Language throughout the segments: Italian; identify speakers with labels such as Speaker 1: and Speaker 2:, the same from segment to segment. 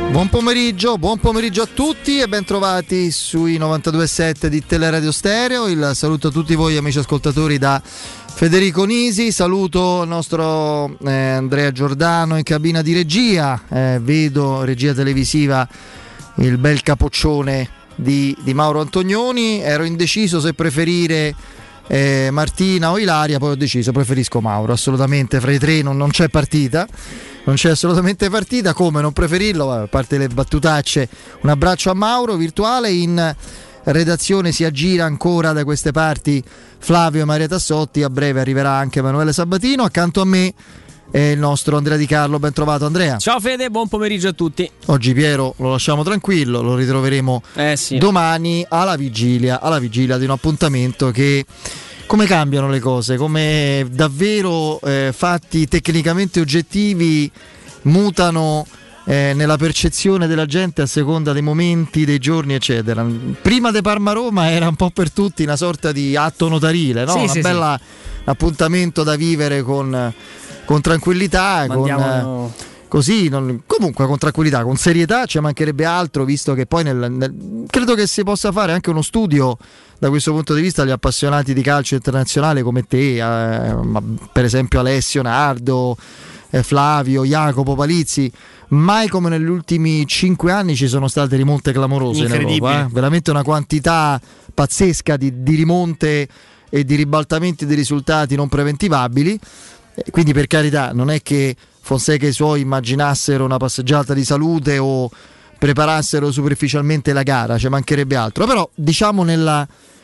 Speaker 1: Buon pomeriggio a tutti e ben trovati sui 92.7 di Teleradio Stereo. Il saluto a tutti voi amici ascoltatori da Federico Nisi, saluto il nostro Andrea Giordano in cabina di regia, vedo regia televisiva il bel capoccione di Mauro Antonioni, ero indeciso se preferire Martina o Ilaria, poi ho deciso, preferisco Mauro, assolutamente, fra i tre non c'è partita. Non c'è assolutamente partita, come non preferirlo? A parte le battutacce, un abbraccio a Mauro virtuale. In redazione si aggira ancora da queste parti Flavio e Maria Tassotti, a breve arriverà anche Emanuele Sabatino, accanto a me è il nostro Andrea Di Carlo. Ben trovato Andrea.
Speaker 2: Ciao Fede, buon pomeriggio a tutti.
Speaker 1: Oggi Piero lo lasciamo tranquillo, lo ritroveremo domani alla vigilia di un appuntamento che... Come cambiano le cose, come davvero fatti tecnicamente oggettivi mutano nella percezione della gente a seconda dei momenti, dei giorni, eccetera. Prima di Parma-Roma era un po' per tutti una sorta di atto notarile, no? Una bella appuntamento da vivere con tranquillità, comunque con tranquillità, con serietà, ci mancherebbe altro, visto che poi credo che si possa fare anche uno studio da questo punto di vista agli appassionati di calcio internazionale come te, per esempio Alessio Nardo, Flavio, Jacopo Palizzi. Mai come negli ultimi 5 anni ci sono state rimonte clamorose in Europa, veramente una quantità pazzesca di rimonte e di ribaltamenti di risultati non preventivabili, quindi per carità non è che Fonseca e i suoi immaginassero una passeggiata di salute o preparassero superficialmente la gara, ci mancherebbe altro, però diciamo nella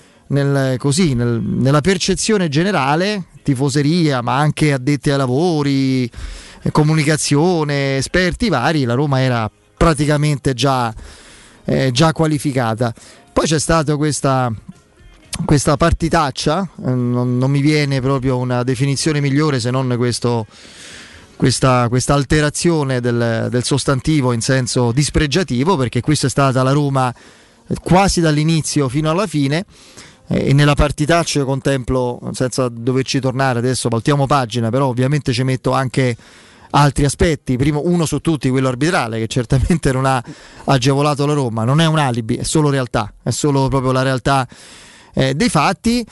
Speaker 1: percezione generale, tifoseria ma anche addetti ai lavori, comunicazione, esperti vari, la Roma era praticamente già qualificata. Poi c'è stata questa partitaccia, non mi viene proprio una definizione migliore se non questa alterazione del sostantivo in senso dispregiativo, perché questa è stata la Roma quasi dall'inizio fino alla fine, e nella partitaccia io contemplo, senza doverci tornare adesso, voltiamo pagina, però ovviamente ci metto anche altri aspetti. Primo, uno su tutti, quello arbitrale, che certamente non ha agevolato la Roma, non è un alibi, è solo realtà, è solo proprio la realtà dei fatti.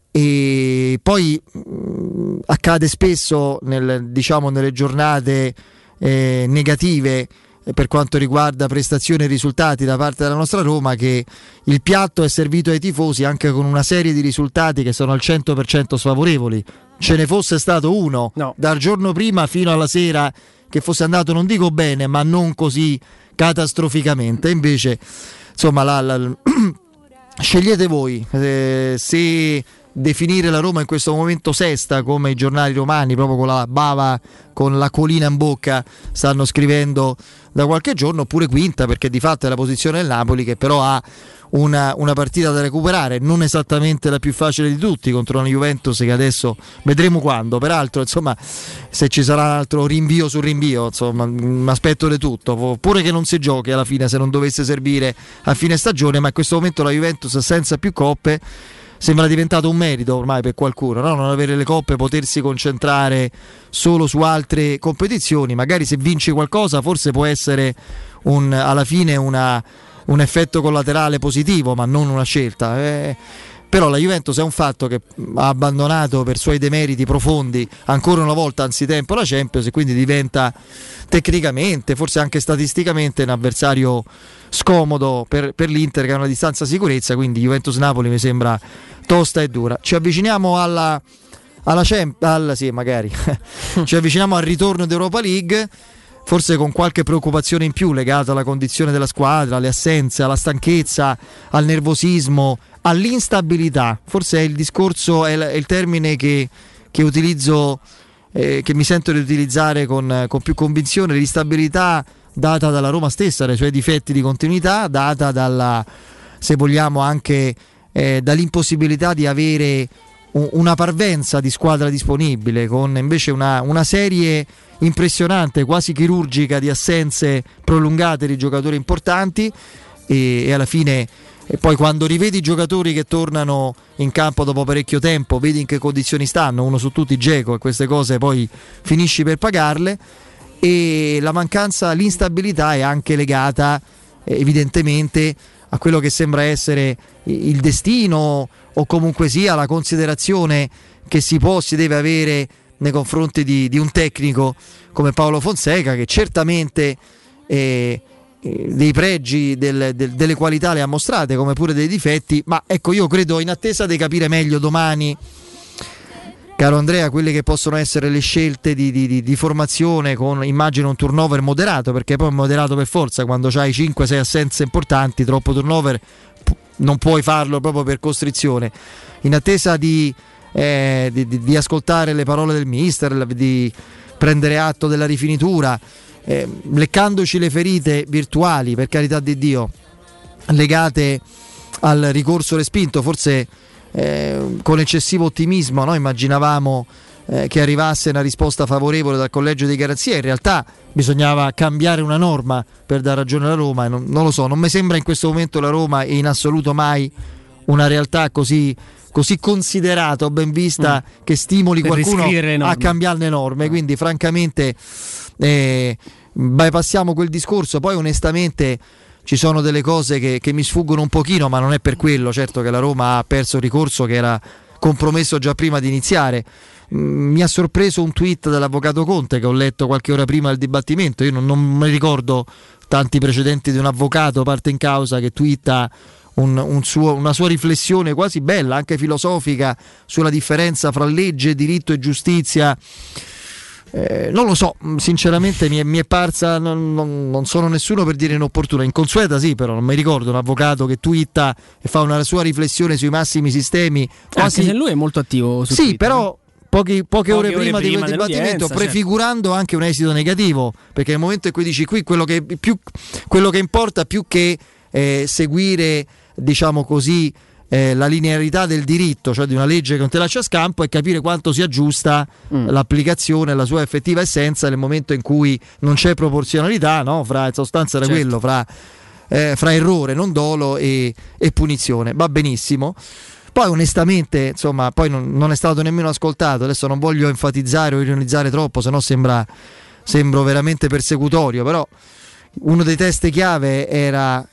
Speaker 1: E poi accade spesso nelle giornate negative per quanto riguarda prestazioni e risultati da parte della nostra Roma, che il piatto è servito ai tifosi anche con una serie di risultati che sono al 100% sfavorevoli. Ce ne fosse stato uno dal giorno prima fino alla sera che fosse andato, non dico bene, ma non così catastroficamente. Invece insomma scegliete voi se definire la Roma in questo momento sesta, come i giornali romani proprio con la bava, con la colina in bocca stanno scrivendo da qualche giorno, oppure quinta, perché di fatto è la posizione del Napoli, che però ha una partita da recuperare, non esattamente la più facile di tutti, contro una Juventus che adesso vedremo quando, peraltro insomma se ci sarà un altro rinvio su rinvio, insomma mi aspetto di tutto, pure che non si giochi alla fine se non dovesse servire a fine stagione, ma in questo momento la Juventus senza più coppe sembra diventato un merito ormai per qualcuno, no? Non avere le coppe, potersi concentrare solo su altre competizioni. Magari se vinci qualcosa forse può essere alla fine un effetto collaterale positivo, ma non una scelta. Però la Juventus è un fatto che ha abbandonato per suoi demeriti profondi ancora una volta anzitempo la Champions, e quindi diventa tecnicamente, forse anche statisticamente, un avversario scomodo per l'Inter, che ha una distanza sicurezza. Quindi Juventus-Napoli mi sembra tosta e dura. Ci avviciniamo ci avviciniamo al ritorno d'Europa League, forse con qualche preoccupazione in più legata alla condizione della squadra, alle assenze, alla stanchezza, al nervosismo, all'instabilità. Forse è il discorso, è il termine che utilizzo, che mi sento di utilizzare con più convinzione. L'instabilità data dalla Roma stessa, dai suoi difetti di continuità, data dalla, se vogliamo, anche dall'impossibilità di avere una parvenza di squadra disponibile, con invece una serie impressionante, quasi chirurgica, di assenze prolungate di giocatori importanti, e alla fine, e poi quando rivedi i giocatori che tornano in campo dopo parecchio tempo, vedi in che condizioni stanno, uno su tutti Dzeko, e queste cose poi finisci per pagarle. e la mancanza, l'instabilità è anche legata evidentemente a quello che sembra essere il destino o comunque sia la considerazione che si deve avere nei confronti di un tecnico come Paolo Fonseca, che certamente dei pregi, delle qualità le ha mostrate, come pure dei difetti, ma ecco, io credo, in attesa di capire meglio domani, caro Andrea, quelle che possono essere le scelte di formazione, con immagino un turnover moderato, perché poi è moderato per forza, quando c'hai 5-6 assenze importanti, troppo turnover non puoi farlo proprio per costrizione. In attesa di ascoltare le parole del mister, di prendere atto della rifinitura, leccandoci le ferite virtuali, per carità di Dio, legate al ricorso respinto, forse con eccessivo ottimismo noi immaginavamo che arrivasse una risposta favorevole dal collegio di garanzia. In realtà bisognava cambiare una norma per dar ragione alla Roma, e non lo so, non mi sembra in questo momento la Roma in assoluto mai una realtà così considerata o ben vista che stimoli per qualcuno a cambiare le norme, quindi francamente bypassiamo quel discorso. Poi onestamente ci sono delle cose che mi sfuggono un pochino, ma non è per quello certo che la Roma ha perso il ricorso, che era compromesso già prima di iniziare. Mi ha sorpreso un tweet dell'avvocato Conte che ho letto qualche ora prima del dibattimento. Io non mi ricordo tanti precedenti di un avvocato parte in causa che twitta una sua riflessione quasi bella, anche filosofica, sulla differenza fra legge, diritto e giustizia. Non lo so, sinceramente mi è parsa, non sono nessuno per dire inopportuna, inconsueta sì, però non mi ricordo un avvocato che twitta e fa una sua riflessione sui massimi sistemi, quasi...
Speaker 2: Anche se lui è molto attivo su
Speaker 1: sì,
Speaker 2: Twitter,
Speaker 1: però poche ore prima di quel dibattimento, prefigurando anche un esito negativo, perché nel momento in cui dici qui quello che importa più che seguire, diciamo così, la linearità del diritto, cioè di una legge che non te lascia scampo, è capire quanto sia giusta l'applicazione, la sua effettiva essenza nel momento in cui non c'è proporzionalità, no? Fra, in sostanza era quello, fra errore, non dolo e punizione. Va benissimo. Poi onestamente, insomma, poi non è stato nemmeno ascoltato. Adesso non voglio enfatizzare o ironizzare troppo, sennò sembro veramente persecutorio, però uno dei teste chiave era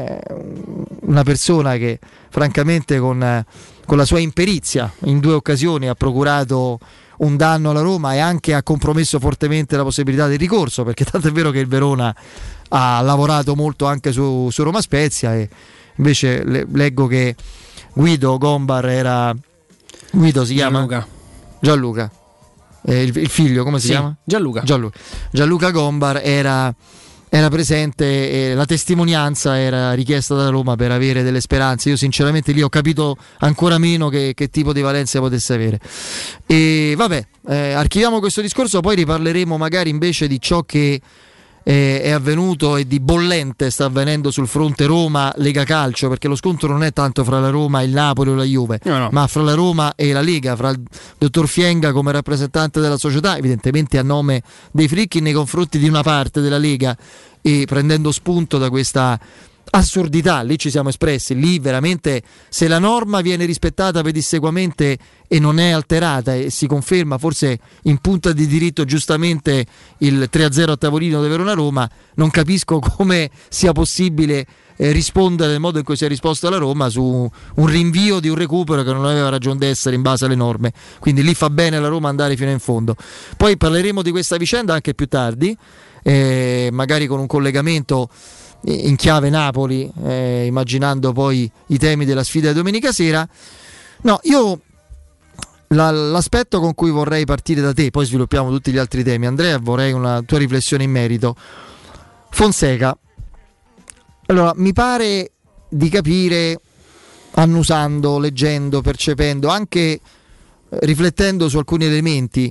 Speaker 1: una persona che francamente con la sua imperizia in 2 occasioni ha procurato un danno alla Roma e anche ha compromesso fortemente la possibilità del ricorso, perché tanto è vero che il Verona ha lavorato molto anche su Roma Spezia, e invece leggo che Guido Gombar era... Guido si chiama? Gianluca. Il figlio come si chiama? Gianluca Gombar era presente, e la testimonianza era richiesta da Roma per avere delle speranze. Io sinceramente lì ho capito ancora meno che tipo di valenza potesse avere. E vabbè, archiviamo questo discorso, poi riparleremo magari invece di ciò che è avvenuto e di bollente sta avvenendo sul fronte Roma-Lega Calcio, perché lo scontro non è tanto fra la Roma e il Napoli o la Juve, no. Ma fra la Roma e la Lega, fra il dottor Fienga come rappresentante della società, evidentemente a nome dei Fricchi, nei confronti di una parte della Lega, e prendendo spunto da questa assurdità. Lì ci siamo espressi, lì veramente, se la norma viene rispettata pedissequamente e non è alterata e si conferma forse in punta di diritto giustamente il 3-0 a tavolino di Verona-Roma, non capisco come sia possibile rispondere nel modo in cui si è risposto alla Roma su un rinvio di un recupero che non aveva ragione d'essere in base alle norme. Quindi lì fa bene la Roma andare fino in fondo. Poi parleremo di questa vicenda anche più tardi, magari con un collegamento in chiave Napoli, immaginando poi i temi della sfida di domenica sera. No, io l'aspetto con cui vorrei partire da te, poi sviluppiamo tutti gli altri temi, Andrea, vorrei una tua riflessione in merito. Fonseca, allora, mi pare di capire, annusando, leggendo, percependo, anche riflettendo su alcuni elementi,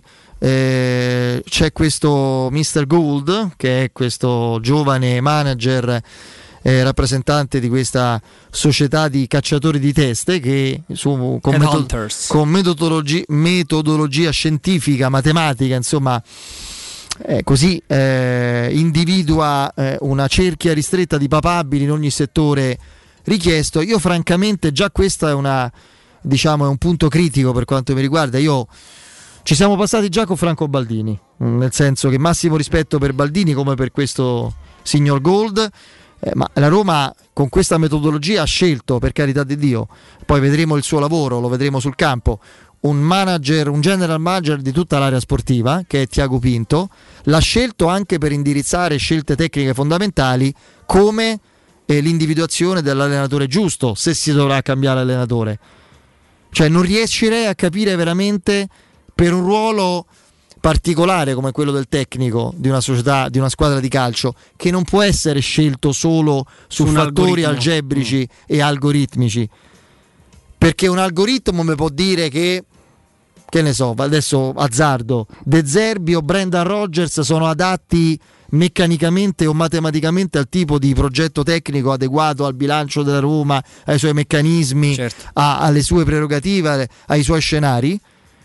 Speaker 1: c'è questo Mr. Gould, che è questo giovane manager, rappresentante di questa società di cacciatori di teste, che con metodologia scientifica, matematica, insomma, così individua una cerchia ristretta di papabili in ogni settore richiesto. Io francamente già questo è un punto critico per quanto mi riguarda. Io ci siamo passati già con Franco Baldini, nel senso che massimo rispetto per Baldini come per questo signor Gold, ma la Roma con questa metodologia ha scelto, per carità di Dio, poi vedremo il suo lavoro, lo vedremo sul campo, un general manager di tutta l'area sportiva che è Tiago Pinto. L'ha scelto anche per indirizzare scelte tecniche fondamentali come l'individuazione dell'allenatore giusto, se si dovrà cambiare allenatore. Cioè non riuscirei a capire veramente, per un ruolo particolare come quello del tecnico di una società, di una squadra di calcio, che non può essere scelto solo su fattori algebrici e algoritmici, perché un algoritmo mi può dire che ne so, adesso azzardo, De Zerbi o Brendan Rodgers sono adatti meccanicamente o matematicamente al tipo di progetto tecnico adeguato al bilancio della Roma, ai suoi meccanismi, certo, alle sue prerogative, ai suoi scenari,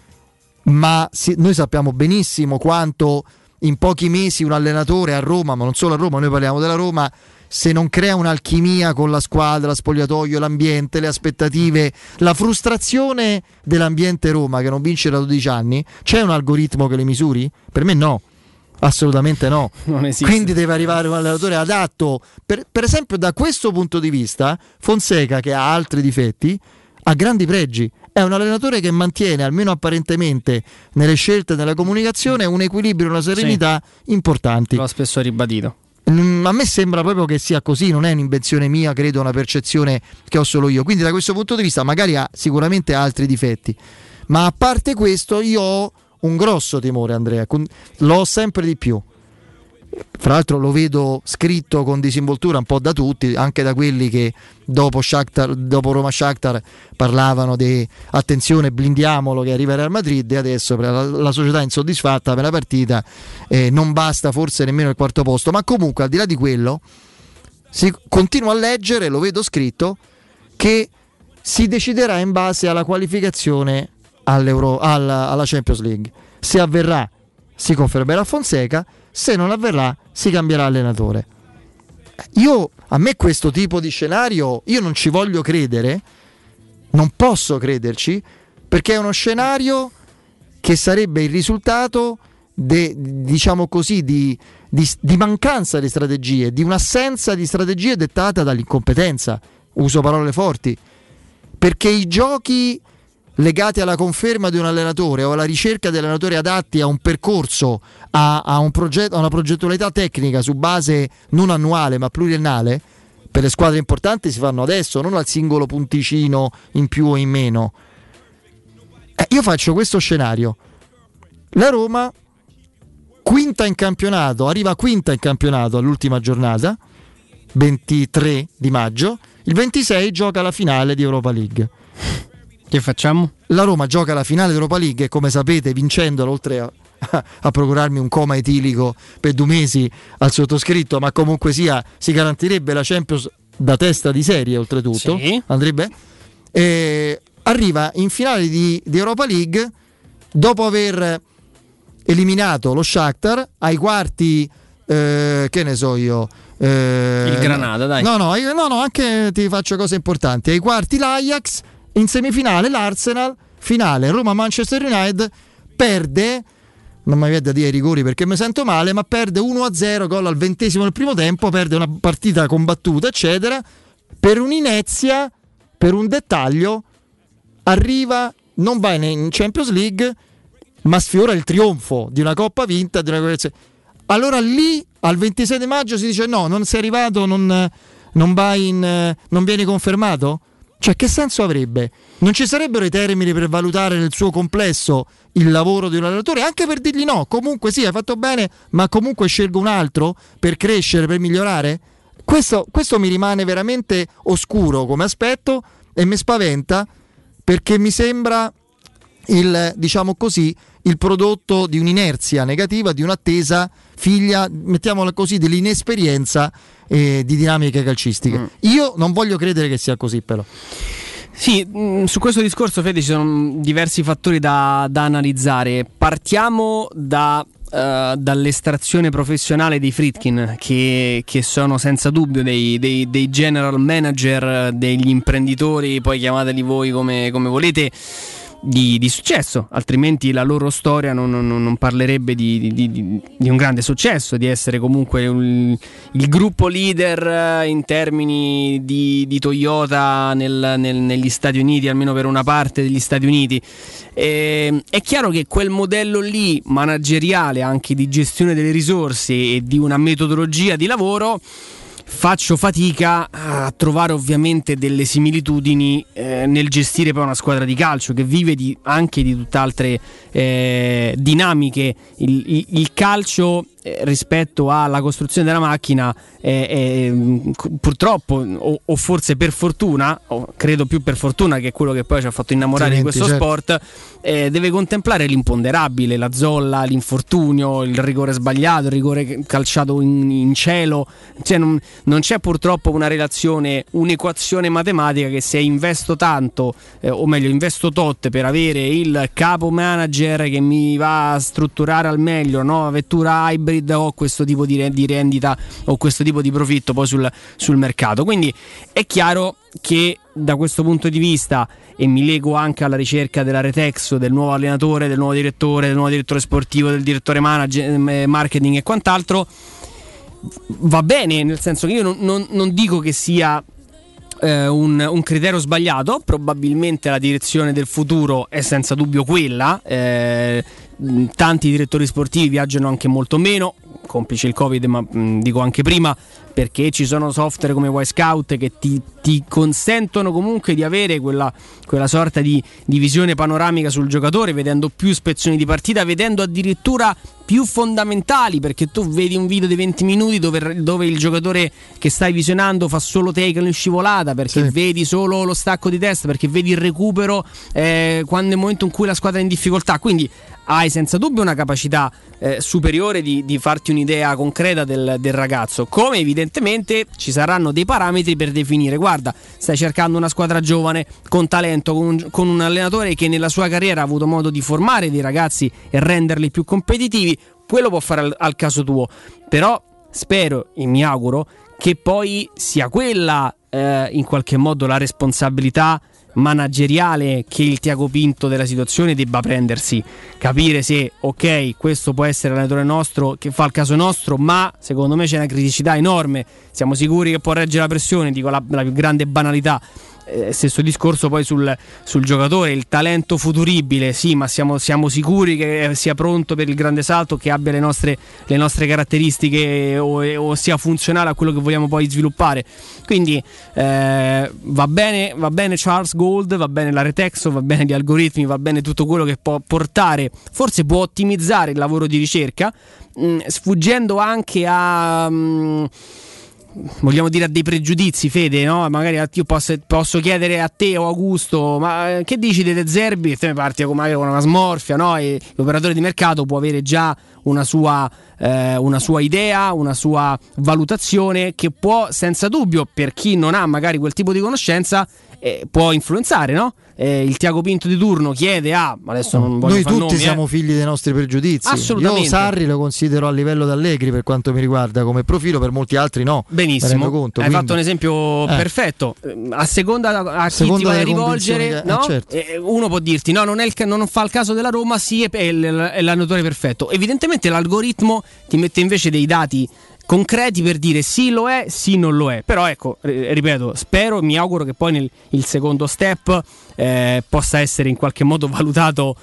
Speaker 1: ma noi sappiamo benissimo quanto in pochi mesi un allenatore a Roma, ma non solo a Roma, noi parliamo della Roma, se non crea un'alchimia con la squadra, spogliatoio, l'ambiente, le aspettative, la frustrazione dell'ambiente Roma che non vince da 12 anni, c'è un algoritmo che le misuri? Per me no, assolutamente no. Non esiste. Quindi deve arrivare un allenatore adatto. Per esempio, da questo punto di vista, Fonseca, che ha altri difetti, ha grandi pregi. È un allenatore che mantiene, almeno apparentemente, nelle scelte, nella comunicazione, un equilibrio e una serenità importanti.
Speaker 2: L'ho spesso ribadito.
Speaker 1: A me sembra proprio che sia così, non è un'invenzione mia, credo, una percezione che ho solo io. Quindi da questo punto di vista magari ha sicuramente altri difetti, ma a parte questo io ho un grosso timore, Andrea, l'ho sempre di più. Fra l'altro lo vedo scritto con disinvoltura un po' da tutti, anche da quelli che dopo Roma-Shakhtar parlavano di attenzione, blindiamolo che arriva il Real Madrid, e adesso la società è insoddisfatta per la partita, non basta forse nemmeno il quarto posto. Ma comunque, al di là di quello, si continua a leggere, lo vedo scritto, che si deciderà in base alla qualificazione alla Champions League. Se avverrà si confermerà Fonseca, se non avverrà si cambierà allenatore. A me questo tipo di scenario, io non ci voglio credere, non posso crederci, perché è uno scenario che sarebbe il risultato diciamo così di mancanza di strategie, di un'assenza di strategie dettata dall'incompetenza, uso parole forti, perché i giochi legati alla conferma di un allenatore o alla ricerca di allenatori adatti a un percorso, a un progetto, a una progettualità tecnica su base non annuale ma pluriennale, per le squadre importanti si fanno adesso, non al singolo punticino in più o in meno. Io faccio questo scenario: la Roma arriva quinta in campionato all'ultima giornata, 23 di maggio, il 26 gioca la finale di Europa League.
Speaker 2: Che facciamo?
Speaker 1: La Roma gioca la finale d'Europa League e, come sapete, vincendola, oltre a procurarmi un coma etilico per 2 mesi al sottoscritto, ma comunque sia, si garantirebbe la Champions da testa di serie, oltretutto, sì. Andrebbe, arriva in finale di Europa League dopo aver eliminato lo Shakhtar ai quarti, che ne so io,
Speaker 2: il Granada, dai.
Speaker 1: No, anche ti faccio cose importanti. Ai quarti l'Ajax, in semifinale l'Arsenal, finale Roma-Manchester United, perde, non mi viene da dire i rigori perché mi sento male, ma perde 1-0, gol al 20° del primo tempo, perde una partita combattuta, eccetera, per un'inezia, per un dettaglio, arriva, non va in Champions League, ma sfiora il trionfo di una Coppa vinta, di una... Allora lì, al 26 di maggio, si dice no, non sei arrivato, non vieni confermato? Cioè, che senso avrebbe? Non ci sarebbero i termini per valutare nel suo complesso il lavoro di un allenatore, anche per dirgli no, comunque sì, hai fatto bene, ma comunque scelgo un altro per crescere, per migliorare? Questo mi rimane veramente oscuro come aspetto e mi spaventa, perché mi sembra diciamo così, il prodotto di un'inerzia negativa, di un'attesa figlia, mettiamola così, dell'inesperienza di dinamiche calcistiche. Io non voglio credere che sia così, però.
Speaker 2: Sì, su questo discorso, Fede, ci sono diversi fattori da analizzare. Partiamo dall'estrazione professionale dei Friedkin, che sono senza dubbio dei general manager, degli imprenditori, poi chiamateli voi come volete, di successo, altrimenti la loro storia non parlerebbe di un grande successo, di essere comunque il gruppo leader in termini di Toyota negli Stati Uniti, almeno per una parte degli Stati Uniti. È chiaro che quel modello lì manageriale, anche di gestione delle risorse e di una metodologia di lavoro, faccio fatica a trovare ovviamente delle similitudini nel gestire poi una squadra di calcio che vive anche di tutt'altre dinamiche. Il calcio rispetto alla costruzione della macchina purtroppo o forse per fortuna, o credo più per fortuna, che è quello che poi ci ha fatto innamorare di questo sport, deve contemplare l'imponderabile, la zolla, l'infortunio, il rigore sbagliato, il rigore calciato in cielo. Cioè non c'è purtroppo una relazione, un'equazione matematica che se investo tanto o meglio investo tot per avere il capo manager che mi va a strutturare al meglio, no? Vettura hybrid, o questo tipo di rendita o questo tipo di profitto poi sul mercato. Quindi è chiaro che da questo punto di vista, e mi lego anche alla ricerca della Retexo, del nuovo allenatore, del nuovo direttore sportivo, del direttore marketing e quant'altro, va bene, nel senso che io non dico che sia un criterio sbagliato. Probabilmente la direzione del futuro è senza dubbio quella. Tanti direttori sportivi viaggiano anche molto meno, complice il Covid, ma dico anche prima, perché ci sono software come Wisecout che ti consentono comunque di avere quella sorta di visione panoramica sul giocatore, vedendo più ispezioni di partita, vedendo addirittura più fondamentali, perché tu vedi un video di 20 minuti dove il giocatore che stai visionando fa solo tackle in scivolata, perché vedi solo lo stacco di testa, perché vedi il recupero quando nel momento in cui la squadra è in difficoltà. Quindi hai senza dubbio una capacità superiore di farti un'idea concreta del ragazzo, come evidentemente ci saranno dei parametri per definire: guarda, stai cercando una squadra giovane con talento, con un allenatore che nella sua carriera ha avuto modo di formare dei ragazzi e renderli più competitivi, quello può fare al caso tuo. Però spero e mi auguro che poi sia quella in qualche modo la responsabilità manageriale che il Tiago Pinto della situazione debba prendersi, capire se ok, questo può essere l'allenatore nostro che fa il caso nostro, ma secondo me c'è una criticità enorme, siamo sicuri che può reggere la pressione, dico la più grande banalità. Stesso discorso poi sul giocatore, il talento futuribile, sì, ma siamo sicuri che sia pronto per il grande salto, che abbia le nostre caratteristiche o sia funzionale a quello che vogliamo poi sviluppare. Quindi va bene Charles Gold, va bene la Retexo, va bene gli algoritmi, va bene tutto quello che può portare, forse può ottimizzare il lavoro di ricerca, sfuggendo anche a vogliamo dire a dei pregiudizi, Fede, no? Magari io posso chiedere a te o Augusto: ma che dici delle Zerbi? E te ne parti magari con una smorfia, no? E l'operatore di mercato può avere già una sua idea, una sua valutazione, che può senza dubbio, per chi non ha magari quel tipo di conoscenza, può influenzare, no? Il Tiago Pinto di turno chiede adesso non voglio
Speaker 1: noi
Speaker 2: far
Speaker 1: tutti
Speaker 2: nomi,
Speaker 1: siamo figli dei nostri pregiudizi.
Speaker 2: Assolutamente.
Speaker 1: Io Sarri lo considero a livello d'Allegri per quanto mi riguarda come profilo, per molti altri no.
Speaker 2: Benissimo,
Speaker 1: conto,
Speaker 2: hai fatto un esempio perfetto. A seconda a chi ti vai a rivolgere, no?
Speaker 1: Certo.
Speaker 2: Uno può dirti no, non fa il caso della Roma, sì, è l'allenatore perfetto. Evidentemente l'algoritmo ti mette invece dei dati concreti per dire sì lo è, sì non lo è. Però ecco, ripeto, mi auguro che poi il secondo step possa essere in qualche modo valutato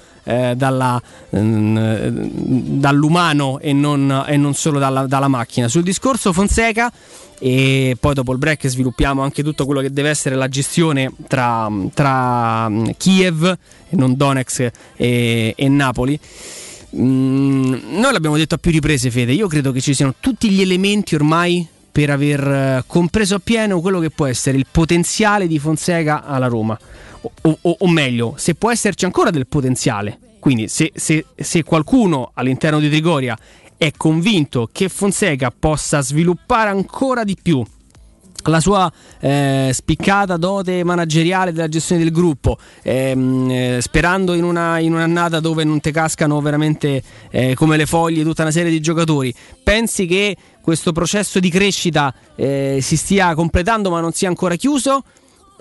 Speaker 2: dall'umano e non solo dalla macchina. Sul discorso Fonseca, e poi dopo il break sviluppiamo anche tutto quello che deve essere la gestione tra Kiev e non Donetsk e Napoli. Noi l'abbiamo detto a più riprese, Fede, io credo che ci siano tutti gli elementi ormai per aver compreso appieno quello che può essere il potenziale di Fonseca alla Roma, o meglio, se può esserci ancora del potenziale. Quindi se qualcuno all'interno di Trigoria è convinto che Fonseca possa sviluppare ancora di più la sua spiccata dote manageriale della gestione del gruppo, sperando in un'annata dove non te cascano veramente come le foglie tutta una serie di giocatori, pensi che questo processo di crescita si stia completando ma non sia ancora chiuso,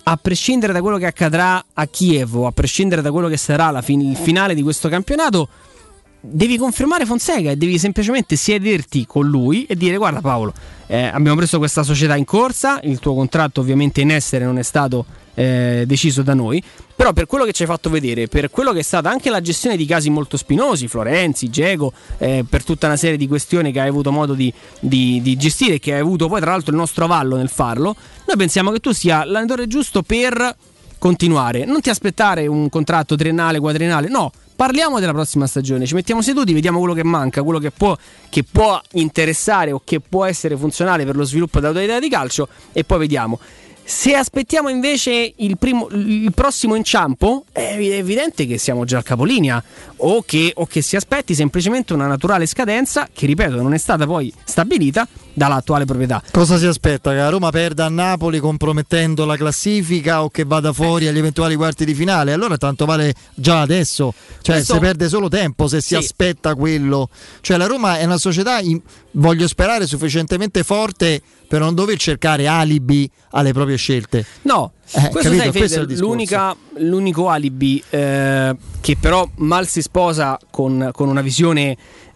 Speaker 2: a prescindere da quello che accadrà a Kiev, a prescindere da quello che sarà il finale di questo campionato, devi confermare Fonseca e devi semplicemente siederti con lui e dire: guarda Paolo, abbiamo preso questa società in corsa, il tuo contratto ovviamente in essere non è stato deciso da noi, però per quello che ci hai fatto vedere, per quello che è stata anche la gestione di casi molto spinosi, Florenzi, Dzeko, per tutta una serie di questioni che hai avuto modo di gestire e che hai avuto poi tra l'altro il nostro avallo nel farlo, noi pensiamo che tu sia l'allenatore giusto per continuare. Non ti aspettare un contratto triennale, quadriennale, no, parliamo della prossima stagione, ci mettiamo seduti, vediamo quello che manca, quello che può interessare o che può essere funzionale per lo sviluppo dell'autorità di calcio, e poi vediamo. Se aspettiamo invece il prossimo inciampo, è evidente che siamo già al capolinea, o che si aspetti semplicemente una naturale scadenza che, ripeto, non è stata poi stabilita dall'attuale proprietà.
Speaker 1: Cosa si aspetta? Che la Roma perda a Napoli compromettendo la classifica, o che vada fuori agli eventuali quarti di finale? Allora tanto vale già adesso, cioè si perde solo tempo se si aspetta quello. Cioè la Roma è una società, voglio sperare, sufficientemente forte per non dover cercare alibi alle proprie scelte.
Speaker 2: No, questo è l'unico alibi che però mal si sposa con una visione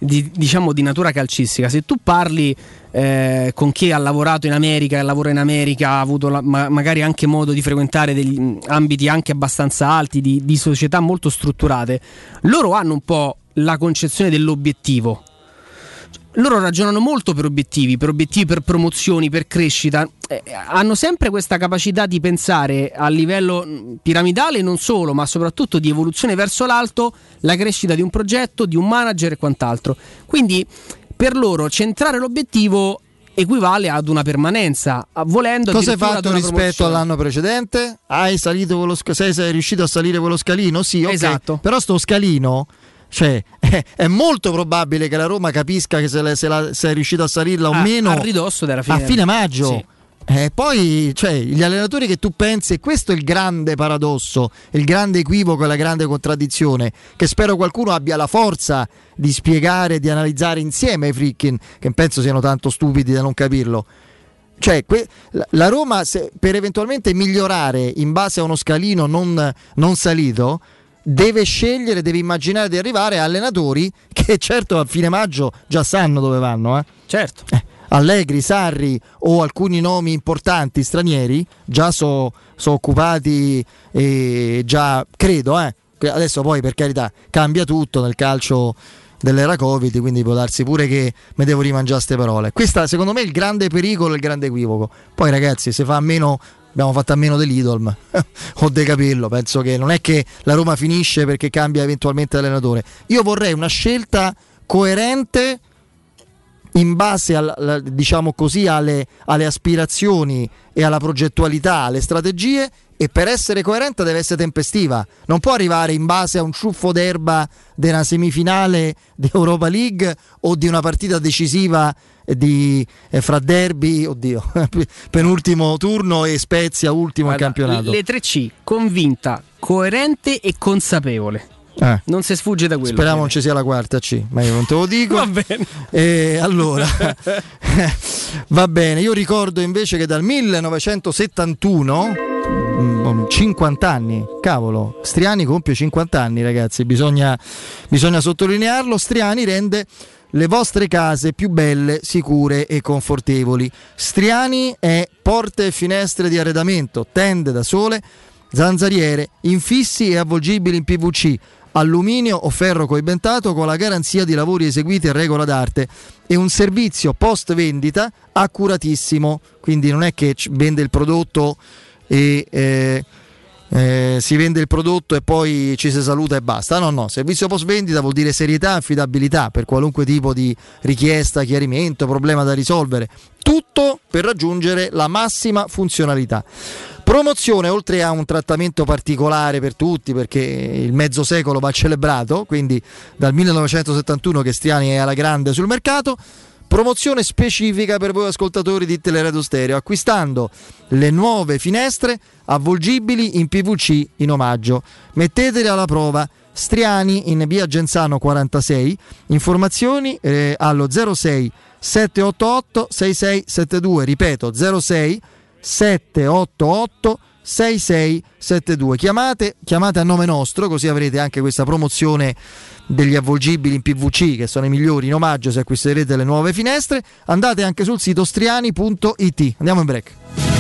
Speaker 2: di natura calcistica. Se tu parli con chi ha lavorato in America e lavora in America, ha avuto magari anche modo di frequentare degli ambiti anche abbastanza alti di società molto strutturate, loro hanno un po' la concezione dell'obiettivo. Loro ragionano molto per obiettivi, per promozioni, per crescita, hanno sempre questa capacità di pensare a livello piramidale, non solo, ma soprattutto di evoluzione verso l'alto, la crescita di un progetto, di un manager e quant'altro. Quindi per loro centrare l'obiettivo equivale ad una permanenza, volendo.
Speaker 1: Cosa hai fatto rispetto all'anno precedente? Sei riuscito a salire quello scalino? Sì, ok.
Speaker 2: Esatto.
Speaker 1: Però sto scalino, cioè, è molto probabile che la Roma capisca che se è riuscito a salirla o meno
Speaker 2: a ridosso della fine,
Speaker 1: a fine maggio.
Speaker 2: Sì.
Speaker 1: Poi, cioè, gli allenatori che tu pensi, e questo è il grande paradosso, il grande equivoco e la grande contraddizione, che spero qualcuno abbia la forza di spiegare, di analizzare insieme ai Friedkin, che penso siano tanto stupidi da non capirlo. Cioè, la Roma, per eventualmente migliorare in base a uno scalino non salito, deve scegliere, deve immaginare di arrivare a allenatori che certo a fine maggio già sanno dove vanno.
Speaker 2: Certo.
Speaker 1: Allegri, Sarri o alcuni nomi importanti stranieri già sono occupati, e già credo, adesso poi per carità cambia tutto nel calcio dell'era Covid, quindi può darsi pure che mi devo rimangiare ste parole. Questa secondo me è il grande pericolo, il grande equivoco. Poi ragazzi, se fa a meno, abbiamo fatto a meno dell'Idolm o De Capello, penso che non è che la Roma finisce perché cambia eventualmente allenatore. Io vorrei una scelta coerente in base diciamo così, alle aspirazioni e alla progettualità, alle strategie, e per essere coerente deve essere tempestiva, non può arrivare in base a un ciuffo d'erba di una semifinale di Europa League o di una partita decisiva fra derby, penultimo turno, e Spezia ultimo in campionato.
Speaker 2: Le 3C: convinta, coerente e consapevole. Non si sfugge da quello.
Speaker 1: Speriamo non ci sia la quarta C, ma io non te lo dico.
Speaker 2: Va bene.
Speaker 1: Allora va bene, io ricordo invece che dal 1971, 50 anni, cavolo, Striani compie 50 anni, ragazzi, bisogna sottolinearlo. Striani rende le vostre case più belle, sicure e confortevoli. Striani è porte e finestre di arredamento, tende da sole, zanzariere, infissi e avvolgibili in PVC, alluminio o ferro coibentato, con la garanzia di lavori eseguiti in regola d'arte e un servizio post vendita accuratissimo. Quindi non è che vende il prodotto e si vende il prodotto e poi ci si saluta e basta. No, servizio post vendita vuol dire serietà e affidabilità per qualunque tipo di richiesta, chiarimento, problema da risolvere, tutto per raggiungere la massima funzionalità. Promozione, oltre a un trattamento particolare per tutti, perché il mezzo secolo va celebrato, quindi dal 1971 che Striani è alla grande sul mercato. Promozione specifica per voi ascoltatori di Teleradio Stereo, acquistando le nuove finestre avvolgibili in PVC in omaggio. Mettetele alla prova. Striani in via Genzano 46, informazioni allo 06 788 6672, ripeto 06 788 6672. Chiamate a nome nostro, così avrete anche questa promozione degli avvolgibili in PVC che sono i migliori in omaggio se acquisterete le nuove finestre. Andate anche sul sito striani.it. Andiamo in break.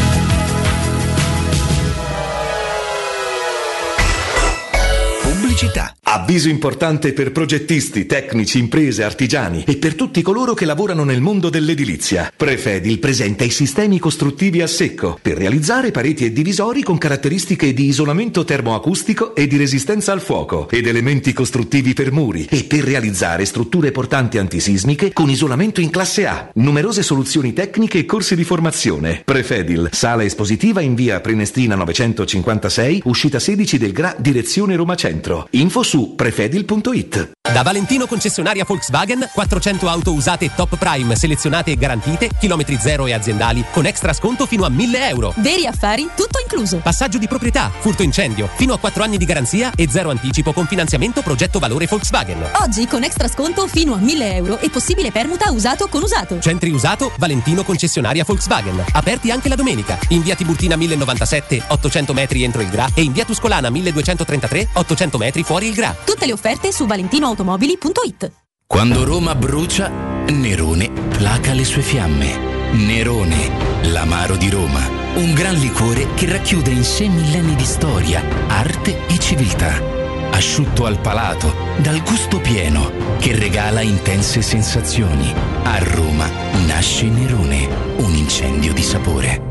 Speaker 3: Pubblicità. Avviso importante per progettisti, tecnici, imprese, artigiani e per tutti coloro che lavorano nel mondo dell'edilizia. Prefedil presenta i sistemi costruttivi a secco per realizzare pareti e divisori con caratteristiche di isolamento termoacustico e di resistenza al fuoco ed elementi costruttivi per muri e per realizzare strutture portanti antisismiche con isolamento in classe A. Numerose soluzioni tecniche e corsi di formazione. Prefedil, sala espositiva in via Prenestina 956, uscita 16 del GRA, direzione Roma Centro. Info su prefedil.it.
Speaker 4: Da Valentino concessionaria Volkswagen, 400 auto usate top prime, selezionate e garantite, chilometri zero e aziendali, con extra sconto fino a 1.000 euro.
Speaker 5: Veri affari, tutto incluso.
Speaker 4: Passaggio di proprietà, furto incendio, fino a 4 anni di garanzia e zero anticipo con finanziamento progetto valore Volkswagen.
Speaker 5: Oggi con extra sconto fino a 1.000 euro e possibile permuta usato con usato.
Speaker 4: Centri usato, Valentino concessionaria Volkswagen. Aperti anche la domenica. In via Tiburtina 1097, 800 metri entro il GRA e in via Tuscolana 1233, 800 metri fuori il GRA.
Speaker 5: Tutte le offerte su valentinoautomobili.it.
Speaker 6: Quando Roma brucia, Nerone placa le sue fiamme. Nerone, l'amaro di Roma. Un gran liquore che racchiude in sé millenni di storia, arte e civiltà. Asciutto al palato, dal gusto pieno, che regala intense sensazioni. A Roma nasce Nerone, un incendio di sapore.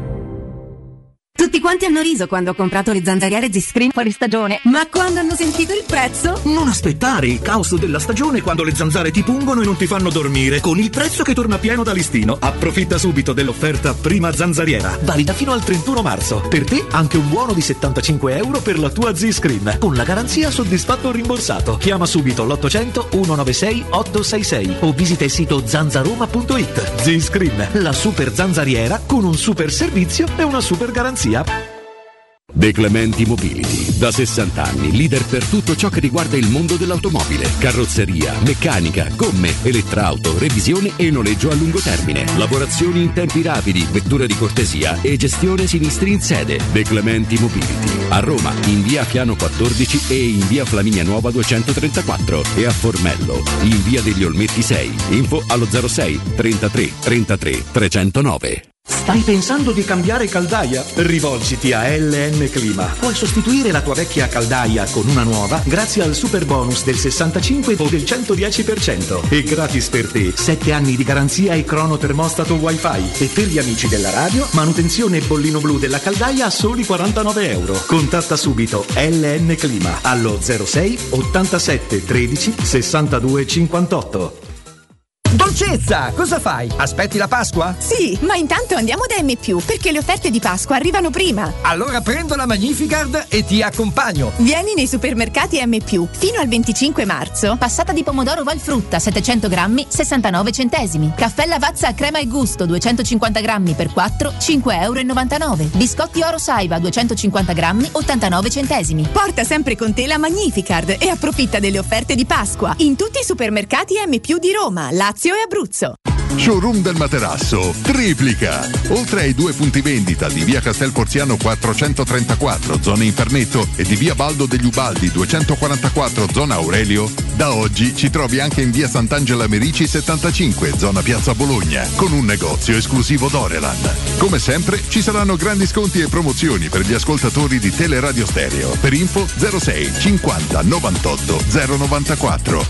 Speaker 7: Tutti quanti hanno riso quando ho comprato le zanzariere Z-Screen fuori stagione, ma quando hanno sentito il prezzo?
Speaker 8: Non aspettare il caos della stagione quando le zanzare ti pungono e non ti fanno dormire. Con il prezzo che torna pieno da listino, approfitta subito dell'offerta prima zanzariera, valida fino al 31 marzo. Per te anche un buono di 75 euro per la tua Z-Screen, con la garanzia soddisfatto o rimborsato. Chiama subito l'800 196 866 o visita il sito zanzaroma.it. Z-Screen, la super zanzariera con un super servizio e una super garanzia.
Speaker 9: De Clementi Mobility, da 60 anni, leader per tutto ciò che riguarda il mondo dell'automobile, carrozzeria, meccanica, gomme, elettrauto, revisione e noleggio a lungo termine, lavorazioni in tempi rapidi, vettura di cortesia e gestione sinistri in sede. De Clementi Mobility, a Roma in via Fiano 14 e in via Flaminia Nuova 234 e a Formello in via degli Olmetti 6. Info allo 06 33 33 309.
Speaker 8: Stai pensando di cambiare caldaia? Rivolgiti a LN Clima. Puoi sostituire la tua vecchia caldaia con una nuova grazie al super bonus del 65 o del 110% e gratis per te 7 anni di garanzia e cronotermostato wifi. E per gli amici della radio, manutenzione e bollino blu della caldaia a soli 49 euro. Contatta subito LN Clima allo 06 87 13 62 58.
Speaker 10: Dolcezza, cosa fai? Aspetti la Pasqua?
Speaker 11: Sì, ma intanto andiamo da M+, perché le offerte di Pasqua arrivano prima.
Speaker 10: Allora prendo la Magnificard e ti accompagno.
Speaker 11: Vieni nei supermercati M+, fino al 25 marzo.
Speaker 5: Passata di pomodoro Valfrutta, 700 grammi, 69 centesimi. Caffè Lavazza a crema e gusto, 250 grammi per 4, 5,99 euro. Biscotti Oro Saiba, 250 grammi, 89 centesimi.
Speaker 11: Porta sempre con te la Magnificard e approfitta delle offerte di Pasqua. In tutti i supermercati M+ di Roma, Lazio e Abruzzo.
Speaker 12: Showroom del Materasso triplica. Oltre ai 2 punti vendita di via Castel Porziano 434 zona Infernetto e di via Baldo degli Ubaldi 244 zona Aurelio, da oggi ci trovi anche in via Sant'Angela Merici 75 zona Piazza Bologna con un negozio esclusivo Dorelan. Come sempre ci saranno grandi sconti e promozioni per gli ascoltatori di Teleradio Stereo. Per info 06 50 98 094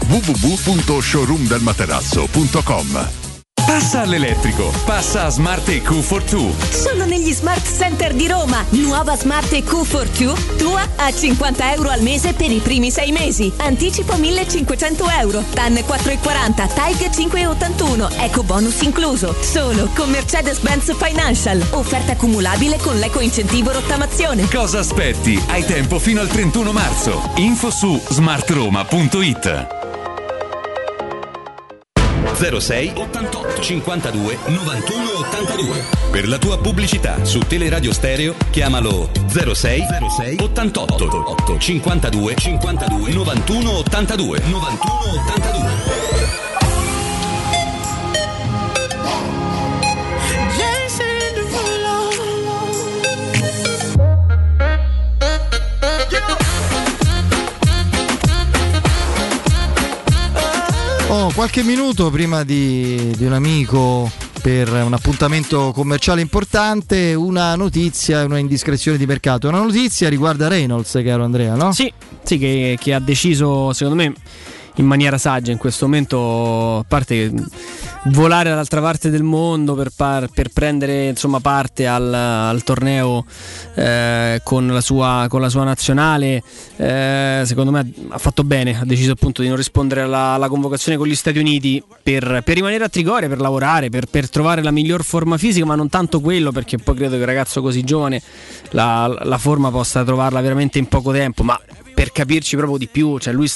Speaker 12: www.showroomdelmaterasso.com.
Speaker 13: Passa all'elettrico, passa a Smart EQ For2.
Speaker 14: Sono negli Smart Center di Roma. Nuova Smart EQ For2, tua a 50 euro al mese per i primi 6 mesi. Anticipo 1.500 euro. TAN 4,40, TAG 5,81, eco bonus incluso. Solo con Mercedes-Benz Financial. Offerta cumulabile con l'eco incentivo rottamazione.
Speaker 13: Cosa aspetti? Hai tempo fino al 31 marzo. Info su smartroma.it.
Speaker 3: 06 88 52 91 82. Per la tua pubblicità su Teleradio Stereo chiamalo 06 88 52 91 82 91 82.
Speaker 1: qualche minuto prima di un amico per un appuntamento commerciale importante, una notizia, una indiscrezione di mercato. Una notizia riguarda Reynolds, caro Andrea, no?
Speaker 2: Sì, che ha deciso, secondo me, in maniera saggia in questo momento, a parte volare dall'altra parte del mondo per prendere insomma parte al torneo con la sua nazionale, secondo me ha fatto bene, ha deciso appunto di non rispondere alla convocazione con gli Stati Uniti per rimanere a Trigoria, per lavorare, per trovare la miglior forma fisica, ma non tanto quello, perché poi credo che un ragazzo così giovane la forma possa trovarla veramente in poco tempo, ma per capirci proprio di più, cioè lui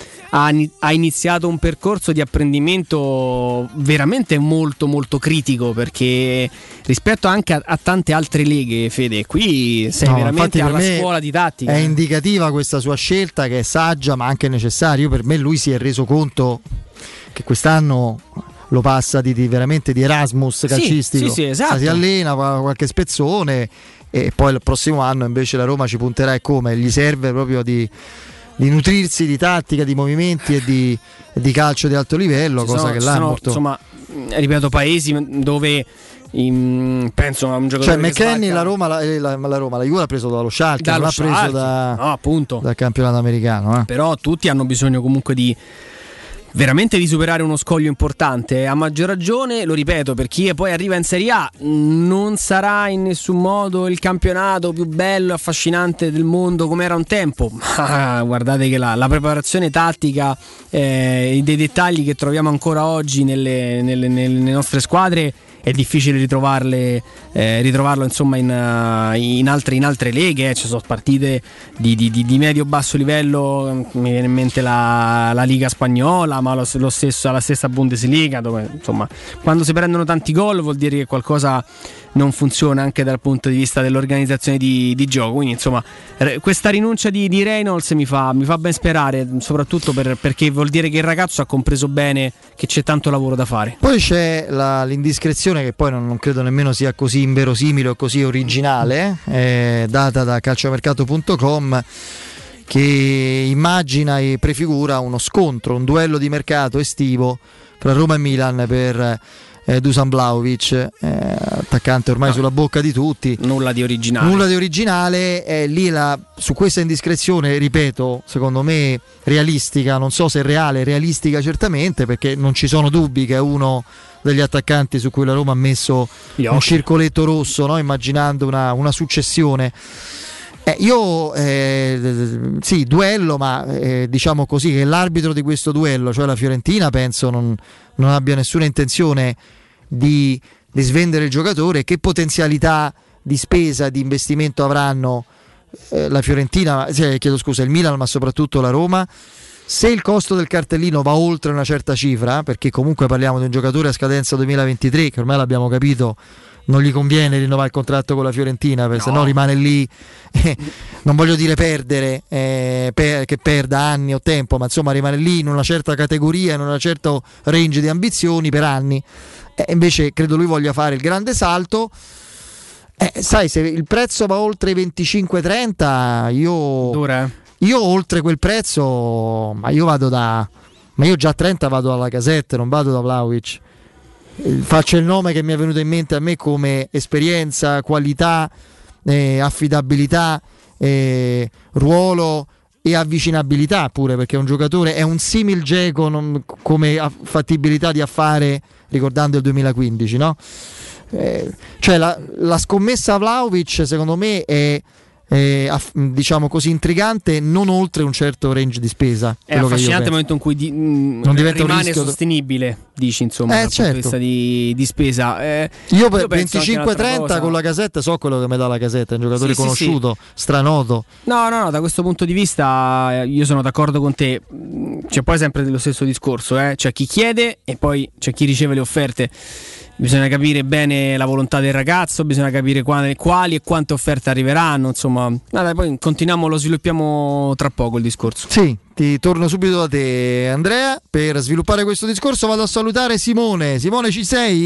Speaker 2: ha iniziato un percorso di apprendimento veramente molto molto critico, perché rispetto anche a tante altre leghe, Fede, qui sei veramente alla scuola di tattica.
Speaker 1: È indicativa questa sua scelta, che è saggia ma anche necessaria. Per me lui si è reso conto che quest'anno lo passa veramente di Erasmus calcistico.
Speaker 2: Sì, esatto.
Speaker 1: Si allena, qualche spezzone, e poi il prossimo anno invece la Roma ci punterà, e come gli serve proprio di nutrirsi di tattica, di movimenti e di calcio di alto livello, cosa che là è molto...
Speaker 2: Insomma, ripeto, paesi dove penso a un giocatore,
Speaker 1: cioè McKennie la Juve l'ha preso dallo Schalke, non l'ha preso dal campionato americano,
Speaker 2: Però tutti hanno bisogno comunque veramente di superare uno scoglio importante, a maggior ragione, lo ripeto, per chi poi arriva in Serie A non sarà in nessun modo il campionato più bello e affascinante del mondo come era un tempo, ma guardate che la preparazione tattica, dei dettagli che troviamo ancora oggi nelle nostre squadre, è difficile ritrovarlo insomma in altre leghe. Ci sono partite di medio-basso livello, mi viene in mente la Liga spagnola, ma lo stesso la stessa Bundesliga, dove insomma quando si prendono tanti gol vuol dire che qualcosa non funziona anche dal punto di vista dell'organizzazione di gioco. Quindi insomma questa rinuncia di Reynolds mi fa ben sperare, soprattutto perché vuol dire che il ragazzo ha compreso bene che c'è tanto lavoro da fare.
Speaker 1: Poi c'è l'indiscrezione, che poi non credo nemmeno sia così inverosimile o così originale, data da calciomercato.com, che immagina e prefigura uno scontro, un duello di mercato estivo tra Roma e Milan per Dusan Vlahovic, attaccante ormai sulla bocca di tutti.
Speaker 2: Nulla di originale.
Speaker 1: Lì su questa indiscrezione, ripeto, secondo me realistica, non so se reale, realistica certamente, perché non ci sono dubbi che è uno degli attaccanti su cui la Roma ha messo un circoletto rosso, no? Immaginando una successione. Sì, duello, ma diciamo così che l'arbitro di questo duello, cioè la Fiorentina, penso non abbia nessuna intenzione di svendere il giocatore. Che potenzialità di spesa, di investimento avranno la Fiorentina, il Milan, ma soprattutto la Roma? Se il costo del cartellino va oltre una certa cifra, perché comunque parliamo di un giocatore a scadenza 2023, che ormai l'abbiamo capito, non gli conviene rinnovare il contratto con la Fiorentina, perché se no rimane lì, non voglio dire perdere, che perda anni o tempo, ma insomma rimane lì in una certa categoria, in un certo range di ambizioni per anni. Invece credo lui voglia fare il grande salto. Sai, se il prezzo va oltre i 25-30, io oltre quel prezzo, ma io già a 30 vado alla Lacazette, non vado da Vlahovic. Faccio il nome che mi è venuto in mente a me come esperienza, qualità, affidabilità, ruolo e avvicinabilità pure, perché è un giocatore, è un simil Dzeko come fattibilità di affare, ricordando il 2015, no? Cioè la scommessa Vlahovic secondo me è diciamo così intrigante, non oltre un certo range di spesa.
Speaker 2: È affascinante il momento in cui non rimane sostenibile, dici, insomma, dal punto di vista di spesa.
Speaker 1: Io per 25-30 con la Lacazette so quello che mi dà la Lacazette, è un giocatore conosciuto, stranoto.
Speaker 2: No, da questo punto di vista io sono d'accordo con te. C'è poi sempre lo stesso discorso, c'è chi chiede e poi c'è chi riceve le offerte. Bisogna capire bene la volontà del ragazzo, bisogna capire quali e quante offerte arriveranno, insomma. Poi continuiamo, lo sviluppiamo tra poco il discorso.
Speaker 1: Sì, ti torno subito da te, Andrea, per sviluppare questo discorso. Vado a salutare Simone. Simone, ci sei?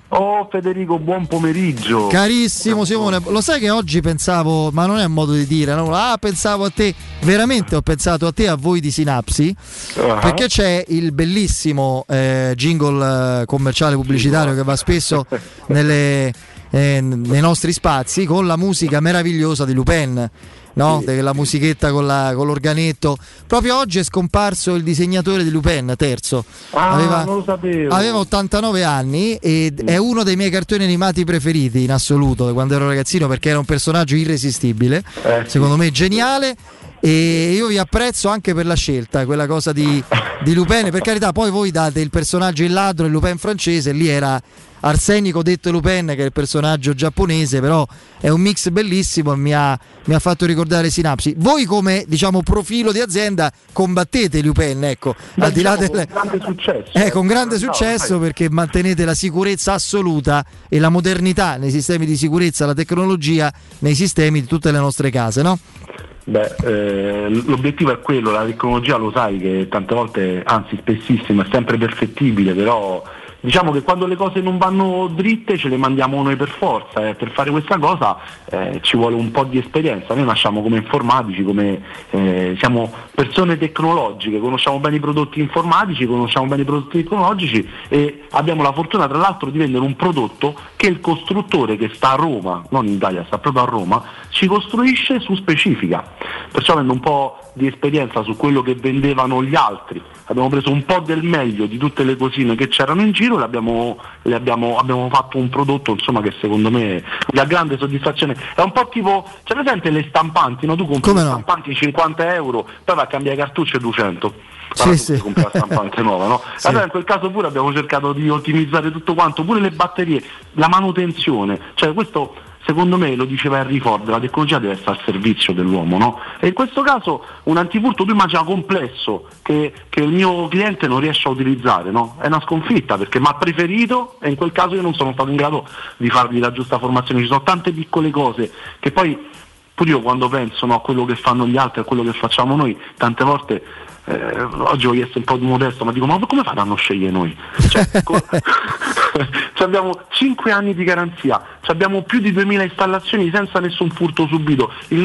Speaker 15: Oh Federico, buon pomeriggio.
Speaker 1: Carissimo Simone, lo sai che oggi pensavo, ma non è un modo di dire, no? Pensavo a te, veramente ho pensato a te, a voi di Sinapsi, perché c'è il bellissimo jingle commerciale pubblicitario che va spesso nei nostri spazi con la musica meravigliosa di Lupin. No? La musichetta con l'organetto. Proprio oggi è scomparso il disegnatore di Lupin, terzo.
Speaker 15: Non lo sapevo.
Speaker 1: Aveva 89 anni ed è uno dei miei cartoni animati preferiti in assoluto da quando ero ragazzino, perché era un personaggio irresistibile, secondo me geniale. E io vi apprezzo anche per la scelta, quella cosa di Lupin, per carità. Poi voi date il personaggio il ladro e Lupin francese, lì era Arsenico detto Lupin, che è il personaggio giapponese, però è un mix bellissimo e mi ha fatto ricordare Sinapsi. Voi come, diciamo, profilo di azienda combattete Lupin, ecco, al di là
Speaker 15: con grande successo.
Speaker 1: Con grande successo, perché mantenete la sicurezza assoluta e la modernità nei sistemi di sicurezza, la tecnologia nei sistemi di tutte le nostre case, no?
Speaker 15: L'obiettivo è quello, la tecnologia lo sai che tante volte, anzi spessissimo, è sempre perfettibile, però diciamo che quando le cose non vanno dritte ce le mandiamo noi per forza, per fare questa cosa ci vuole un po' di esperienza. Noi nasciamo come informatici, siamo persone tecnologiche, conosciamo bene i prodotti informatici, conosciamo bene i prodotti tecnologici e abbiamo la fortuna tra l'altro di vendere un prodotto che il costruttore, che sta a Roma, non in Italia, sta proprio a Roma, ci costruisce su specifica. Perciò avendo un po' di esperienza su quello che vendevano gli altri, abbiamo preso un po' del meglio di tutte le cosine che c'erano in giro e abbiamo fatto un prodotto, insomma, che secondo me dà grande soddisfazione. È un po' tipo, c'è presente le stampanti, no? Tu compri le stampanti 50 euro, poi va a cambiare cartucce 200.
Speaker 1: Sì.
Speaker 15: Compri la stampante nuova, no? Sì. Allora in quel caso pure abbiamo cercato di ottimizzare tutto quanto, pure le batterie, la manutenzione, cioè questo secondo me, lo diceva Henry Ford, la tecnologia deve essere al servizio dell'uomo, no? E in questo caso un antifurto, tu immagina complesso che il mio cliente non riesce a utilizzare, no? È una sconfitta, perché mi ha preferito e in quel caso io non sono stato in grado di fargli la giusta formazione. Ci sono tante piccole cose che poi pure io quando penso, no, a quello che fanno gli altri, a quello che facciamo noi, tante volte oggi voglio essere un po' modesto, ma dico, ma come faranno a scegliere noi? Abbiamo 5 anni di garanzia, abbiamo più di 2000 installazioni senza nessun furto subito, il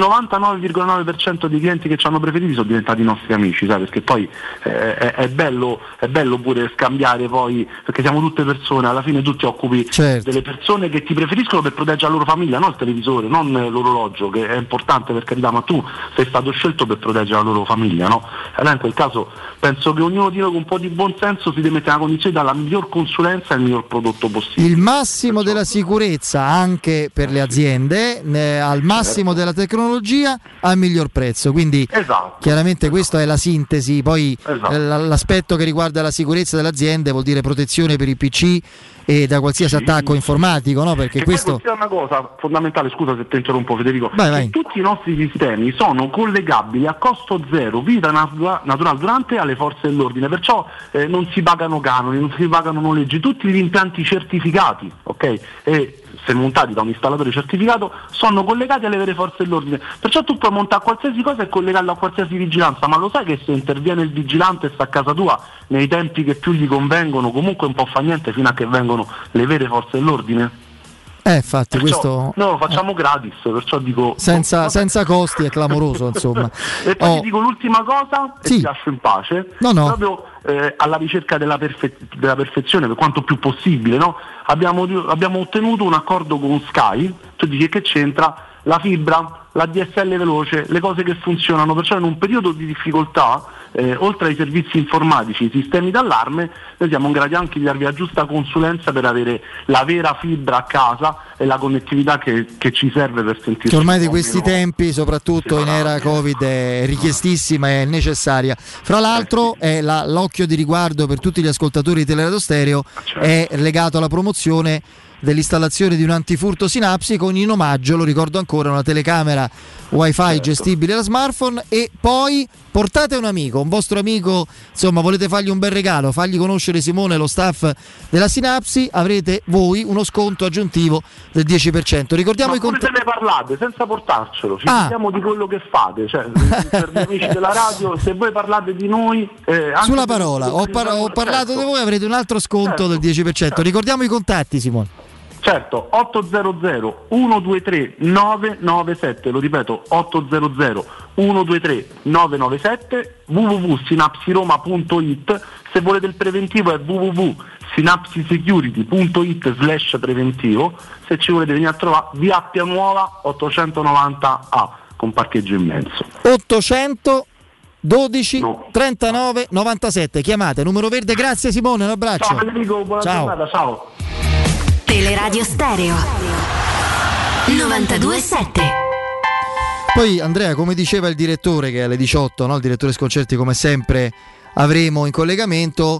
Speaker 15: 99,9% dei clienti che ci hanno preferiti sono diventati nostri amici, sai? Perché poi è bello pure scambiare, poi, perché siamo tutte persone, alla fine tu ti occupi delle persone che ti preferiscono per proteggere la loro famiglia, non il televisore, non l'orologio, che è importante per carità, ma tu sei stato scelto per proteggere la loro famiglia, no? Allora in quel caso penso che ognuno di noi con un po' di buonsenso si deve mettere nella condizione di dare la miglior consulenza e il miglior prodotto possibile.
Speaker 1: Il massimo della sicurezza anche per le aziende, al massimo della tecnologia al miglior prezzo, quindi chiaramente questa è la sintesi. Poi l'aspetto che riguarda la sicurezza delle aziende vuol dire protezione per i PC e da qualsiasi attacco informatico, no? Perché questo
Speaker 15: è una cosa fondamentale, scusa se ti interrompo Federico,
Speaker 1: vai.
Speaker 15: Tutti i nostri sistemi sono collegabili a costo zero, vita naturale durante alle forze dell'ordine, perciò non si pagano canoni, non si pagano noleggi, tutti gli impianti certificati, ok? E se montati da un installatore certificato sono collegati alle vere forze dell'ordine, perciò tu puoi montare qualsiasi cosa e collegarlo a qualsiasi vigilanza, ma lo sai che se interviene il vigilante e sta a casa tua nei tempi che più gli convengono, comunque un po' fa niente fino a che vengono le vere forze dell'ordine?
Speaker 1: Infatti
Speaker 15: perciò,
Speaker 1: questo
Speaker 15: noi lo facciamo gratis, perciò dico
Speaker 1: senza costi, è clamoroso insomma.
Speaker 15: E poi ti dico l'ultima cosa e ti lascio in pace. Proprio alla ricerca della perfezione per quanto più possibile, no? Abbiamo ottenuto un accordo con Sky. Tu dici che c'entra la fibra, la DSL veloce, le cose che funzionano, perciò in un periodo di difficoltà, oltre ai servizi informatici, i sistemi d'allarme, noi siamo in grado anche di darvi la giusta consulenza per avere la vera fibra a casa e la connettività che ci serve per sentirci.
Speaker 1: Che ormai di questi tempi, soprattutto in era Covid, è richiestissima e necessaria. Fra l'altro è l'occhio di riguardo per tutti gli ascoltatori di Teleradio Stereo è legato alla promozione dell'installazione di un antifurto Synapsi con in omaggio, lo ricordo ancora, una telecamera wifi gestibile da smartphone. E poi portate un amico, un vostro amico, insomma volete fargli un bel regalo, fargli conoscere Simone e lo staff della Synapsi, avrete voi uno sconto aggiuntivo del 10%. Ricordiamo
Speaker 15: ma come se ne parlate senza portarcelo, ci fidiamo di quello che fate, cioè per gli amici della radio, se voi parlate di noi
Speaker 1: sulla parola ho parlato di voi, avrete un altro sconto del 10%. Ricordiamo i contatti, Simone.
Speaker 15: Certo, 800 123 997, lo ripeto, 800 123 997, www.synapsiroma.it. Se volete il preventivo è www.synapsisecurity.it/preventivo. Se ci volete venire a trovare, via Appia Nuova 890A con parcheggio immenso.
Speaker 1: 800 12 39 97, chiamate, numero verde. Grazie Simone, un abbraccio.
Speaker 15: Ciao Federico, buona giornata, ciao.
Speaker 16: Teleradio Stereo 92.7.
Speaker 1: Poi Andrea, come diceva il direttore, che è alle 18, no? Il direttore Sconcerti, come sempre avremo in collegamento,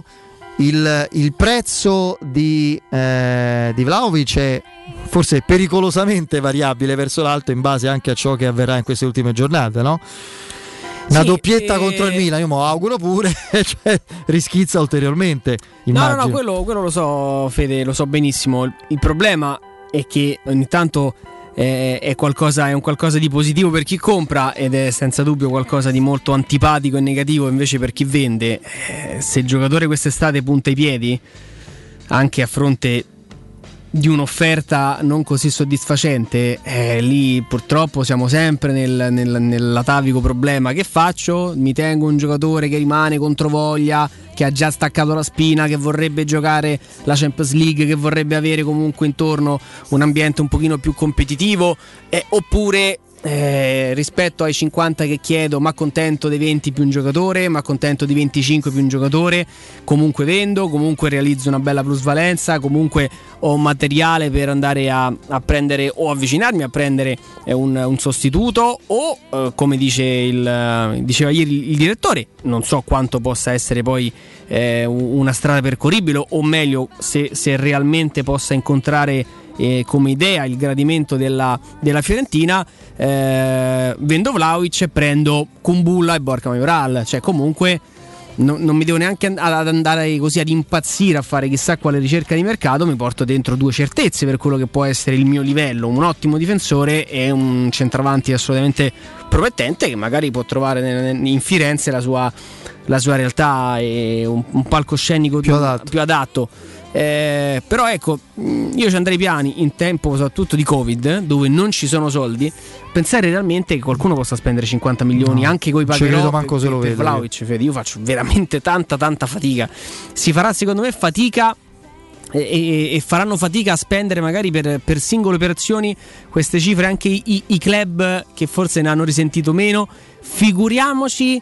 Speaker 1: il prezzo di Vlahovic è forse pericolosamente variabile verso l'alto in base anche a ciò che avverrà in queste ultime giornate, no? Una doppietta contro il Milan, io me lo auguro pure, cioè, rischizza ulteriormente, immagino.
Speaker 2: No, quello lo so, Fede, lo so benissimo. Il problema è che ogni tanto è un qualcosa di positivo per chi compra ed è senza dubbio qualcosa di molto antipatico e negativo invece per chi vende. Se il giocatore quest'estate punta i piedi, anche a fronte di un'offerta non così soddisfacente, lì purtroppo siamo sempre nell'atavico problema: che faccio? Mi tengo un giocatore che rimane controvoglia, che ha già staccato la spina, che vorrebbe giocare la Champions League, che vorrebbe avere comunque intorno un ambiente un pochino più competitivo, oppure rispetto ai 50 che chiedo, ma accontento dei 20 più un giocatore, ma accontento di 25 più un giocatore, comunque vendo, comunque realizzo una bella plusvalenza, comunque ho materiale per andare a prendere o avvicinarmi a prendere un sostituto, o come diceva ieri il direttore, non so quanto possa essere poi una strada percorribile, o meglio se realmente possa incontrare come idea il gradimento della Fiorentina. Vendo Vlahovic e prendo Kumbulla e Borja Majoral, cioè comunque non mi devo neanche ad andare così ad impazzire a fare chissà quale ricerca di mercato, mi porto dentro due certezze per quello che può essere il mio livello: un ottimo difensore e un centravanti assolutamente promettente che magari può trovare in Firenze la sua realtà e un palcoscenico più adatto. Però ecco, io ci andrei piani in tempo soprattutto di Covid, dove non ci sono soldi, pensare realmente che qualcuno possa spendere 50 milioni anche coi pagherò per Vlahovic. Io faccio veramente tanta fatica. Si farà secondo me fatica e faranno fatica a spendere magari per singole operazioni queste cifre anche i club che forse ne hanno risentito meno. Figuriamoci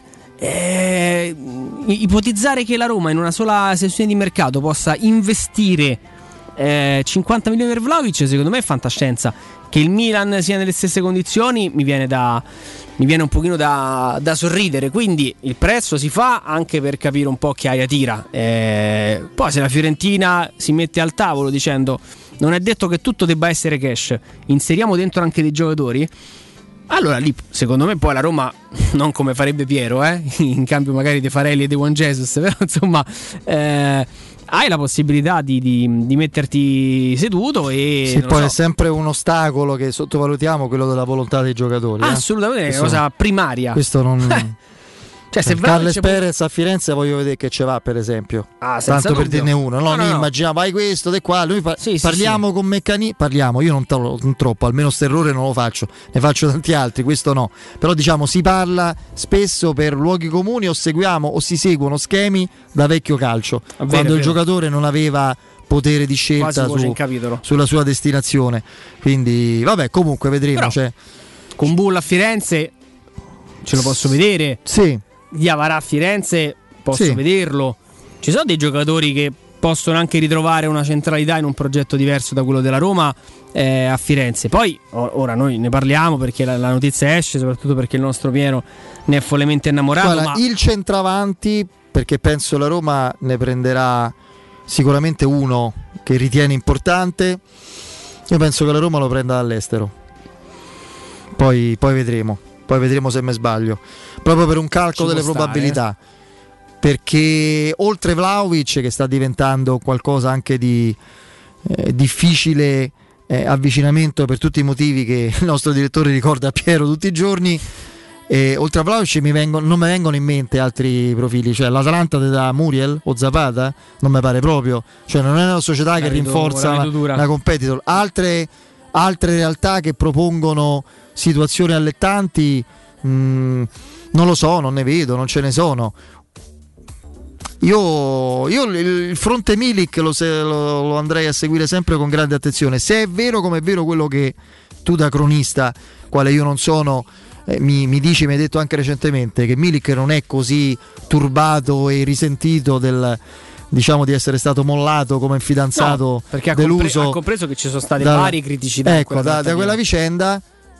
Speaker 2: ipotizzare che la Roma in una sola sessione di mercato possa investire 50 milioni per Vlahovic, secondo me è fantascienza. Che il Milan sia nelle stesse condizioni mi viene un pochino da sorridere. Quindi il prezzo si fa anche per capire un po' che aria tira. Poi se la Fiorentina si mette al tavolo dicendo non è detto che tutto debba essere cash, inseriamo dentro anche dei giocatori, allora lì secondo me poi la Roma, non come farebbe Piero in cambio magari dei Farelli e dei Juan Jesus, però insomma hai la possibilità di metterti seduto e
Speaker 1: sì, poi è sempre un ostacolo che sottovalutiamo, quello della volontà dei giocatori.
Speaker 2: Assolutamente, è una cosa primaria.
Speaker 1: Questo non
Speaker 2: cioè, se
Speaker 1: Carles Perez a Firenze voglio vedere che ce va, per esempio, tanto per dirne uno. No. Immaginiamo, vai questo, de qua, noi parliamo con meccanismi, io non troppo, almeno sto errore non lo faccio, ne faccio tanti altri, questo no, però diciamo si parla spesso per luoghi comuni o si seguono schemi da vecchio calcio, quando il giocatore non aveva potere di scelta sulla sua destinazione, quindi vabbè, comunque vedremo.
Speaker 2: Con Bull a Firenze ce lo posso vedere, Diavara a Firenze posso vederlo. Ci sono dei giocatori che possono anche ritrovare una centralità in un progetto diverso da quello della Roma a Firenze. Poi ora noi ne parliamo perché la notizia esce, soprattutto perché il nostro Piero ne è follemente innamorato.
Speaker 1: Guarda, il centravanti, perché penso la Roma ne prenderà sicuramente uno che ritiene importante. Io penso che la Roma lo prenda dall'estero, poi vedremo se mi sbaglio, proprio per un calcolo delle probabilità, perché oltre Vlahovic, che sta diventando qualcosa anche di difficile avvicinamento per tutti i motivi che il nostro direttore ricorda a Piero tutti i giorni, oltre a Vlahovic non mi vengono in mente altri profili, cioè l'Atalanta ti dà Muriel o Zapata, non mi pare proprio, cioè non è una società che rinforza la competitor. Altre realtà che propongono situazioni allettanti, non lo so, non ne vedo, non ce ne sono. Io il fronte Milik lo andrei a seguire sempre con grande attenzione. Se è vero, come è vero quello che tu da cronista, quale io non sono, mi dici, mi hai detto anche recentemente, che Milik non è così turbato e risentito diciamo di essere stato mollato come fidanzato,
Speaker 2: perché
Speaker 1: deluso,
Speaker 2: ha compreso che ci sono state varie criticità,
Speaker 1: ecco, da quella vicenda.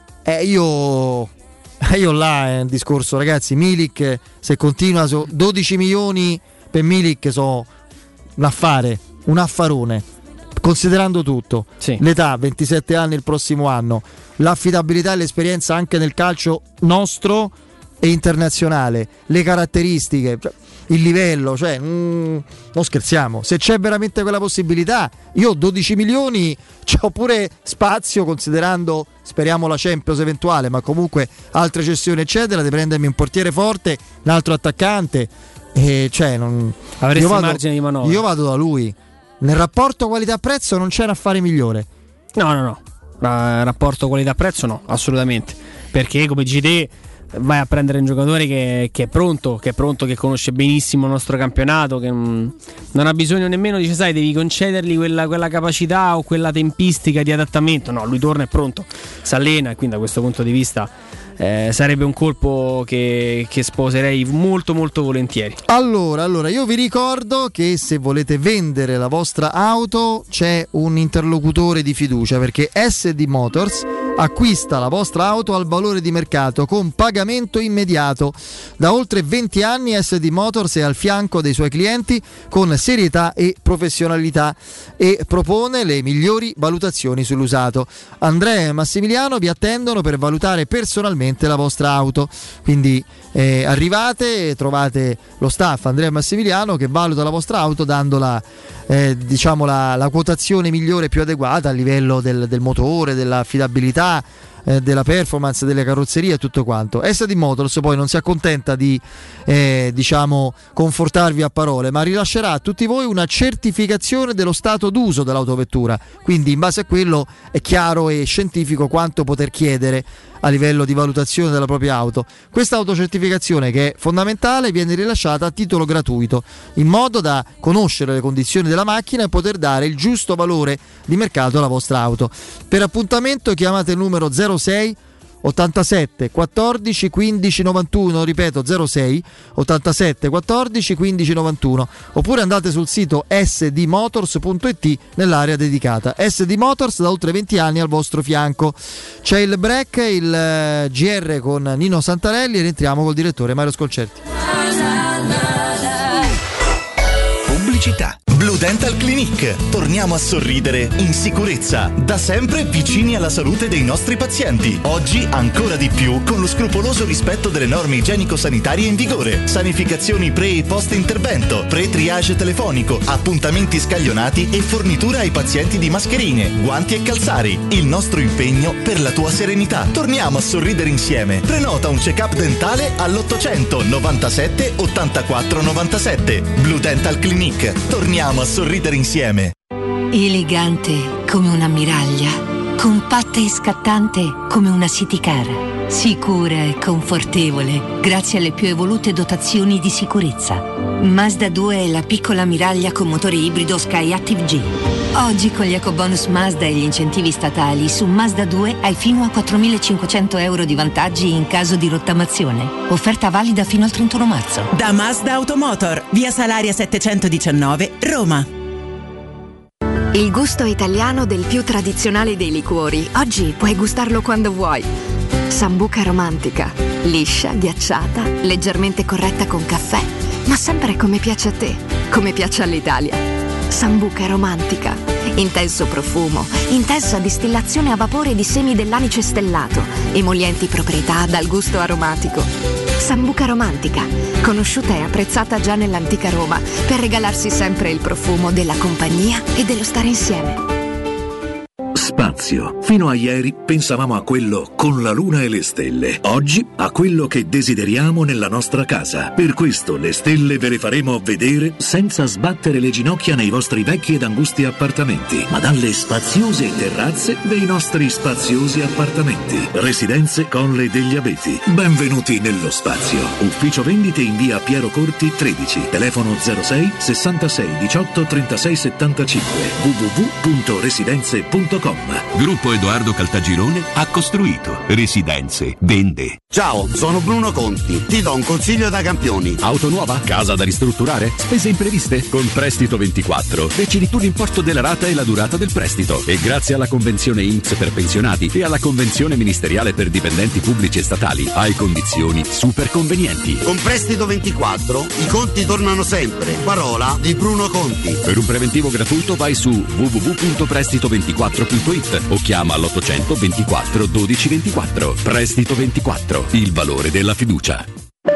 Speaker 1: Io là è un discorso, ragazzi. Milik, se continua su 12 milioni per Milik, so un affarone, considerando tutto, l'età, 27 anni il prossimo anno, l'affidabilità e l'esperienza anche nel calcio nostro e internazionale, le caratteristiche, il livello, cioè non scherziamo. Se c'è veramente quella possibilità, io 12 milioni c'ho pure spazio, considerando, speriamo, la Champions eventuale, ma comunque altre cessioni eccetera, di prendermi un portiere forte, un altro attaccante, cioè
Speaker 2: avresti margine di manovra.
Speaker 1: Io vado da lui. Nel rapporto qualità-prezzo non c'è un affare migliore.
Speaker 2: No. Rapporto qualità-prezzo no, assolutamente. Perché, come dici te, vai a prendere un giocatore che è pronto, che conosce benissimo il nostro campionato, che non ha bisogno nemmeno, dice, sai, devi concedergli quella capacità o quella tempistica di adattamento. No, lui torna, è pronto, si allena, e quindi da questo punto di vista sarebbe un colpo che sposerei molto molto volentieri.
Speaker 1: Allora io vi ricordo che se volete vendere la vostra auto c'è un interlocutore di fiducia, perché SD Motors acquista la vostra auto al valore di mercato con pagamento immediato. Da oltre 20 anni SD Motors è al fianco dei suoi clienti con serietà e professionalità e propone le migliori valutazioni sull'usato. Andrea e Massimiliano vi attendono per valutare personalmente la vostra auto, quindi arrivate e trovate lo staff Andrea e Massimiliano che valuta la vostra auto dandola la quotazione migliore, più adeguata a livello del motore, dell'affidabilità, della performance, delle carrozzerie e tutto quanto. SD Motors poi non si accontenta di confortarvi a parole, ma rilascerà a tutti voi una certificazione dello stato d'uso dell'autovettura, quindi in base a quello è chiaro e scientifico quanto poter chiedere a livello di valutazione della propria auto. Questa autocertificazione, che è fondamentale, viene rilasciata a titolo gratuito, in modo da conoscere le condizioni della macchina e poter dare il giusto valore di mercato alla vostra auto. Per appuntamento chiamate il numero 06 87 14 15 91, ripeto 06 87 14 15 91, oppure andate sul sito sdmotors.it nell'area dedicata. SD Motors, da oltre 20 anni al vostro fianco. C'è il break, il GR con Nino Santarelli, e rientriamo col direttore Mario Sconcerti.
Speaker 17: Pubblicità. Blue Dental Clinic. Torniamo a sorridere in sicurezza, da sempre vicini alla salute dei nostri pazienti. Oggi ancora di più con lo scrupoloso rispetto delle norme igienico-sanitarie in vigore. Sanificazioni pre e post intervento, pre-triage telefonico, appuntamenti scaglionati e fornitura ai pazienti di mascherine, guanti e calzari. Il nostro impegno per la tua serenità. Torniamo a sorridere insieme. Prenota un check-up dentale all'800 97 84 97. Blue Dental Clinic. Torniamo a sorridere insieme.
Speaker 18: Elegante come un'ammiraglia, compatta e scattante come una city car, sicura e confortevole grazie alle più evolute dotazioni di sicurezza. Mazda 2 è la piccola ammiraglia con motore ibrido Skyactiv G. Oggi con gli ecobonus Mazda e gli incentivi statali su Mazda 2 hai fino a 4.500 euro di vantaggi in caso di rottamazione. Offerta valida fino al 31 marzo.
Speaker 19: Da Mazda Automotor, via Salaria 719, Roma.
Speaker 20: Il gusto italiano del più tradizionale dei liquori. Oggi puoi gustarlo quando vuoi. Sambuca romantica, liscia, ghiacciata, leggermente corretta con caffè, ma sempre come piace a te, come piace all'Italia. Sambuca romantica. Intenso profumo, intensa distillazione a vapore di semi dell'anice stellato, emolienti proprietà dal gusto aromatico. Sambuca romantica, conosciuta e apprezzata già nell'antica Roma per regalarsi sempre il profumo della compagnia e dello stare insieme.
Speaker 3: Spazio. Fino a ieri pensavamo a quello con la luna e le stelle. Oggi a quello che desideriamo nella nostra casa. Per questo le stelle ve le faremo vedere senza sbattere le ginocchia nei vostri vecchi ed angusti appartamenti, ma dalle spaziose terrazze dei nostri spaziosi appartamenti. Residenze Colle degli Abeti. Benvenuti nello spazio. Ufficio vendite in via Piero Corti 13. Telefono 06 66 18 36 75. www.residenze.com.
Speaker 9: Gruppo Edoardo Caltagirone ha costruito, residenze, vende.
Speaker 21: Ciao, sono Bruno Conti. Ti do un consiglio da campioni.
Speaker 9: Auto nuova? Casa da ristrutturare? Spese impreviste? Con Prestito 24 decidi tu l'importo della rata e la durata del prestito. E grazie alla convenzione INPS per pensionati e alla convenzione ministeriale per dipendenti pubblici e statali hai condizioni super convenienti.
Speaker 21: Con Prestito 24 i conti tornano sempre. Parola di Bruno Conti.
Speaker 9: Per un preventivo gratuito vai su www.prestito24.it o chiama all'800 24 12 24. Prestito 24, il valore della fiducia.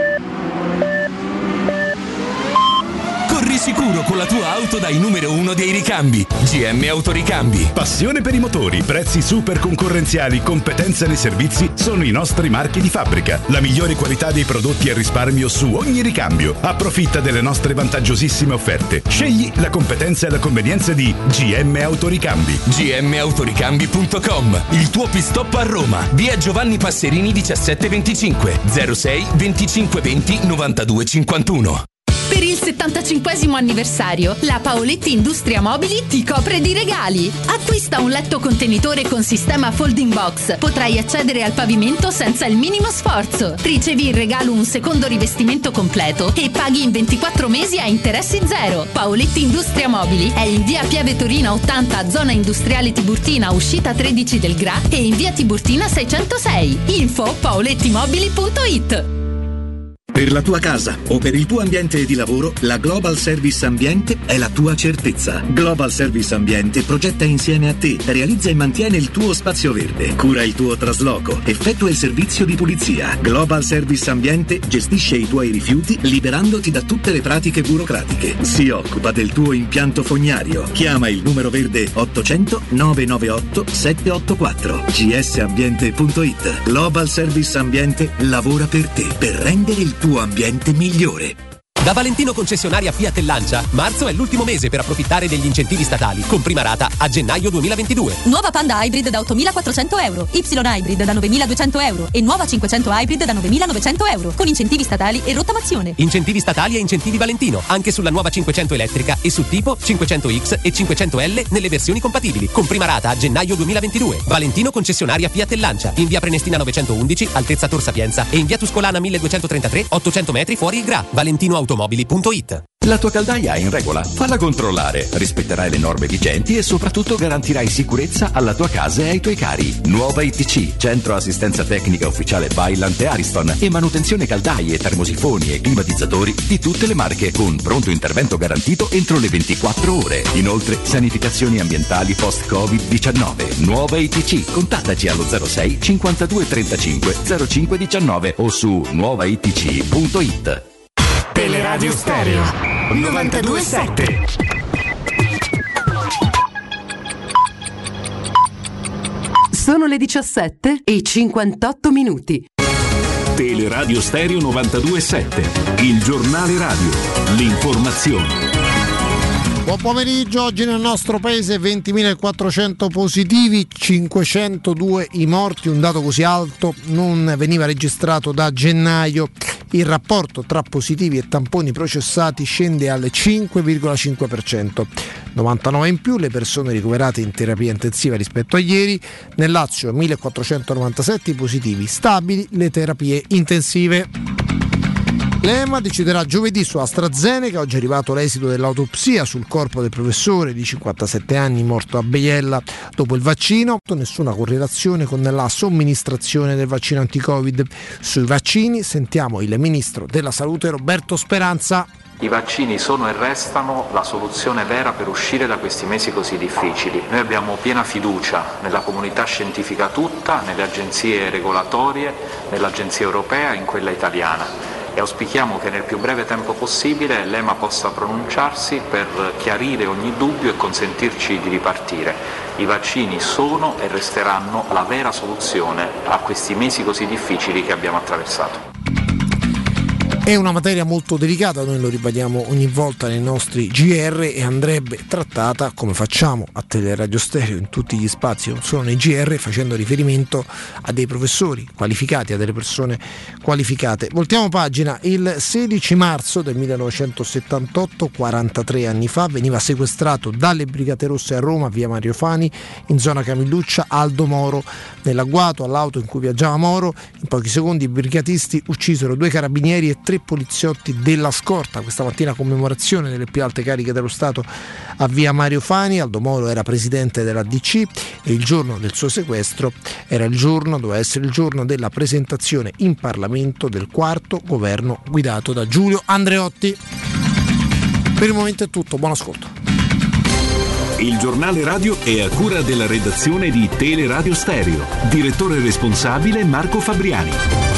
Speaker 13: Corri sicuro con la tua auto dai numero 1 dei ricambi. GM Autoricambi.
Speaker 22: Passione per i motori, prezzi super concorrenziali, competenza nei servizi sono i nostri marchi di fabbrica. La migliore qualità dei prodotti e risparmio su ogni ricambio. Approfitta delle nostre vantaggiosissime offerte. Scegli la competenza e la convenienza di GM Autoricambi.
Speaker 13: gmautoricambi.com. Il tuo pit-stop a Roma. Via Giovanni Passerini 1725 06 25 20 92 51.
Speaker 11: Per il 75° anniversario, la Paoletti Industria Mobili ti copre di regali. Acquista un letto contenitore con sistema folding box. Potrai accedere al pavimento senza il minimo sforzo. Ricevi in regalo un secondo rivestimento completo e paghi in 24 mesi a interessi zero. Paoletti Industria Mobili è in via Pieve Torina 80, zona industriale Tiburtina, uscita 13 del GRA, e in via Tiburtina 606. Info paolettimobili.it.
Speaker 3: Per la tua casa o per il tuo ambiente di lavoro, la Global Service Ambiente è la tua certezza. Global Service Ambiente progetta insieme a te, realizza e mantiene il tuo spazio verde, cura il tuo trasloco, effettua il servizio di pulizia. Global Service Ambiente gestisce i tuoi rifiuti liberandoti da tutte le pratiche burocratiche. Si occupa del tuo impianto fognario. Chiama il numero verde 800 998 784. gsambiente.it. Global Service Ambiente lavora per te, per rendere il tuo ambiente migliore.
Speaker 4: Da Valentino concessionaria Fiat e Lancia, marzo è l'ultimo mese per approfittare degli incentivi statali, con prima rata a gennaio 2022.
Speaker 23: Nuova Panda Hybrid da 8.400 euro, Y Hybrid da 9.200 euro e nuova 500 Hybrid da 9.900 euro, con incentivi statali e rottamazione.
Speaker 4: Incentivi statali e incentivi Valentino, anche sulla nuova 500 elettrica e su tipo 500X e 500L nelle versioni compatibili, con prima rata a gennaio 2022. Valentino concessionaria Fiat e Lancia, in via Prenestina 911, altezza Tor Sapienza, e in via Tuscolana 1233, 800 metri fuori il GRA. ValentinoAutomobili.it.
Speaker 3: La tua caldaia è in regola? Falla controllare. Rispetterai le norme vigenti e soprattutto garantirai sicurezza alla tua casa e ai tuoi cari. Nuova ITC, centro assistenza tecnica ufficiale Vaillant e Ariston, e manutenzione caldaie, termosifoni e climatizzatori di tutte le marche, con pronto intervento garantito entro le 24 ore. Inoltre, sanificazioni ambientali post-Covid-19. Nuova ITC, contattaci allo 06 52 35 05 19 o su nuovaitc.it.
Speaker 16: Teleradio Stereo 92.7.
Speaker 24: Sono le 17:58.
Speaker 9: Teleradio Stereo 92.7, il giornale radio, l'informazione.
Speaker 1: Buon pomeriggio, oggi nel nostro paese 20.400 positivi, 502 i morti, un dato così alto non veniva registrato da gennaio. Il rapporto tra positivi e tamponi processati scende al 5,5%, 99 in più le persone ricoverate in terapia intensiva rispetto a ieri. Nel Lazio 1.497 i positivi, stabili le terapie intensive. L'EMA deciderà giovedì su AstraZeneca. Oggi è arrivato l'esito dell'autopsia sul corpo del professore di 57 anni morto a Biella dopo il vaccino. Nessuna correlazione con la somministrazione del vaccino anti-Covid. Sui vaccini sentiamo il ministro della Salute Roberto Speranza.
Speaker 6: I vaccini sono e restano la soluzione vera per uscire da questi mesi così difficili. Noi abbiamo piena fiducia nella comunità scientifica tutta, nelle agenzie regolatorie, nell'agenzia europea e in quella italiana e auspichiamo che nel più breve tempo possibile l'EMA possa pronunciarsi per chiarire ogni dubbio e consentirci di ripartire. I vaccini sono e resteranno la vera soluzione a questi mesi così difficili che abbiamo attraversato.
Speaker 7: È una materia molto delicata, noi lo ribadiamo ogni volta nei nostri GR e andrebbe trattata, come facciamo a Teleradio Stereo in tutti gli spazi, non solo nei GR, facendo riferimento a dei professori qualificati, a delle persone qualificate. Voltiamo pagina. Il 16 marzo del 1978, 43 anni fa, veniva sequestrato dalle Brigate Rosse a Roma, via Mario Fani, in zona Camilluccia, Aldo Moro. Nell'agguato all'auto in cui viaggiava Moro, in pochi secondi i brigatisti uccisero 2 carabinieri e 3 poliziotti della scorta. Questa mattina commemorazione delle più alte cariche dello Stato a via Mario Fani. Aldo Moro era presidente della DC e il giorno del suo sequestro doveva essere il giorno della presentazione in Parlamento del quarto governo guidato da Giulio Andreotti. Per il momento è tutto, buon ascolto.
Speaker 22: Il giornale radio è a cura della redazione di Teleradio Stereo. Direttore responsabile Marco Fabriani.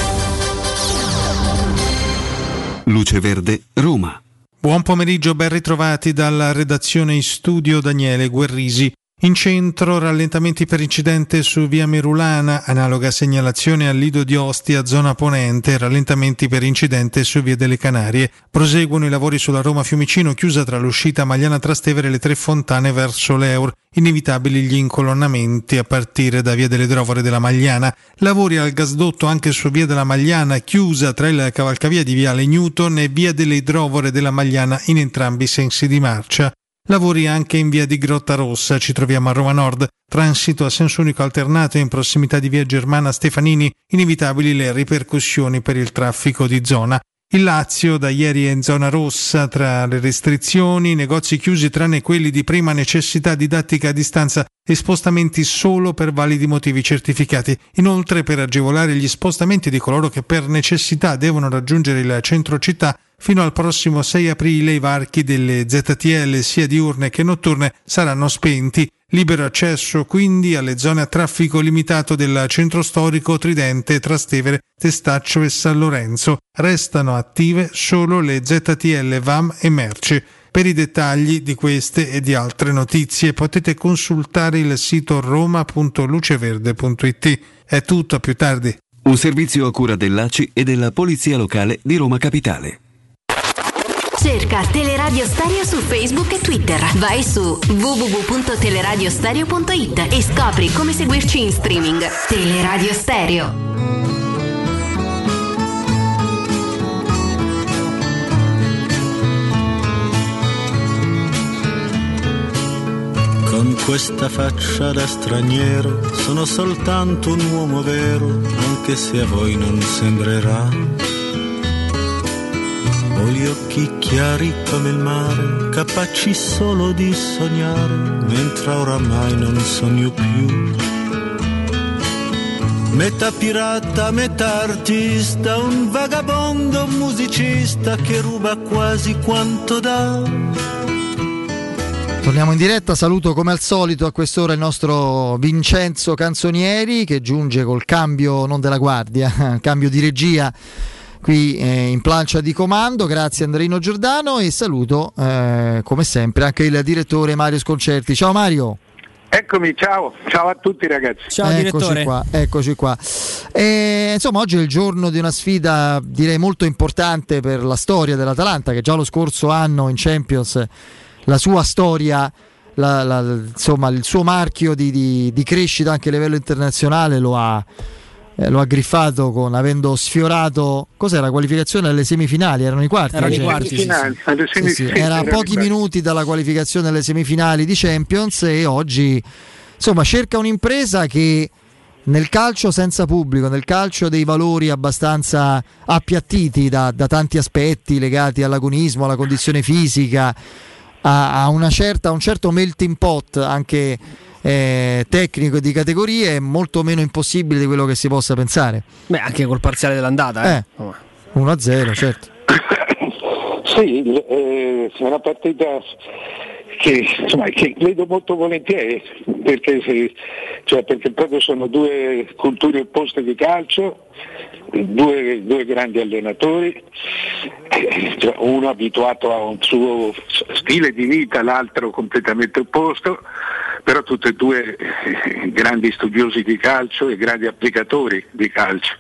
Speaker 22: Luce Verde, Roma.
Speaker 8: Buon pomeriggio, ben ritrovati dalla redazione in studio Daniele Guerrisi. In centro rallentamenti per incidente su via Merulana, analoga segnalazione al Lido di Ostia, zona ponente, rallentamenti per incidente su via delle Canarie. Proseguono i lavori sulla Roma Fiumicino, chiusa tra l'uscita Magliana Trastevere e le Tre Fontane verso l'Eur. Inevitabili gli incolonnamenti a partire da via delle Drovere della Magliana. Lavori al gasdotto anche su via della Magliana, chiusa tra il cavalcavia di viale Newton e via delle Drovere della Magliana in entrambi i sensi di marcia. Lavori anche in via di Grotta Rossa, ci troviamo a Roma Nord, transito a senso unico alternato in prossimità di via Germana Stefanini, inevitabili le ripercussioni per il traffico di zona. Il Lazio da ieri è in zona rossa tra le restrizioni, negozi chiusi tranne quelli di prima necessità didattica a distanza e spostamenti solo per validi motivi certificati. Inoltre, per agevolare gli spostamenti di coloro che per necessità devono raggiungere il centro città, fino al prossimo 6 aprile i varchi delle ZTL sia diurne che notturne saranno spenti. Libero accesso quindi alle zone a traffico limitato del centro storico, Tridente, Trastevere, Testaccio e San Lorenzo. Restano attive solo le ZTL VAM e Merci. Per i dettagli di queste e di altre notizie potete consultare il sito roma.luceverde.it. È tutto, a più tardi.
Speaker 22: Un servizio a cura dell'ACI e della Polizia Locale di Roma Capitale.
Speaker 11: Cerca Teleradio Stereo su Facebook e Twitter. Vai su www.teleradiostereo.it e scopri come seguirci in streaming. Teleradio Stereo.
Speaker 10: Con questa faccia da straniero sono soltanto un uomo vero, anche se a voi non sembrerà. Ho gli occhi chiari come il mare, capaci solo di sognare, mentre oramai non sogno più. Metà pirata, metà artista, un vagabondo musicista che ruba quasi quanto dà.
Speaker 1: Torniamo in diretta, saluto come al solito a quest'ora il nostro Vincenzo Canzonieri che giunge col cambio non della guardia, cambio di regia qui in plancia di comando. Grazie Andreino Giordano e saluto come sempre anche il direttore Mario Sconcerti. Ciao Mario.
Speaker 25: Eccomi, ciao a tutti ragazzi.
Speaker 2: Ciao direttore.
Speaker 1: Eccoci qua. Insomma, oggi è il giorno di una sfida direi molto importante per la storia dell'Atalanta, che già lo scorso anno in Champions la sua storia, insomma il suo marchio di crescita anche a livello internazionale lo ha griffato avendo sfiorato, cos'era, la qualificazione alle semifinali, erano i quarti?
Speaker 2: Erano i quarti, sì.
Speaker 1: Era a pochi minuti dalla qualificazione alle semifinali di Champions e oggi insomma cerca un'impresa che nel calcio senza pubblico, nel calcio dei valori abbastanza appiattiti da tanti aspetti legati all'agonismo, alla condizione fisica, a un certo melting pot anche tecnico e di categorie, è molto meno impossibile di quello che si possa pensare.
Speaker 2: Beh, anche col parziale dell'andata
Speaker 1: 1-0, certo.
Speaker 25: Sì, è una partita che vedo molto volentieri, perché proprio sono due culture opposte di calcio, due grandi allenatori, uno abituato a un suo stile di vita, l'altro completamente opposto, però tutti e due grandi studiosi di calcio e grandi applicatori di calcio.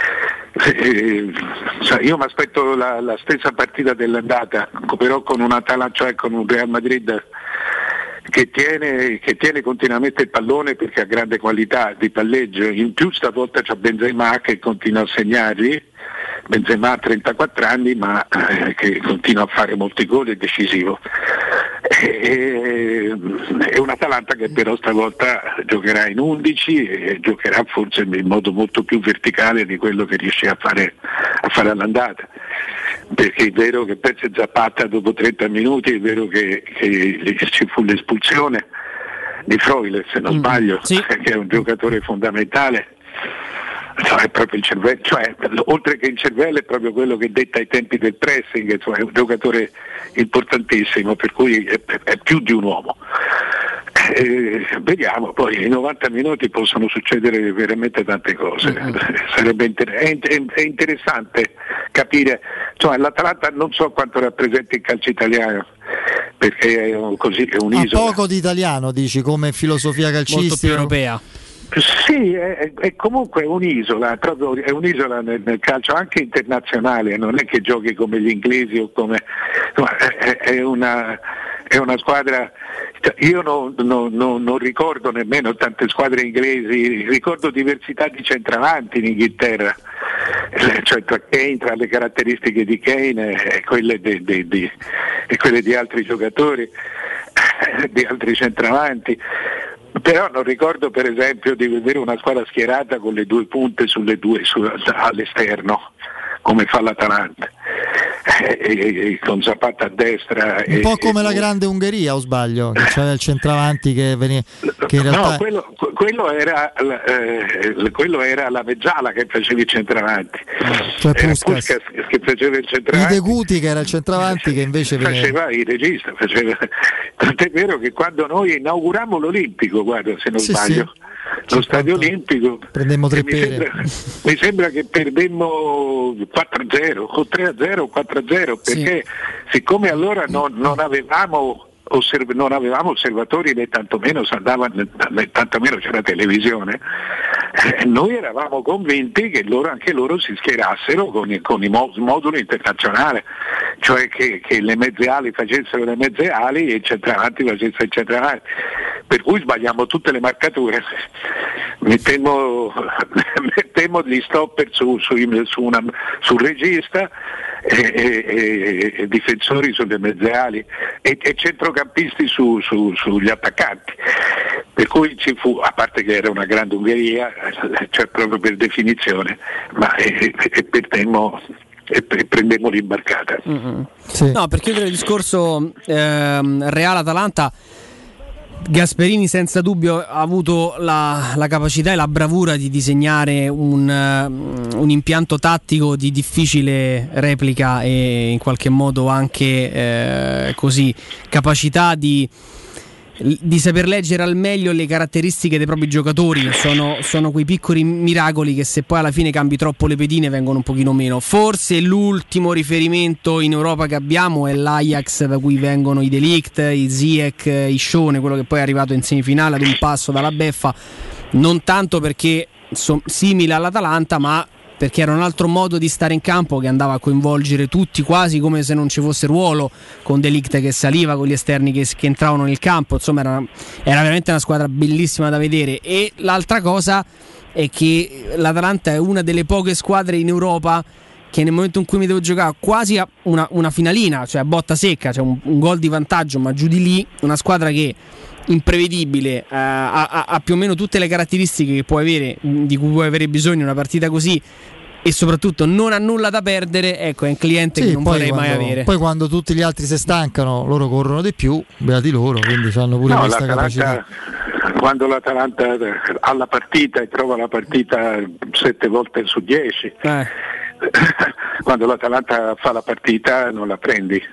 Speaker 25: Io mi aspetto la stessa partita dell'andata, però con un Atalanta, cioè con un Real Madrid che tiene continuamente il pallone, perché ha grande qualità di palleggio. In più stavolta c'è Benzema che continua a segnarli. Benzema ha 34 anni ma che continua a fare molti gol, è decisivo. È un Atalanta che però stavolta giocherà in 11 e giocherà forse in modo molto più verticale di quello che riesce a fare all'andata, perché è vero che perse Zapata dopo 30 minuti, è vero che ci fu l'espulsione di Freuler, se non sbaglio, sì, che è un giocatore fondamentale. È proprio il cervello, oltre che il cervello è proprio quello che detta i tempi del pressing, è un giocatore importantissimo, per cui è più di un uomo. Vediamo, poi in 90 minuti possono succedere veramente tante cose. Sarebbe è interessante capire, l'Atalanta non so quanto rappresenta il calcio italiano, perché è un'isola.
Speaker 1: Poco di italiano, dici, come filosofia calcistica,
Speaker 2: molto più europea.
Speaker 25: Sì, è comunque un'isola, proprio è un'isola nel calcio anche internazionale, non è che giochi come gli inglesi o come è una squadra. Io non ricordo nemmeno tante squadre inglesi, ricordo diversità di centravanti in Inghilterra, tra le caratteristiche di Kane e quelle di altri giocatori, di altri centravanti. Però non ricordo per esempio di vedere una squadra schierata con le due punte all'esterno, come fa l'Atalanta, con Zapata a destra.
Speaker 1: Un po' come la grande Ungheria, o sbaglio? Che c'era il centravanti che in realtà...
Speaker 25: No, quello era la mezzala che faceva il centravanti.
Speaker 1: Cioè
Speaker 25: era Puskas che faceva il centravanti.
Speaker 1: I De Guti che era il centravanti che invece
Speaker 25: faceva il regista. Tant'è vero che quando noi inaugurammo l'Olimpico, guarda, se non sbaglio, lo stadio olimpico,
Speaker 1: prendemmo 3 pere.
Speaker 25: Mi sembra che perdemmo 4-0 o 3-0 o 4-0, perché siccome allora non avevamo osservatori né tantomeno c'era televisione, noi eravamo convinti che anche loro si schierassero con il modulo internazionale, cioè che le mezze ali facessero le mezze ali e il centravanti facesse il centravanti, per cui sbagliamo tutte le marcature, mettemmo gli stopper sul regista e difensori sulle mezze ali e centrocampisti sugli attaccanti, per cui ci fu, a parte che era una grande Ungheria, cioè proprio per definizione, ma prendemmo l'imbarcata.
Speaker 2: Sì. No, per chiudere il discorso Real-Atalanta, Gasperini senza dubbio ha avuto la capacità e la bravura di disegnare un impianto tattico di difficile replica e in qualche modo anche capacità di saper leggere al meglio le caratteristiche dei propri giocatori. Sono quei piccoli miracoli che se poi alla fine cambi troppo le pedine vengono un pochino meno. Forse l'ultimo riferimento in Europa che abbiamo è l'Ajax, da cui vengono i De Ligt, i Ziyech, i Shone, quello che poi è arrivato in semifinale ad un passo dalla beffa, non tanto perché simile all'Atalanta, ma perché era un altro modo di stare in campo che andava a coinvolgere tutti quasi come se non ci fosse ruolo, con De Ligt che saliva, con gli esterni che entravano nel campo. Insomma era veramente una squadra bellissima da vedere. E l'altra cosa è che l'Atalanta è una delle poche squadre in Europa che nel momento in cui mi devo giocare quasi a una finalina, cioè a botta secca, cioè un gol di vantaggio, ma giù di lì, una squadra che imprevedibile, ha più o meno tutte le caratteristiche che puoi avere, di cui puoi avere bisogno in una partita così, e soprattutto non ha nulla da perdere. Ecco, è un cliente che non vorrei mai avere.
Speaker 1: Poi quando tutti gli altri si stancano, loro corrono di più, beati loro, quindi hanno pure questa capacità.
Speaker 25: Quando l'Atalanta ha la partita e trova la partita 7 volte su 10, quando l'Atalanta fa la partita non la prendi,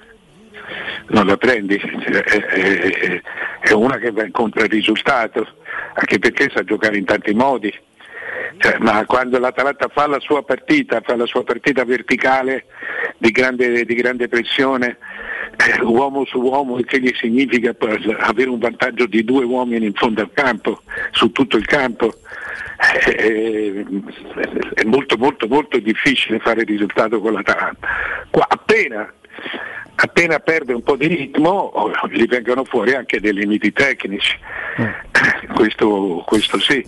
Speaker 25: è una che va incontro al risultato, anche perché sa giocare in tanti modi. Ma quando l'Atalanta fa la sua partita verticale di grande pressione, uomo su uomo, il che gli significa avere un vantaggio di 2 uomini in fondo al campo, su tutto il campo, è molto molto molto difficile fare il risultato con l'Atalanta. Qua appena perde un po' di ritmo gli vengono fuori anche dei limiti tecnici, questo sì.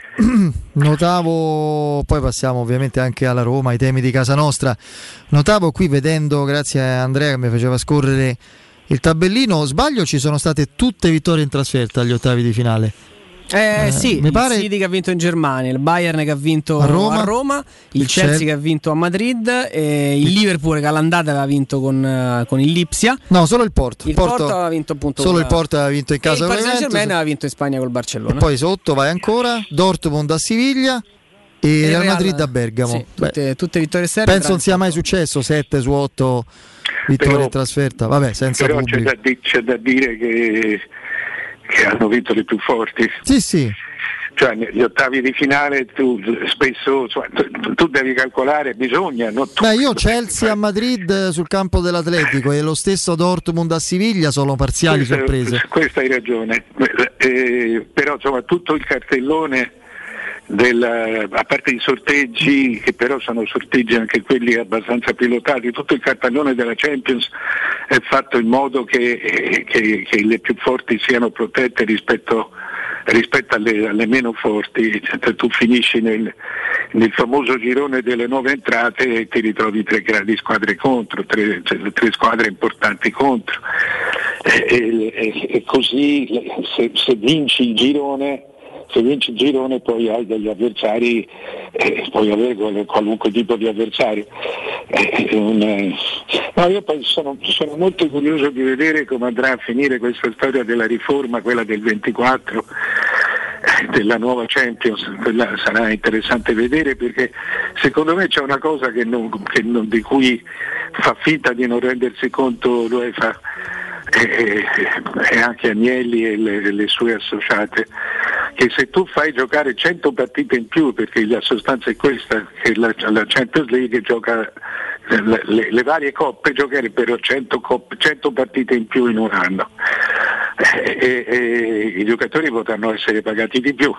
Speaker 1: Notavo, poi passiamo ovviamente anche alla Roma, ai temi di casa nostra. Notavo qui, vedendo, grazie a Andrea che mi faceva scorrere il tabellino, sbaglio, ci sono state tutte vittorie in trasferta agli ottavi di finale.
Speaker 2: Sì,
Speaker 1: mi pare...
Speaker 2: il City che ha vinto in Germania, il Bayern che ha vinto a Roma, il Chelsea che ha vinto a Madrid, il Liverpool che all'andata aveva vinto con il Lipsia.
Speaker 1: No, solo il Porto.
Speaker 2: Il Porto aveva vinto appunto
Speaker 1: solo il Porto aveva vinto in casa.
Speaker 2: Il Paris Saint-Germain aveva vinto in Spagna col Barcellona.
Speaker 1: E poi sotto vai ancora Dortmund a Siviglia e Real Madrid a Bergamo.
Speaker 2: Sì, tutte vittorie serie.
Speaker 1: Penso non sia mai successo 7 su 8 vittorie in trasferta. Vabbè, senza
Speaker 25: però
Speaker 1: pubblico.
Speaker 25: C'è da dire che hanno vinto le più forti.
Speaker 1: Sì.
Speaker 25: Cioè negli ottavi di finale tu spesso tu devi calcolare, bisogna.
Speaker 1: Io Chelsea a Madrid sul campo dell'Atletico e lo stesso Dortmund a Siviglia sono parziali sorprese.
Speaker 25: Questa hai ragione, però insomma tutto il cartellone a parte i sorteggi, che però sono sorteggi anche quelli abbastanza pilotati, tutto il cartellone della Champions è fatto in modo che le più forti siano protette rispetto alle meno forti. Tu finisci nel famoso girone delle 9 entrate e ti ritrovi 3 grandi squadre contro, 3 squadre importanti contro, e così se vinci il girone poi hai degli avversari, puoi avere qualunque tipo di avversario. Io poi sono molto curioso di vedere come andrà a finire questa storia della riforma, quella del 24, della nuova Champions. Quella sarà interessante vedere, perché secondo me c'è una cosa di cui fa finta di non rendersi conto l'UEFA e anche Agnelli e le sue associate, che se tu fai giocare 100 partite in più, perché la sostanza è questa, che la Champions League gioca le varie coppe, giocherebbero 100 partite in più in un anno, e i giocatori potranno essere pagati di più,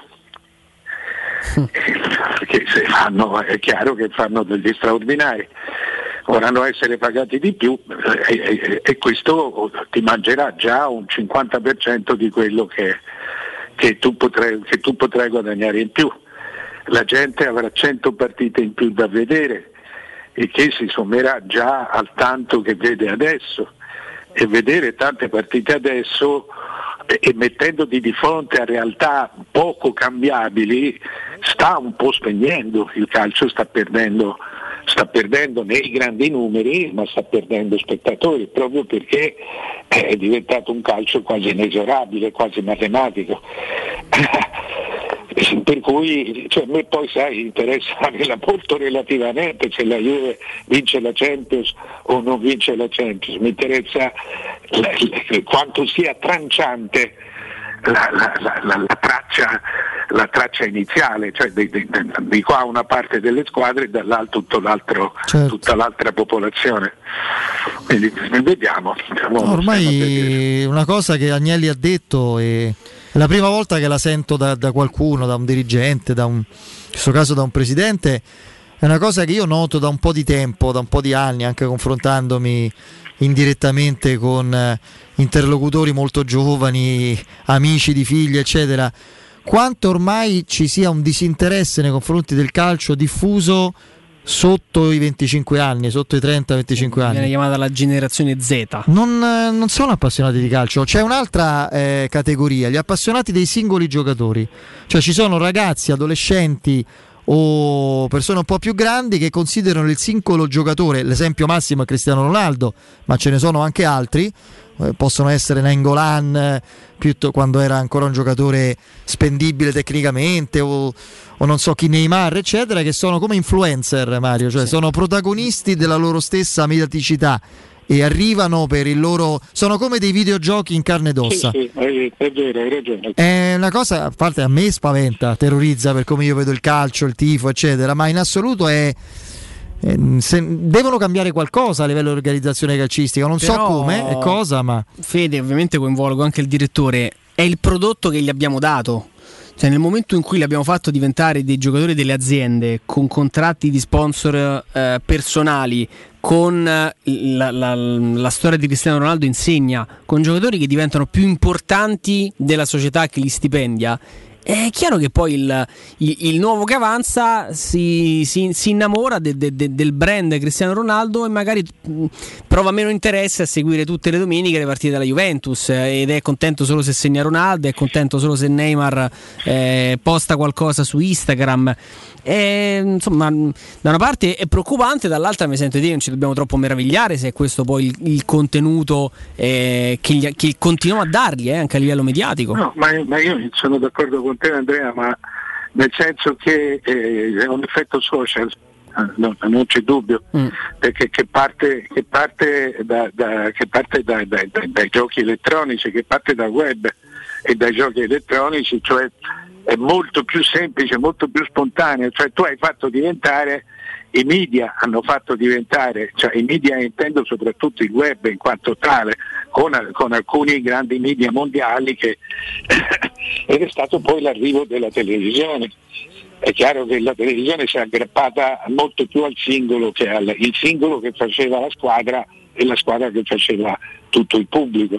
Speaker 25: perché se è chiaro che fanno degli straordinari, vorranno essere pagati di più, e questo ti mangerà già un 50% di quello che tu potrai guadagnare in più. La gente avrà 100 partite in più da vedere, e che si sommerà già al tanto che vede adesso, e vedere tante partite adesso e mettendoti di fronte a realtà poco cambiabili sta un po' spegnendo. Il calcio sta perdendo nei grandi numeri, ma sta perdendo spettatori, proprio perché è diventato un calcio quasi inesorabile, quasi matematico. Per cui a me poi interessa molto relativamente se la Juve vince la Champions o non vince la Champions, mi interessa quanto sia tranciante la traccia iniziale, cioè di qua una parte delle squadre e dall'altro tutta l'altra popolazione. Quindi vediamo.
Speaker 1: Ormai una cosa che Agnelli ha detto, e è la prima volta che la sento da qualcuno, da un dirigente, in questo caso da un presidente, è una cosa che io noto da un po' di tempo, da un po' di anni, anche confrontandomi indirettamente con interlocutori molto giovani, amici di figli, eccetera, quanto ormai ci sia un disinteresse nei confronti del calcio diffuso sotto i 25 anni, sotto i 30-25 anni.
Speaker 2: Viene chiamata la generazione Z.
Speaker 1: Non sono appassionati di calcio. C'è un'altra categoria, gli appassionati dei singoli giocatori. Cioè ci sono ragazzi, adolescenti o persone un po' più grandi che considerano il singolo giocatore, l'esempio massimo è Cristiano Ronaldo, ma ce ne sono anche altri, possono essere Nainggolan quando era ancora un giocatore spendibile tecnicamente, o non so chi, Neymar eccetera, che sono come influencer, Mario, cioè sono protagonisti della loro stessa mediaticità e arrivano per il loro, sono come dei videogiochi in carne ed ossa.
Speaker 25: Sì, è vero, hai ragione.
Speaker 1: È una cosa, a parte a me spaventa, terrorizza per come io vedo il calcio, il tifo eccetera, ma in assoluto devono cambiare qualcosa a livello di organizzazione calcistica, non so come e cosa, ma
Speaker 2: Fede, ovviamente coinvolgo anche il direttore, è il prodotto che gli abbiamo dato. Cioè, nel momento in cui li abbiamo fatto diventare dei giocatori delle aziende con contratti di sponsor personali, con la storia di Cristiano Ronaldo insegna, con giocatori che diventano più importanti della società che li stipendia, è chiaro che poi il nuovo che avanza si innamora del brand Cristiano Ronaldo e magari prova meno interesse a seguire tutte le domeniche le partite della Juventus, ed è contento solo se segna Ronaldo, è contento solo se Neymar posta qualcosa su Instagram. Insomma, da una parte è preoccupante, dall'altra mi sento dire che non ci dobbiamo troppo meravigliare se è questo poi il contenuto che continuiamo a dargli anche a livello mediatico.
Speaker 25: No, ma io sono d'accordo con te, Andrea, ma nel senso che è un effetto social, non c'è dubbio, perché che parte dai giochi elettronici, che parte dal web e dai giochi elettronici, cioè è molto più semplice, molto più spontaneo, cioè tu hai fatto diventare, i media hanno fatto diventare, cioè i media intendo soprattutto il web in quanto tale, con alcuni grandi media mondiali ed è stato poi l'arrivo della televisione. È chiaro che la televisione si è aggrappata molto più al singolo che il singolo che faceva la squadra e la squadra che faceva tutto il pubblico.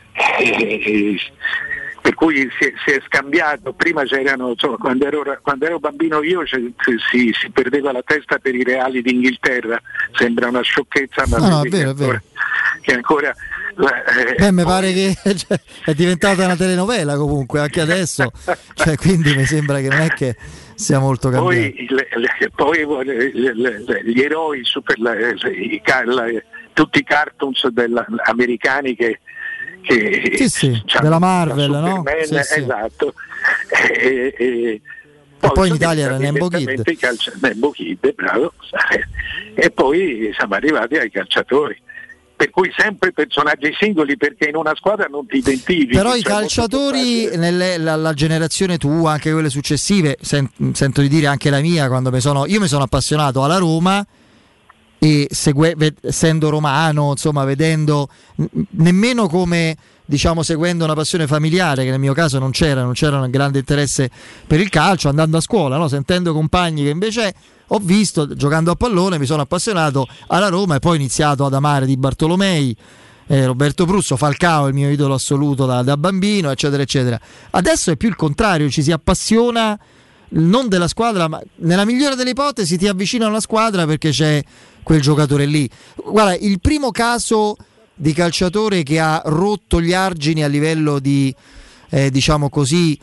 Speaker 25: Per cui si è scambiato. Prima c'erano, insomma, quando ero bambino io si perdeva la testa per i reali d'Inghilterra, sembra una sciocchezza, ma
Speaker 1: è vero.
Speaker 25: Che ancora
Speaker 1: mi pare che è diventata una telenovela comunque anche adesso, cioè, quindi mi sembra che non è che sia molto cambiato.
Speaker 25: Poi gli eroi tutti i cartoons americani che
Speaker 1: della Marvel, no?
Speaker 25: Sì. Esatto.
Speaker 1: E poi in Italia era Nembo
Speaker 25: Kid, bravo. E poi siamo arrivati ai calciatori, per cui sempre personaggi singoli, perché in una squadra non ti identifichi.
Speaker 1: Però i calciatori la generazione tua, anche quelle successive, sento di dire anche la mia, quando io mi sono appassionato alla Roma e essendo romano, insomma, vedendo nemmeno come, diciamo, seguendo una passione familiare, che nel mio caso non c'era un grande interesse per il calcio, andando a scuola, no? Sentendo compagni che invece ho visto giocando a pallone, mi sono appassionato alla Roma e poi ho iniziato ad amare Di Bartolomei, Roberto Prusso, Falcao, il mio idolo assoluto da bambino, eccetera eccetera. Adesso è più il contrario, ci si appassiona non della squadra, ma nella migliore delle ipotesi ti avvicina alla squadra perché c'è quel giocatore lì. Guarda, il primo caso di calciatore che ha rotto gli argini a livello di diciamo così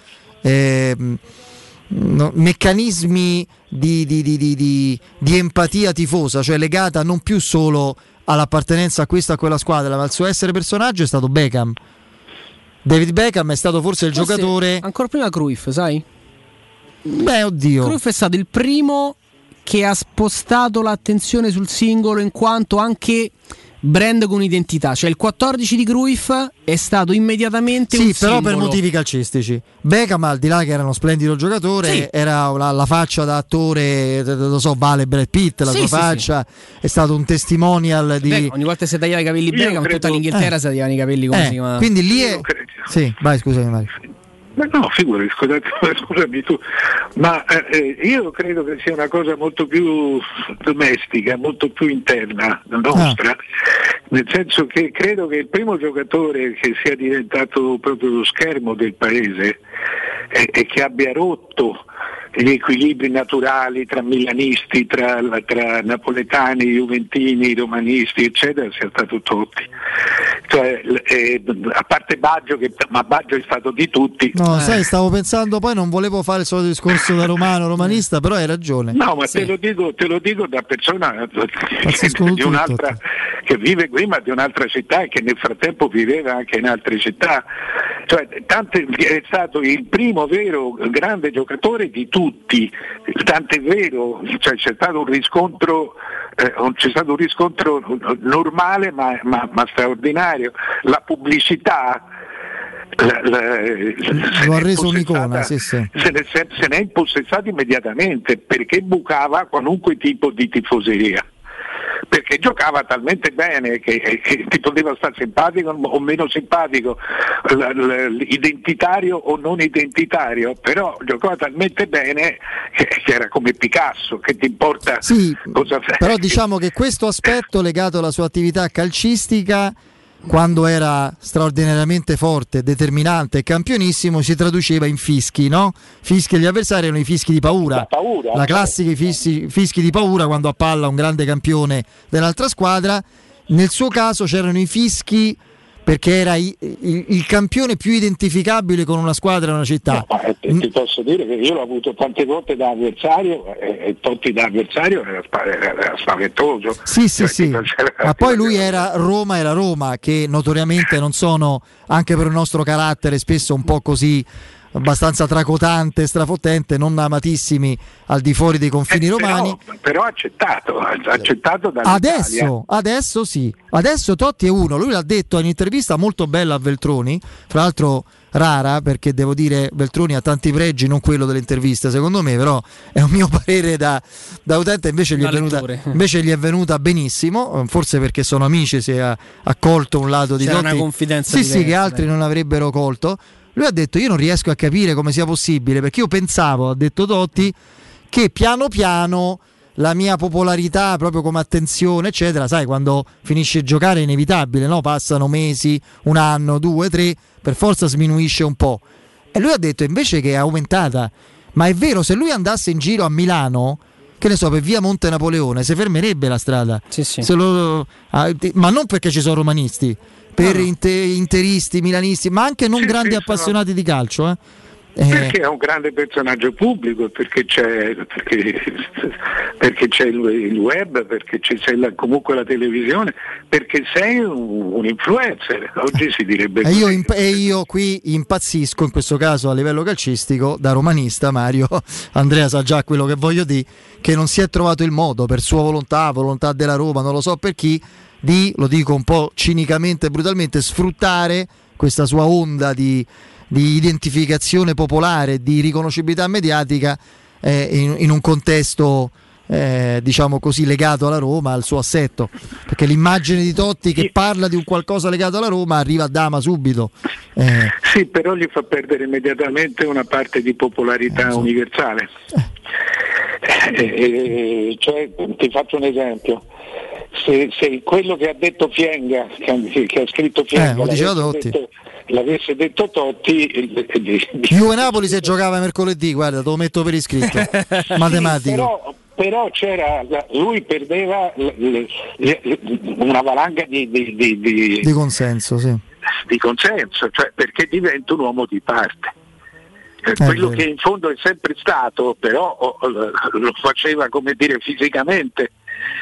Speaker 1: meccanismi di empatia tifosa, cioè legata non più solo all'appartenenza a questa o a quella squadra, ma al suo essere personaggio, è stato Beckham. David Beckham è stato forse il giocatore
Speaker 2: ancora prima Cruyff, sai?
Speaker 1: Beh, oddio.
Speaker 2: Cruyff è stato il primo che ha spostato l'attenzione sul singolo in quanto anche brand con identità, cioè il 14 di Cruyff è stato immediatamente un
Speaker 1: però
Speaker 2: simbolo.
Speaker 1: Per motivi calcistici. Beckham, al di là che era uno splendido giocatore, era la faccia da attore, lo so, vale Brad Pitt, la sua faccia, è stato un testimonial di...
Speaker 2: ogni volta che si tagliava i capelli Beckham, tutta l'Inghilterra si tagliavano i capelli, come si chiama?
Speaker 1: Quindi lì è... Sì, vai, scusami Mario.
Speaker 25: Ma no, scusami tu, ma io credo che sia una cosa molto più domestica, molto più interna nostra, nel senso che credo che il primo giocatore che sia diventato proprio lo schermo del paese e che abbia rotto gli equilibri naturali tra milanisti, tra napoletani, juventini, romanisti, eccetera, sia stato Totti. Cioè, a parte Baggio, ma Baggio è stato di tutti.
Speaker 1: No, sai, stavo pensando, poi non volevo fare il solito discorso da romanista, però hai ragione.
Speaker 25: No, ma te lo dico da persona di un'altra, che vive qui, ma di un'altra città e che nel frattempo viveva anche in altre città. Cioè, è stato il primo vero grande giocatore di tutti, tant'è vero, cioè, c'è stato un riscontro normale ma straordinario. La pubblicità
Speaker 1: lo ha reso un'icona, sì.
Speaker 25: Se ne è impossessato immediatamente, perché bucava qualunque tipo di tifoseria, perché giocava talmente bene che ti poteva stare simpatico o meno simpatico, identitario o non identitario, però giocava talmente bene che era come Picasso, che ti importa cosa fai.
Speaker 1: Però diciamo che questo aspetto legato alla sua attività calcistica, quando era straordinariamente forte, determinante e campionissimo, si traduceva in fischi, no? Fischi agli avversari erano i fischi di paura. La classica fischi di paura quando a palla un grande campione dell'altra squadra. Nel suo caso c'erano i fischi perché era il campione più identificabile con una squadra e una città.
Speaker 25: No, ti posso dire che io l'ho avuto tante volte da avversario e Totti da avversario era spaventoso.
Speaker 1: Sì. Ma poi lui era Roma, che notoriamente non sono, anche per il nostro carattere, spesso un po' così, abbastanza tracotante, strafottente, non amatissimi al di fuori dei confini romani.
Speaker 25: Però accettato dall'Italia.
Speaker 1: Adesso sì. Adesso Totti è uno. Lui l'ha detto in un'intervista molto bella a Veltroni, tra l'altro rara, perché devo dire Veltroni ha tanti pregi, non quello delle interviste secondo me, però è un mio parere da utente, invece gli è venuta benissimo, forse perché sono amici, se ha colto un lato di Totti,
Speaker 2: una confidenza diversa,
Speaker 1: che altri non avrebbero colto. Lui ha detto: io non riesco a capire come sia possibile, perché io pensavo, ha detto Totti, che piano piano la mia popolarità, proprio come attenzione eccetera, sai, quando finisce di giocare è inevitabile, no? Passano mesi, un anno, 2, 3, per forza sminuisce un po'. E lui ha detto invece che è aumentata. Ma è vero, se lui andasse in giro a Milano, che ne so, per via Monte Napoleone, si fermerebbe la strada.
Speaker 2: Sì.
Speaker 1: Ma non perché ci sono romanisti, per interisti, milanisti, ma anche non grandi appassionati di calcio.
Speaker 25: Perché è un grande personaggio pubblico, perché c'è il web, perché c'è comunque la televisione, perché sei un influencer, oggi si direbbe così.
Speaker 1: Io qui impazzisco, in questo caso a livello calcistico, da romanista. Mario, Andrea sa già quello che voglio dire, che non si è trovato il modo, per sua volontà della Roma, non lo so per chi, di, lo dico un po' cinicamente e brutalmente, sfruttare questa sua onda di identificazione popolare, di riconoscibilità mediatica in un contesto diciamo così legato alla Roma, al suo assetto, perché l'immagine di Totti che parla di un qualcosa legato alla Roma arriva a dama subito.
Speaker 25: Sì, però gli fa perdere immediatamente una parte di popolarità universale. Cioè, ti faccio un esempio. Se quello che ha detto Fienga, che ha scritto Fienga, l'avesse detto Totti,
Speaker 1: Juve Napoli se giocava mercoledì, guarda, te lo metto per iscritto. Matematico.
Speaker 25: Però lui perdeva una valanga di
Speaker 1: consenso, sì.
Speaker 25: Di consenso, cioè perché diventa un uomo di parte. Quello che in fondo è sempre stato, però lo faceva, come dire, fisicamente,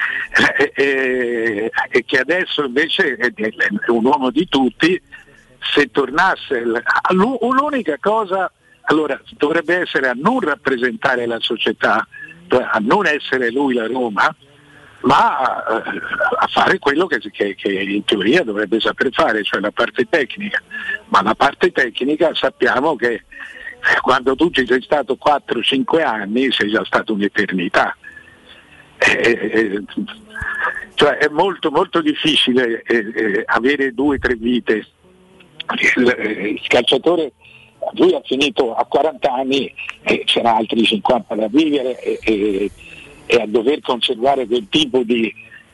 Speaker 25: e che adesso invece è un uomo di tutti. Se tornasse l'unica cosa, allora dovrebbe essere a non rappresentare la società, a non essere lui la Roma, ma a fare quello che in teoria dovrebbe saper fare, cioè la parte tecnica. Ma la parte tecnica sappiamo che quando tu ci sei stato 4-5 anni sei già stato un'eternità. Cioè è molto molto difficile avere 2-3 vite. Il calciatore, lui ha finito a 40 anni e c'era altri 50 da vivere e a dover conservare quel tipo di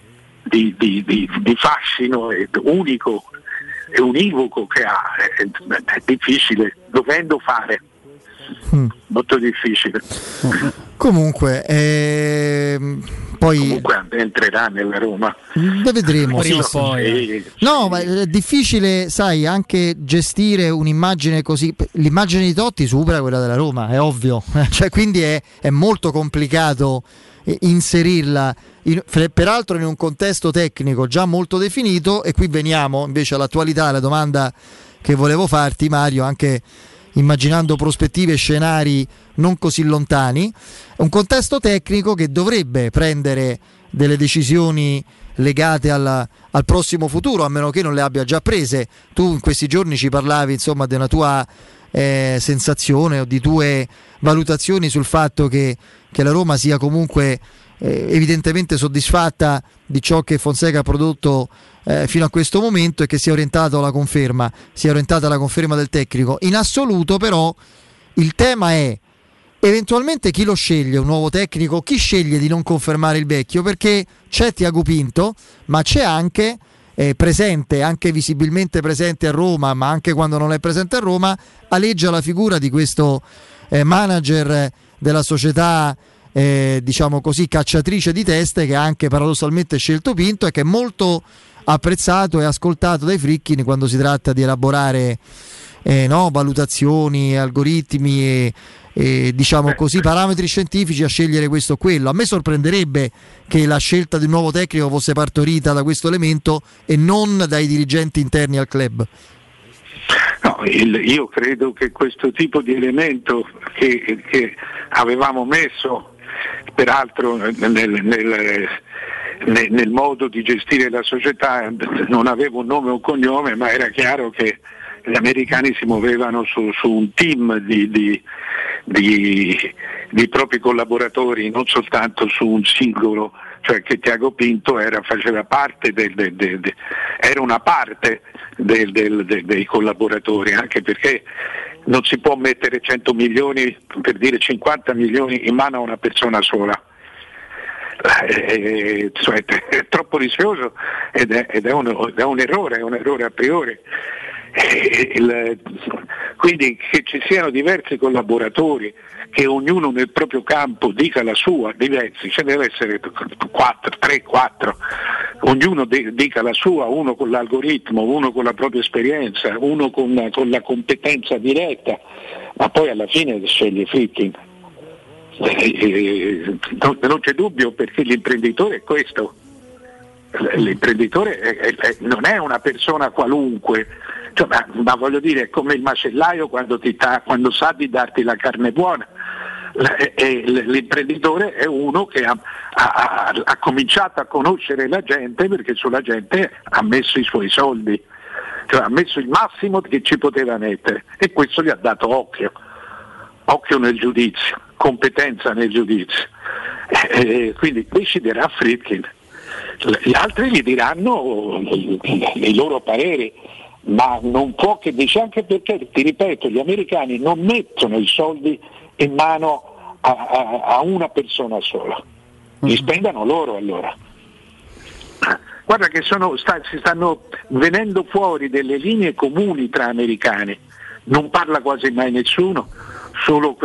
Speaker 25: fascino unico e univoco che ha, è difficile, dovendo fare. molto difficile.
Speaker 1: Comunque poi
Speaker 25: entrerà nella Roma.
Speaker 1: Vedremo.
Speaker 25: Poi.
Speaker 1: No, ma è difficile, sai, anche gestire un'immagine così. L'immagine di Totti supera quella della Roma, è ovvio. Cioè, quindi è molto complicato inserirla peraltro in un contesto tecnico già molto definito. E qui veniamo invece all'attualità, alla domanda che volevo farti, Mario, anche immaginando prospettive e scenari non così lontani. Un contesto tecnico che dovrebbe prendere delle decisioni legate al prossimo futuro, a meno che non le abbia già prese. Tu in questi giorni ci parlavi, insomma, di una tua sensazione o di tue valutazioni sul fatto che la Roma sia comunque evidentemente soddisfatta di ciò che Fonseca ha prodotto fino a questo momento, e che sia orientata alla conferma del tecnico. In assoluto però il tema è eventualmente chi lo sceglie un nuovo tecnico, chi sceglie di non confermare il vecchio, perché c'è Tiago Pinto, ma c'è anche presente, anche visibilmente presente a Roma, ma anche quando non è presente a Roma, aleggia la figura di questo manager della società diciamo così cacciatrice di teste, che ha anche paradossalmente scelto Pinto e che è molto apprezzato e ascoltato dai Friedkin quando si tratta di elaborare valutazioni, algoritmi e diciamo così parametri scientifici a scegliere questo o quello. A me sorprenderebbe che la scelta di un nuovo tecnico fosse partorita da questo elemento e non dai dirigenti interni al club.
Speaker 25: No, io credo che questo tipo di elemento che avevamo messo peraltro nel modo di gestire la società, non aveva un nome o un cognome, ma era chiaro che gli americani si muovevano su un team di propri collaboratori, non soltanto su un singolo, cioè che Tiago Pinto faceva parte era una parte dei collaboratori, anche perché non si può mettere 100 milioni, per dire 50 milioni in mano a una persona sola. È troppo rischioso ed è un errore a priori. Quindi che ci siano diversi collaboratori, che ognuno nel proprio campo dica la sua, diversi, ce deve essere 3-4, ognuno dica la sua, uno con l'algoritmo, uno con la propria esperienza, uno con la competenza diretta, ma poi alla fine sceglie Friedkin. Non c'è dubbio, perché l'imprenditore è questo. L'imprenditore non è una persona qualunque, cioè, ma voglio dire, è come il macellaio quando sa di darti la carne buona. L'imprenditore è uno che ha cominciato a conoscere la gente, perché sulla gente ha messo i suoi soldi, cioè ha messo il massimo che ci poteva mettere, e questo gli ha dato occhio nel giudizio, competenza nel giudizio, quindi deciderà Friedkin. Gli altri gli diranno i loro pareri, ma non può che dice, anche perché, ti ripeto, gli americani non mettono i soldi in mano a una persona sola, li spendano loro allora. Guarda che si stanno venendo fuori delle linee comuni tra americani, non parla quasi mai nessuno, solo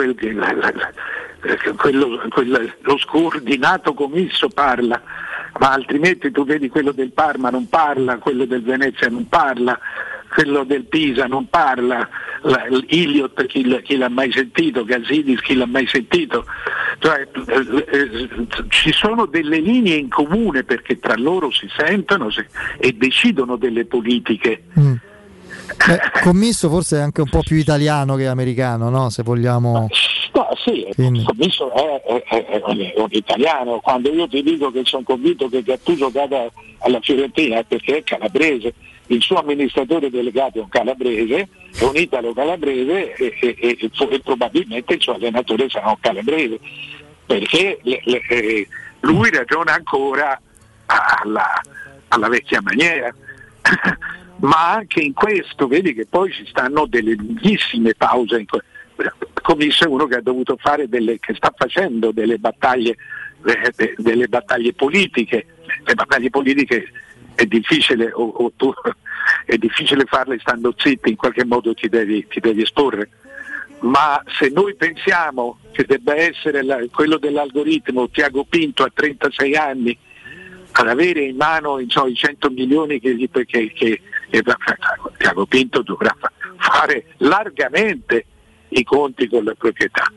Speaker 25: lo scordinato commisso parla, ma altrimenti tu vedi quello del Parma non parla, quello del Venezia non parla, quello del Pisa non parla, Iliot chi l'ha mai sentito, Gazidis chi l'ha mai sentito, cioè, ci sono delle linee in comune perché tra loro si sentono e decidono delle politiche.
Speaker 1: Commisso forse è anche un po' più italiano che americano, no? Se vogliamo.
Speaker 25: No, sì, Commisso è un italiano. Quando io ti dico che sono convinto che Gattuso vada alla Fiorentina è perché è calabrese, il suo amministratore delegato è un calabrese, è un italo-calabrese e probabilmente il suo allenatore sarà un calabrese, perché lui ragiona ancora alla vecchia maniera. Ma anche in questo vedi che poi ci stanno delle lunghissime pause. Commisso è uno che ha dovuto fare che sta facendo delle battaglie politiche. Le battaglie politiche è difficile, è difficile farle stando zitti, in qualche modo ti devi esporre. ma se noi pensiamo che debba essere quello dell'algoritmo Tiago Pinto a 36 anni ad avere in mano i 100 milioni che Tiago Pinto dovrà fare largamente i conti con la proprietà.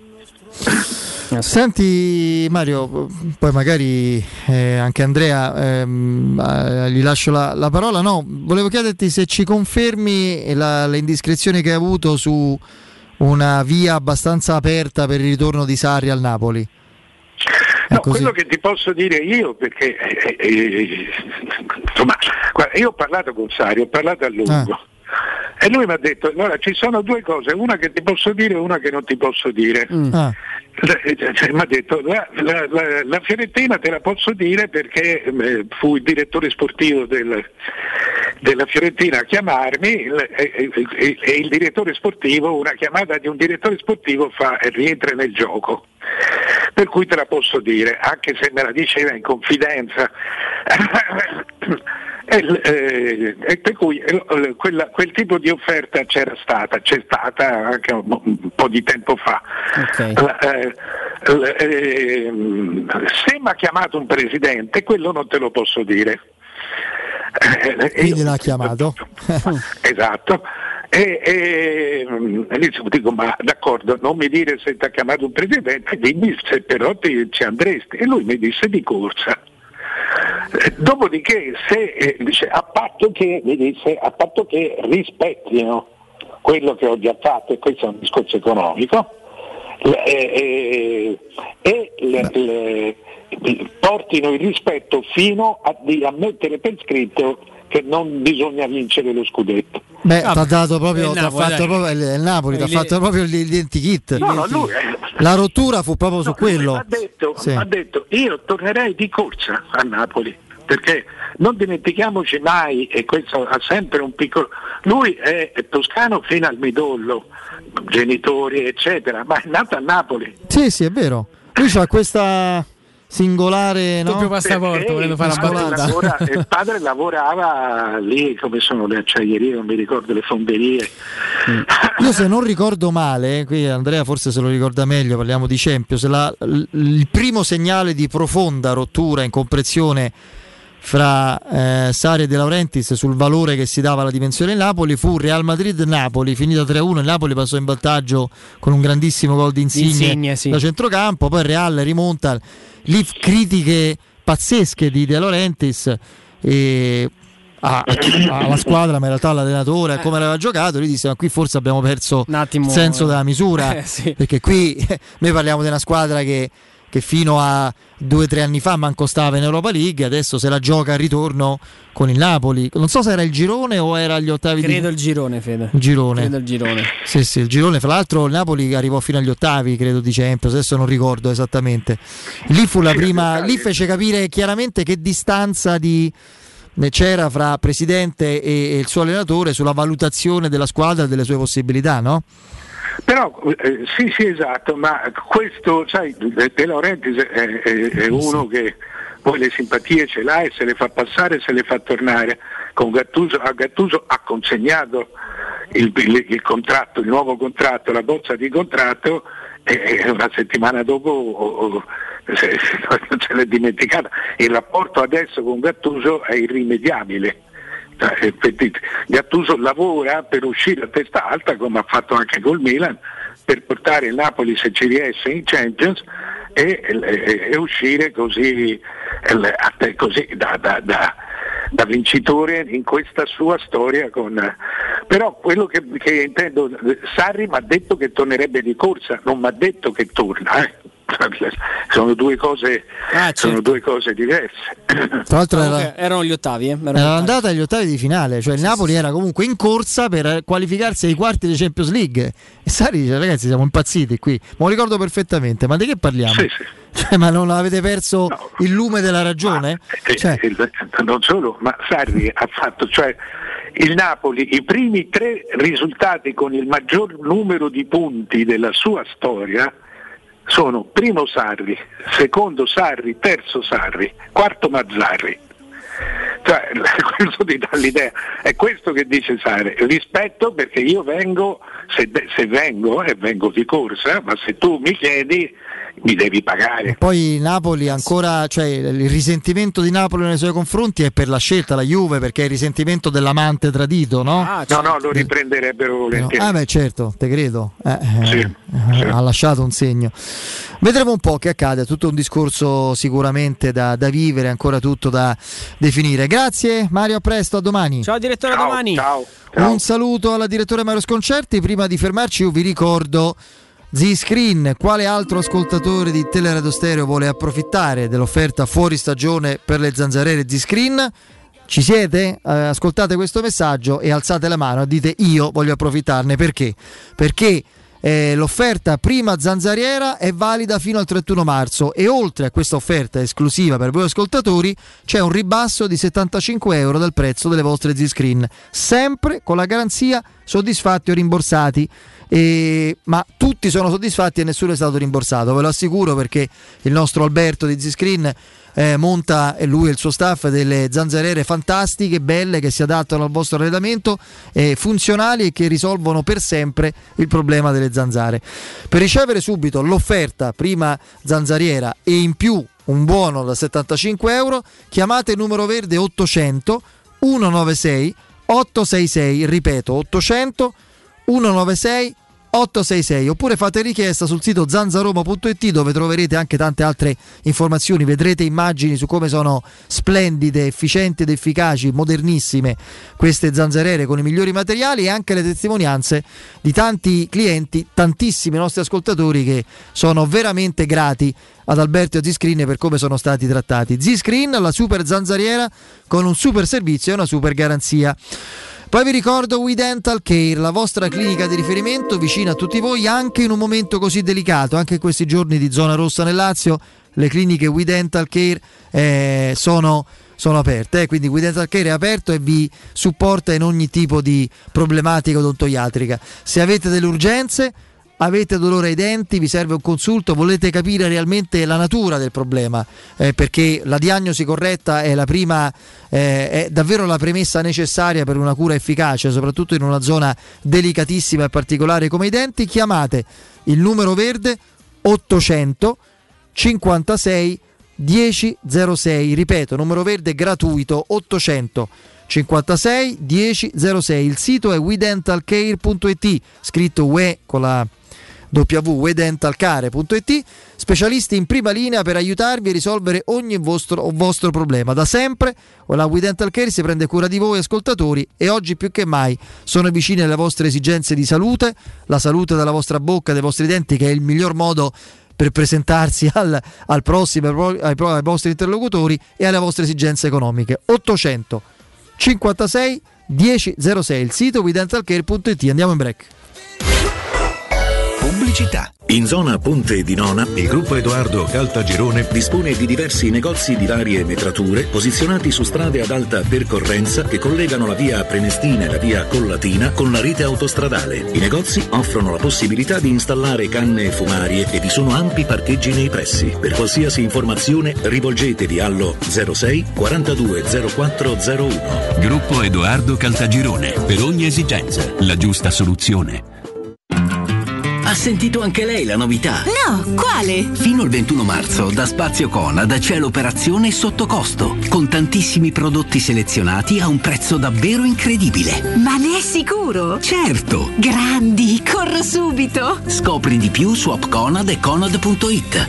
Speaker 1: Senti Mario, poi magari anche Andrea gli lascio la parola. No, volevo chiederti se ci confermi le indiscrezioni che hai avuto su una via abbastanza aperta per il ritorno di Sarri al Napoli.
Speaker 25: No, quello che ti posso dire io, perché insomma, guarda, io ho parlato con Sarri, ho parlato a lungo. E lui mi ha detto, allora ci sono due cose, una che ti posso dire e una che non ti posso dire. Mi ha detto la Fiorentina te la posso dire perché fu il direttore sportivo della Fiorentina a chiamarmi e il direttore sportivo, una chiamata di un direttore sportivo rientra nel gioco, per cui te la posso dire, anche se me la diceva in confidenza. E per cui quel tipo di offerta c'è stata anche un po' di tempo fa. Se mi ha chiamato un presidente, quello non te lo posso dire.
Speaker 1: Quindi l'ha chiamato.
Speaker 25: Esatto. E dico, ma d'accordo, non mi dire se ti ha chiamato un presidente, dimmi se però ci andresti. E lui mi disse di corsa. Dopodiché a patto che rispettino quello che ho già fatto, e questo è un discorso economico, portino il rispetto fino a mettere per scritto che non bisogna vincere lo scudetto.
Speaker 1: Beh, ti ha dato proprio, il Napoli, ti ha fatto proprio l'identikit. La rottura fu proprio su quello.
Speaker 25: Ha detto io tornerei di corsa a Napoli, perché non dimentichiamoci mai, e questo ha sempre un piccolo, lui è toscano fino al midollo, genitori eccetera, ma è nato a Napoli.
Speaker 1: Sì, è vero. Lui c'ha questa singolare
Speaker 2: doppio passaporto, volendo fare la battuta.
Speaker 25: Il padre lavorava lì, come sono le acciaierie, non mi ricordo, le fonderie.
Speaker 1: Io se non ricordo male, qui Andrea forse se lo ricorda meglio, parliamo di Champions, il primo segnale di profonda rottura, incomprensione fra Sarri e De Laurentiis sul valore che si dava alla dimensione del Napoli fu Real Madrid-Napoli, finita 3-1, il Napoli passò in vantaggio con un grandissimo gol di Insigne da centrocampo, poi il Real rimonta, lì critiche pazzesche di De Laurentiis alla squadra, ma in realtà all'allenatore, come aveva giocato, lui disse ma qui forse abbiamo perso il senso della misura, perché qui noi parliamo di una squadra che fino a 2 o 3 anni fa manco stava in Europa League, adesso se la gioca al ritorno con il Napoli. Non so se era il girone o era gli ottavi.
Speaker 2: Credo il girone, Fede.
Speaker 1: Credo
Speaker 2: il girone.
Speaker 1: Sì, il girone. Fra l'altro il Napoli arrivò fino agli ottavi, credo, di Champions, adesso non ricordo esattamente. Lì fu la prima, lì fece capire chiaramente che distanza c'era fra presidente e il suo allenatore sulla valutazione della squadra e delle sue possibilità, no?
Speaker 25: Però sì esatto, ma questo, sai, De Laurentiis è uno che poi le simpatie ce l'ha e se le fa passare, se le fa tornare. Con Gattuso ha consegnato il contratto, il nuovo contratto, la bozza di contratto, e una settimana dopo se l'è dimenticata. Il rapporto adesso con Gattuso è irrimediabile. Gattuso lavora per uscire a testa alta, come ha fatto anche col Milan, per portare il Napoli, se ci riesce, in Champions e uscire così da vincitore in questa sua storia. Però quello che intendo, Sarri mi ha detto che tornerebbe di corsa, non mi ha detto che torna. Sono due cose diverse.
Speaker 1: Tra l'altro
Speaker 2: erano gli ottavi,
Speaker 1: era andata agli ottavi di finale, cioè il Napoli era comunque in corsa per qualificarsi ai quarti di Champions League e Sarri dice ragazzi siamo impazziti qui, ma lo ricordo perfettamente, ma di che parliamo?
Speaker 25: Sì.
Speaker 1: Cioè, ma non avete perso il lume della ragione?
Speaker 25: Non solo, ma Sarri ha fatto, cioè il Napoli, i primi 3 risultati con il maggior numero di punti della sua storia sono primo Sarri, secondo Sarri, terzo Sarri, quarto Mazzarri. Cioè, questo ti dà l'idea, è questo che dice Sare, rispetto, perché io vengo, se vengo e vengo di corsa, ma se tu mi chiedi mi devi pagare.
Speaker 1: Poi Napoli ancora, cioè il risentimento di Napoli nei suoi confronti è per la scelta, la Juve, perché è il risentimento dell'amante tradito, no?
Speaker 25: No, lo riprenderebbero volentieri.
Speaker 1: Beh, certo, te credo.
Speaker 25: Sì.
Speaker 1: Ha lasciato un segno. Vedremo un po' che accade, tutto un discorso sicuramente da vivere, ancora tutto da definire. Grazie Mario, a presto, a domani.
Speaker 2: Ciao direttore, a domani.
Speaker 25: Ciao.
Speaker 1: Un saluto alla direttore Mario Sconcerti. Prima di fermarci io vi ricordo Z-Screen. Quale altro ascoltatore di Teleradio Stereo vuole approfittare dell'offerta fuori stagione per le zanzariere Z-Screen? Ci siete? Ascoltate questo messaggio e alzate la mano e dite io voglio approfittarne. Perché? Perché l'offerta prima zanzariera è valida fino al 31 marzo e oltre a questa offerta esclusiva per voi ascoltatori c'è un ribasso di €75 del prezzo delle vostre Z-Screen, sempre con la garanzia soddisfatti o rimborsati. Ma tutti sono soddisfatti e nessuno è stato rimborsato, ve lo assicuro, perché il nostro Alberto di Z-Screen monta, e lui e il suo staff, delle zanzariere fantastiche, belle, che si adattano al vostro arredamento, funzionali e che risolvono per sempre il problema delle zanzare. Per ricevere subito l'offerta prima zanzariera e in più un buono da €75 chiamate il numero verde 800 196 866, ripeto 800 196 866, oppure fate richiesta sul sito zanzaroma.it, dove troverete anche tante altre informazioni, vedrete immagini su come sono splendide, efficienti ed efficaci, modernissime queste zanzariere con i migliori materiali, e anche le testimonianze di tanti clienti, tantissimi nostri ascoltatori che sono veramente grati ad Alberto e a Z-Screen per come sono stati trattati. Z-Screen, la super zanzariera con un super servizio e una super garanzia. Poi vi ricordo We Dental Care, la vostra clinica di riferimento vicina a tutti voi anche in un momento così delicato. Anche in questi giorni di zona rossa nel Lazio le cliniche We Dental Care sono aperte, quindi We Dental Care è aperto e vi supporta in ogni tipo di problematica odontoiatrica. Se avete delle urgenze, avete dolore ai denti, vi serve un consulto, volete capire realmente la natura del problema, perché la diagnosi corretta è la prima, è davvero la premessa necessaria per una cura efficace, soprattutto in una zona delicatissima e particolare come i denti. Chiamate il numero verde 800 56 1006, ripeto, numero verde gratuito 800 56 1006. Il sito è wedentalcare.it, scritto UE con la www.wedentalcare.it, specialisti in prima linea per aiutarvi a risolvere ogni vostro problema. Da sempre la We Dental Care si prende cura di voi ascoltatori e oggi più che mai sono vicini alle vostre esigenze di salute, la salute della vostra bocca, dei vostri denti, che è il miglior modo per presentarsi al prossimo, ai vostri interlocutori, e alle vostre esigenze economiche. 800 56 1006, il sito wedentalcare.it. Andiamo in break.
Speaker 5: Pubblicità. In zona Ponte di Nona, il gruppo Edoardo Caltagirone dispone di diversi negozi di varie metrature posizionati su strade ad alta percorrenza che collegano la via Prenestina e la via Collatina con la rete autostradale. I negozi offrono la possibilità di installare canne fumarie e vi sono ampi parcheggi nei pressi. Per qualsiasi informazione rivolgetevi allo 06 42 0401.
Speaker 9: Gruppo Edoardo Caltagirone. Per ogni esigenza, la giusta soluzione.
Speaker 12: Ha sentito anche lei la novità?
Speaker 14: No, quale?
Speaker 12: Fino al 21 marzo da Spazio Conad c'è l'operazione sotto costo, con tantissimi prodotti selezionati a un prezzo davvero incredibile.
Speaker 14: Ma ne è sicuro?
Speaker 12: Certo!
Speaker 14: Grandi, corro subito!
Speaker 12: Scopri di più su appconad e conad.it.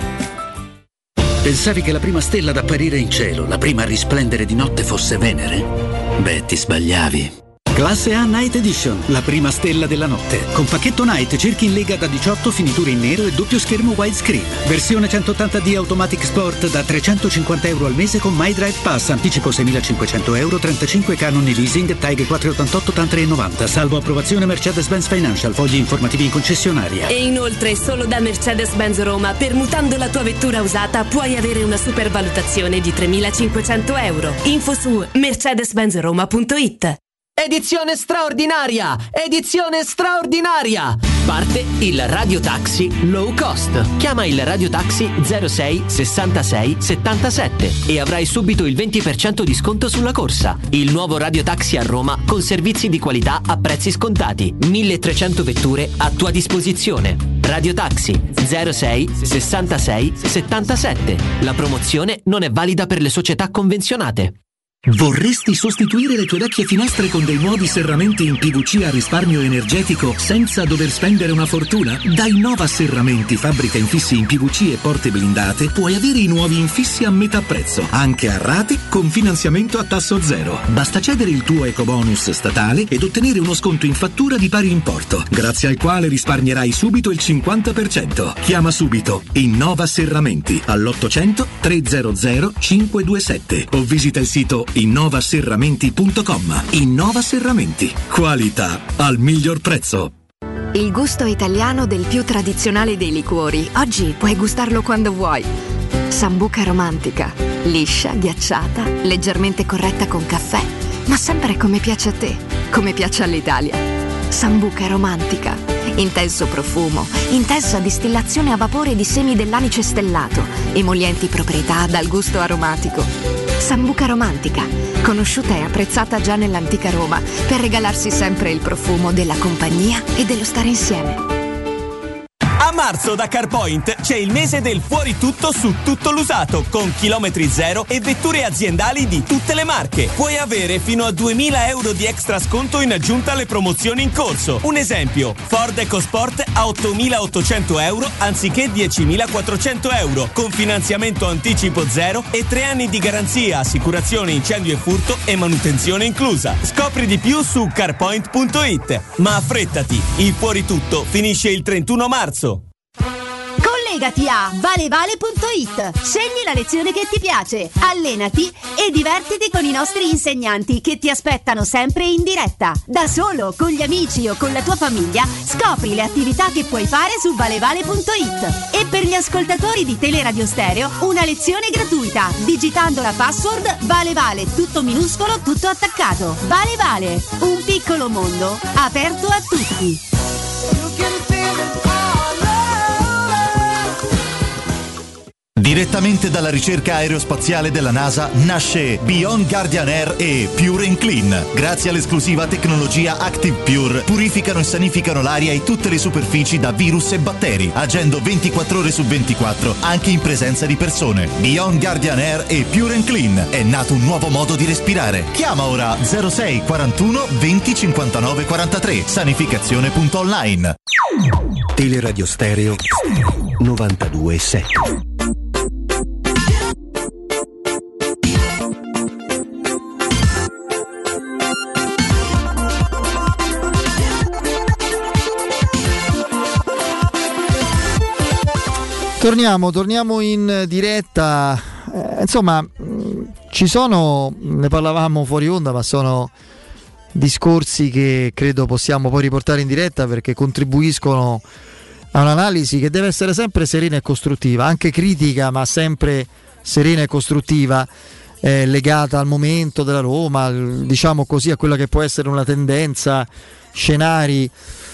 Speaker 12: Pensavi che la prima stella ad apparire in cielo, la prima a risplendere di notte fosse Venere? Beh, ti sbagliavi. Classe A Night Edition, la prima stella della notte. Con pacchetto Night cerchi in lega da 18, finiture in nero e doppio schermo widescreen. Versione 180D Automatic Sport da €350 al mese con My Drive Pass. Anticipo €6.500, 35 canoni leasing, TAG 488 TAN 390. Salvo approvazione Mercedes-Benz Financial. Fogli informativi in concessionaria.
Speaker 14: E inoltre solo da Mercedes-Benz Roma, permutando la tua vettura usata, puoi avere una supervalutazione di €3.500. Info su mercedes-benzroma.it.
Speaker 15: Edizione straordinaria! Edizione straordinaria! Parte il Radio Taxi Low Cost. Chiama il Radio Taxi 06 66 77 e avrai subito il 20% di sconto sulla corsa. Il nuovo Radio Taxi a Roma con servizi di qualità a prezzi scontati. 1300 vetture a tua disposizione. Radio Taxi 06 66 77. La promozione non è valida per le società convenzionate.
Speaker 12: Vorresti sostituire le tue vecchie finestre con dei nuovi serramenti in PVC a risparmio energetico senza dover spendere una fortuna? Da Innova Serramenti, fabbrica infissi in PVC e porte blindate, puoi avere i nuovi infissi a metà prezzo, anche a rate con finanziamento a tasso zero. Basta cedere il tuo ecobonus statale ed ottenere uno sconto in fattura di pari importo, grazie al quale risparmierai subito il 50%. Chiama subito Innova Serramenti all'800 300 527 o visita il sito innovaserramenti.com. Innova Serramenti, qualità al miglior prezzo.
Speaker 17: Il gusto italiano del più tradizionale dei liquori. Oggi puoi gustarlo quando vuoi. Sambuca romantica, liscia, ghiacciata, leggermente corretta con caffè, ma sempre come piace a te, come piace all'Italia. Sambuca romantica, intenso profumo, intensa distillazione a vapore di semi dell'anice stellato, emolienti proprietà dal gusto aromatico. Sambuca romantica, conosciuta e apprezzata già nell'antica Roma per regalarsi sempre il profumo della compagnia e dello stare insieme.
Speaker 18: A marzo da CarPoint c'è il mese del fuori tutto su tutto l'usato, con chilometri zero e vetture aziendali di tutte le marche. Puoi avere fino a 2.000 euro di extra sconto in aggiunta alle promozioni in corso. Un esempio, Ford EcoSport a 8.800 euro anziché 10.400 euro, con finanziamento anticipo zero e 3 anni di garanzia, assicurazione incendio e furto e manutenzione inclusa. Scopri di più su carpoint.it. Ma affrettati, il fuori tutto finisce il 31 marzo.
Speaker 19: Collegati a valevale.it, scegli la lezione che ti piace, allenati e divertiti con i nostri insegnanti che ti aspettano sempre in diretta. Da solo, con gli amici o con la tua famiglia, scopri le attività che puoi fare su valevale.it. E per gli ascoltatori di Teleradio Stereo, una lezione gratuita, digitando la password Valevale, tutto minuscolo, tutto attaccato. Valevale, un piccolo mondo aperto a tutti.
Speaker 20: Direttamente dalla ricerca aerospaziale della NASA nasce Beyond Guardian Air e Pure and Clean. Grazie all'esclusiva tecnologia Active Pure purificano e sanificano l'aria e tutte le superfici da virus e batteri, agendo 24 ore su 24 anche in presenza di persone. Beyond Guardian Air e Pure and Clean. È nato un nuovo modo di respirare. Chiama ora 06 41 20 59 43. Sanificazione.online.
Speaker 26: Teleradio Stereo 92.7.
Speaker 1: Torniamo in diretta. Insomma, ci sono, ne parlavamo fuori onda, ma sono discorsi che credo possiamo poi riportare in diretta perché contribuiscono a un'analisi che deve essere sempre serena e costruttiva, anche critica, ma sempre serena e costruttiva, legata al momento della Roma, diciamo così, a quella che può essere una tendenza, scenari.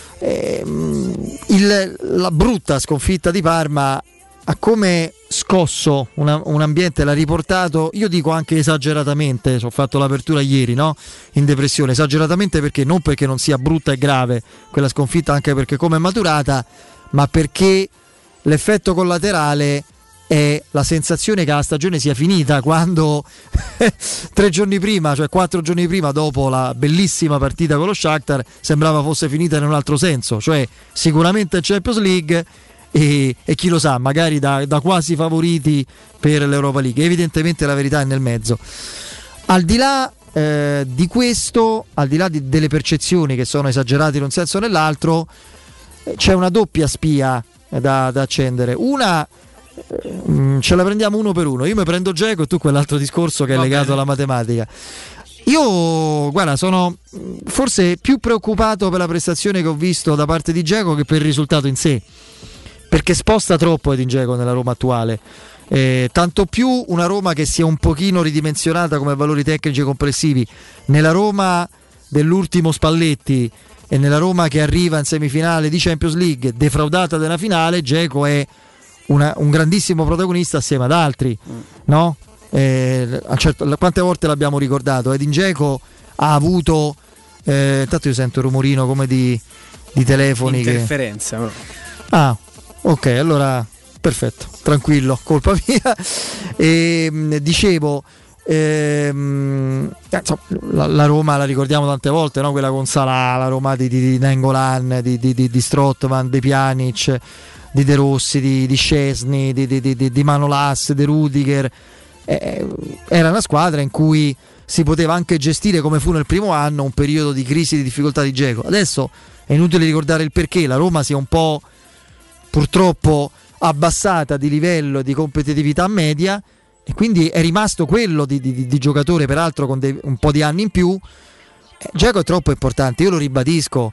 Speaker 1: La brutta sconfitta di Parma ha come scosso un ambiente, l'ha riportato, io dico anche esageratamente, ho fatto l'apertura ieri, no? In depressione, esageratamente, perché non perché non sia brutta e grave quella sconfitta, anche perché come è maturata, ma perché l'effetto collaterale è la sensazione che la stagione sia finita, quando 3 giorni prima, cioè 4 giorni prima, dopo la bellissima partita con lo Shakhtar, sembrava fosse finita in un altro senso, cioè sicuramente Champions League e chi lo sa, magari da quasi favoriti per l'Europa League. Evidentemente la verità è nel mezzo. Al di là di questo, al di là delle percezioni che sono esagerate in un senso o nell'altro, c'è una doppia spia da accendere. Una, ce la prendiamo uno per uno. Io mi prendo Dzeko e tu quell'altro discorso che è legato alla matematica. Io, guarda, sono forse più preoccupato per la prestazione che ho visto da parte di Dzeko che per il risultato in sé, perché sposta troppo Edin Dzeko nella Roma attuale, tanto più una Roma che sia un pochino ridimensionata come valori tecnici complessivi. Nella Roma dell'ultimo Spalletti e nella Roma che arriva in semifinale di Champions League defraudata della finale, Dzeko è un grandissimo protagonista assieme ad altri, no? Quante volte l'abbiamo ricordato, Edin Dzeko ha avuto intanto io sento il rumorino come di telefoni
Speaker 2: interferenza
Speaker 1: ok, allora perfetto, tranquillo, colpa mia. E dicevo la Roma la ricordiamo tante volte, no? Quella con Salah, la Roma di Nainggolan, di Strootman, di Pjanic, di De Rossi, di Szczesny, di Manolas, di Rudiger. Era una squadra in cui si poteva anche gestire, come fu nel primo anno, un periodo di crisi, di difficoltà di Dzeko. Adesso è inutile ricordare il perché la Roma sia un po' purtroppo abbassata di livello e di competitività media, e quindi è rimasto quello di giocatore, peraltro con un po' di anni in più. Dzeko è troppo importante, io lo ribadisco.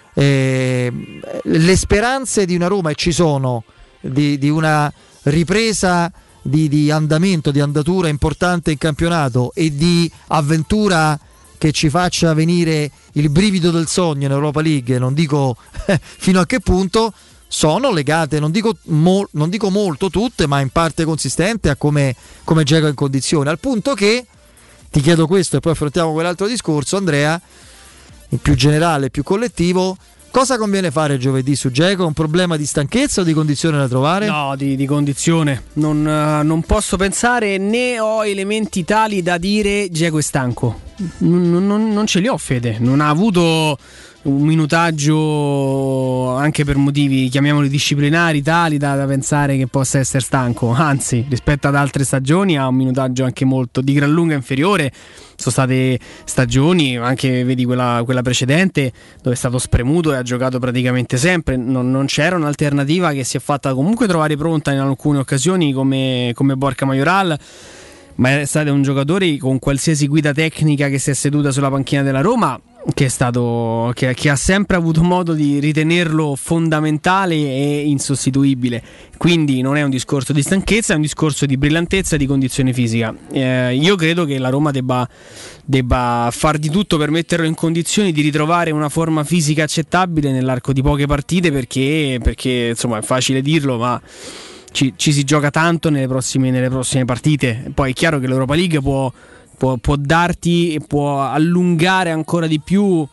Speaker 1: Le speranze di una Roma, e ci sono, di una ripresa di andamento, di andatura importante in campionato e di avventura che ci faccia venire il brivido del sogno in Europa League, non dico fino a che punto, sono legate, non dico molto tutte, ma in parte consistente a come Dzeko è in condizione, al punto che ti chiedo questo e poi affrontiamo quell'altro discorso, Andrea, in più generale, più collettivo. Cosa conviene fare giovedì su Dzeko? Un problema di stanchezza o di condizione da trovare?
Speaker 2: No, di condizione. Non posso pensare, né ho elementi tali da dire Dzeko è stanco. Non ce li ho, Fede. Non ha avuto un minutaggio, anche per motivi, chiamiamoli disciplinari, tali da pensare che possa essere stanco. Anzi, rispetto ad altre stagioni ha un minutaggio anche molto di gran lunga inferiore. Sono state stagioni, anche vedi quella precedente, dove è stato spremuto e ha giocato praticamente sempre. Non c'era un'alternativa che si è fatta comunque trovare pronta in alcune occasioni come Borja Mayoral, ma è stato un giocatore con qualsiasi guida tecnica che si è seduta sulla panchina della Roma che ha sempre avuto modo di ritenerlo fondamentale e insostituibile. Quindi non è un discorso di stanchezza, è un discorso di brillantezza e di condizione fisica. Io credo che la Roma debba far di tutto per metterlo in condizioni di ritrovare una forma fisica accettabile nell'arco di poche partite, perché insomma è facile dirlo, ma ci si gioca tanto nelle prossime partite. Poi è chiaro che l'Europa League può darti e può allungare ancora di più,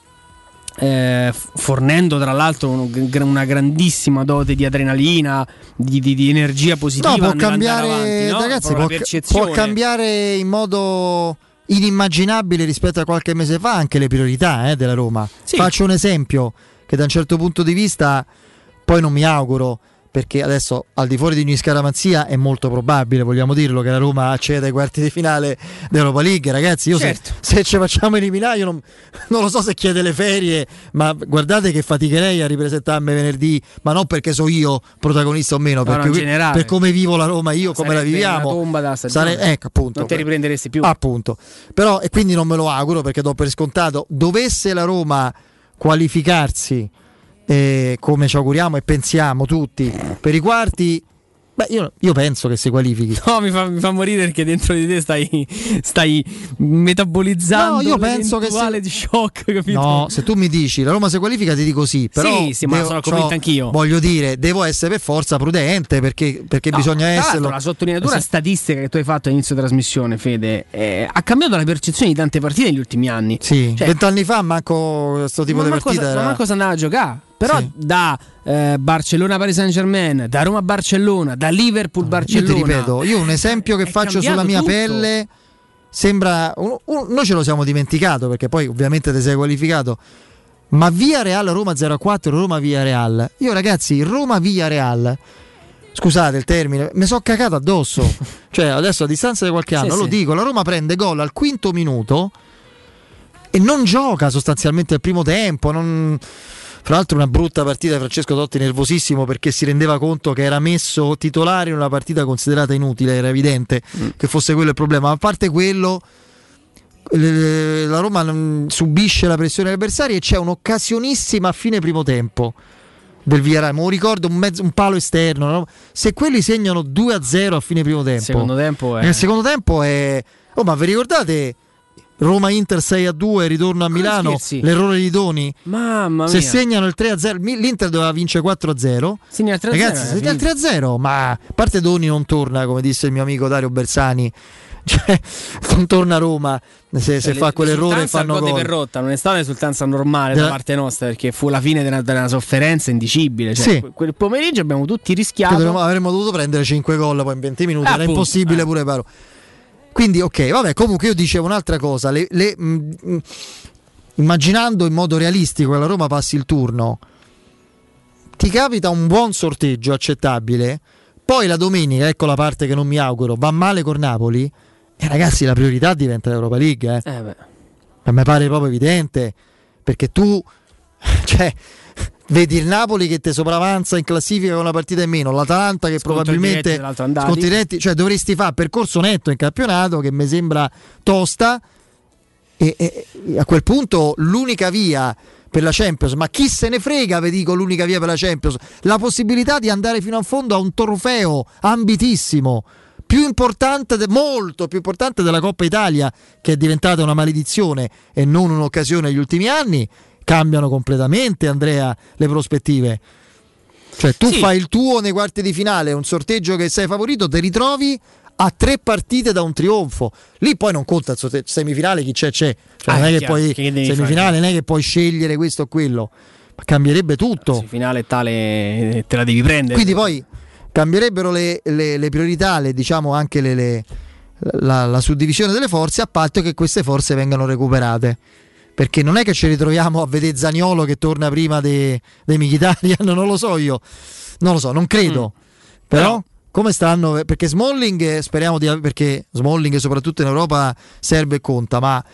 Speaker 2: fornendo tra l'altro una grandissima dote di adrenalina, di energia positiva.
Speaker 1: No, può cambiare, avanti, no? Ragazzi, può cambiare in modo inimmaginabile rispetto a qualche mese fa anche le priorità della Roma. Sì. Faccio un esempio che da un certo punto di vista poi non mi auguro, perché adesso al di fuori di ogni scaramanzia è molto probabile, vogliamo dirlo, che la Roma acceda ai quarti di finale dell'Europa League. Ragazzi, io certo, se ci facciamo eliminare, io non lo so se chiede le ferie, ma guardate che faticherei a ripresentarmi venerdì, ma non perché so io protagonista o meno, perché per come vivo la Roma io, come la viviamo,
Speaker 2: una tomba da stagione.
Speaker 1: Appunto,
Speaker 2: non ti riprenderesti più,
Speaker 1: appunto. Però, e quindi non me lo auguro, perché do per scontato, dovesse la Roma qualificarsi come ci auguriamo e pensiamo tutti per i quarti, beh, io penso che si qualifichi.
Speaker 2: No, mi fa morire perché dentro di te stai metabolizzando l'eventuale di shock, capito?
Speaker 1: No, se tu mi dici la Roma si qualifica ti dico sì, però
Speaker 2: sì, ma sono convinto anch'io.
Speaker 1: Voglio dire, devo essere per forza prudente, perché bisogna esserlo.
Speaker 2: La sottolineatura statistica che tu hai fatto all'inizio trasmissione, Fede, ha cambiato la percezione di tante partite negli ultimi anni.
Speaker 1: Sì, 20 anni fa manco questo tipo di partita
Speaker 2: ma cosa andava a giocare. Però sì, da Barcellona Paris Saint-Germain, da Roma Barcellona, da Liverpool Barcellona.
Speaker 1: Io ti ripeto, io un esempio che faccio sulla mia pelle sembra noi ce lo siamo dimenticato, perché poi ovviamente ti sei qualificato, ma Villarreal Roma 0-4, Roma Villarreal. Io ragazzi, Roma Villarreal, scusate il termine, mi sono cacato addosso. Cioè adesso a distanza di qualche anno lo dico, la Roma prende gol al quinto minuto e non gioca sostanzialmente il primo tempo, Fra l'altro una brutta partita di Francesco Totti, nervosissimo perché si rendeva conto che era messo titolare in una partita considerata inutile, era evidente che fosse quello il problema. Ma a parte quello, la Roma subisce la pressione degli avversari e c'è un'occasionissima a fine primo tempo del Villarreal, me lo ricordo, un palo esterno, no? Se quelli segnano 2-0 a fine primo tempo,
Speaker 2: nel secondo tempo
Speaker 1: è... ma vi ricordate Roma-Inter 6-2, ritorno a Milano, l'errore di Doni.
Speaker 2: Mamma mia.
Speaker 1: Se segnano il 3-0, l'Inter doveva vincere 4-0.
Speaker 2: Segna il 3-0.
Speaker 1: Ragazzi, segna il 3-0, ma a parte Doni non torna, come disse il mio amico Dario Bersani. Cioè, non torna a Roma se fa quell'errore e fanno gol.
Speaker 2: Perrotta non è stata un'esultanza normale da parte nostra, perché fu la fine della sofferenza indicibile. Cioè, quel pomeriggio abbiamo tutti rischiato.
Speaker 1: Avremmo dovuto prendere 5 gol poi in 20 minuti, era impossibile pure però. Quindi ok, vabbè, comunque io dicevo un'altra cosa, immaginando in modo realistico che la Roma passi il turno, ti capita un buon sorteggio accettabile, poi la domenica, ecco la parte che non mi auguro, va male con Napoli, e ragazzi la priorità diventa l'Europa League. A me pare proprio evidente, perché tu vedi il Napoli che te sopravanza in classifica con una partita in meno, l'Atalanta che probabilmente sconti diretti, cioè dovresti fare percorso netto in campionato, che mi sembra tosta, e a quel punto l'unica via per la Champions, ma chi se ne frega, vi dico, l'unica via per la Champions, la possibilità di andare fino a fondo a un trofeo ambitissimo, più importante, molto più importante della Coppa Italia, che è diventata una maledizione e non un'occasione negli ultimi anni. Cambiano completamente, Andrea, le prospettive. Cioè tu fai il tuo nei quarti di finale, un sorteggio che sei favorito, ti ritrovi a 3 partite da un trionfo. Lì poi non conta il sorteggio, semifinale chi c'è. Cioè, non è che poi semifinale non è che puoi scegliere questo o quello, ma cambierebbe tutto. La
Speaker 2: semifinale tale te la devi prendere.
Speaker 1: Quindi poi cambierebbero le priorità, diciamo anche la suddivisione delle forze, a patto che queste forze vengano recuperate. Perché non è che ci ritroviamo a vedere Zaniolo che torna prima dei Mkhitaryan, non lo so io, non credo. Però come stanno? Perché Smalling speriamo perché Smalling soprattutto in Europa serve e conta, ma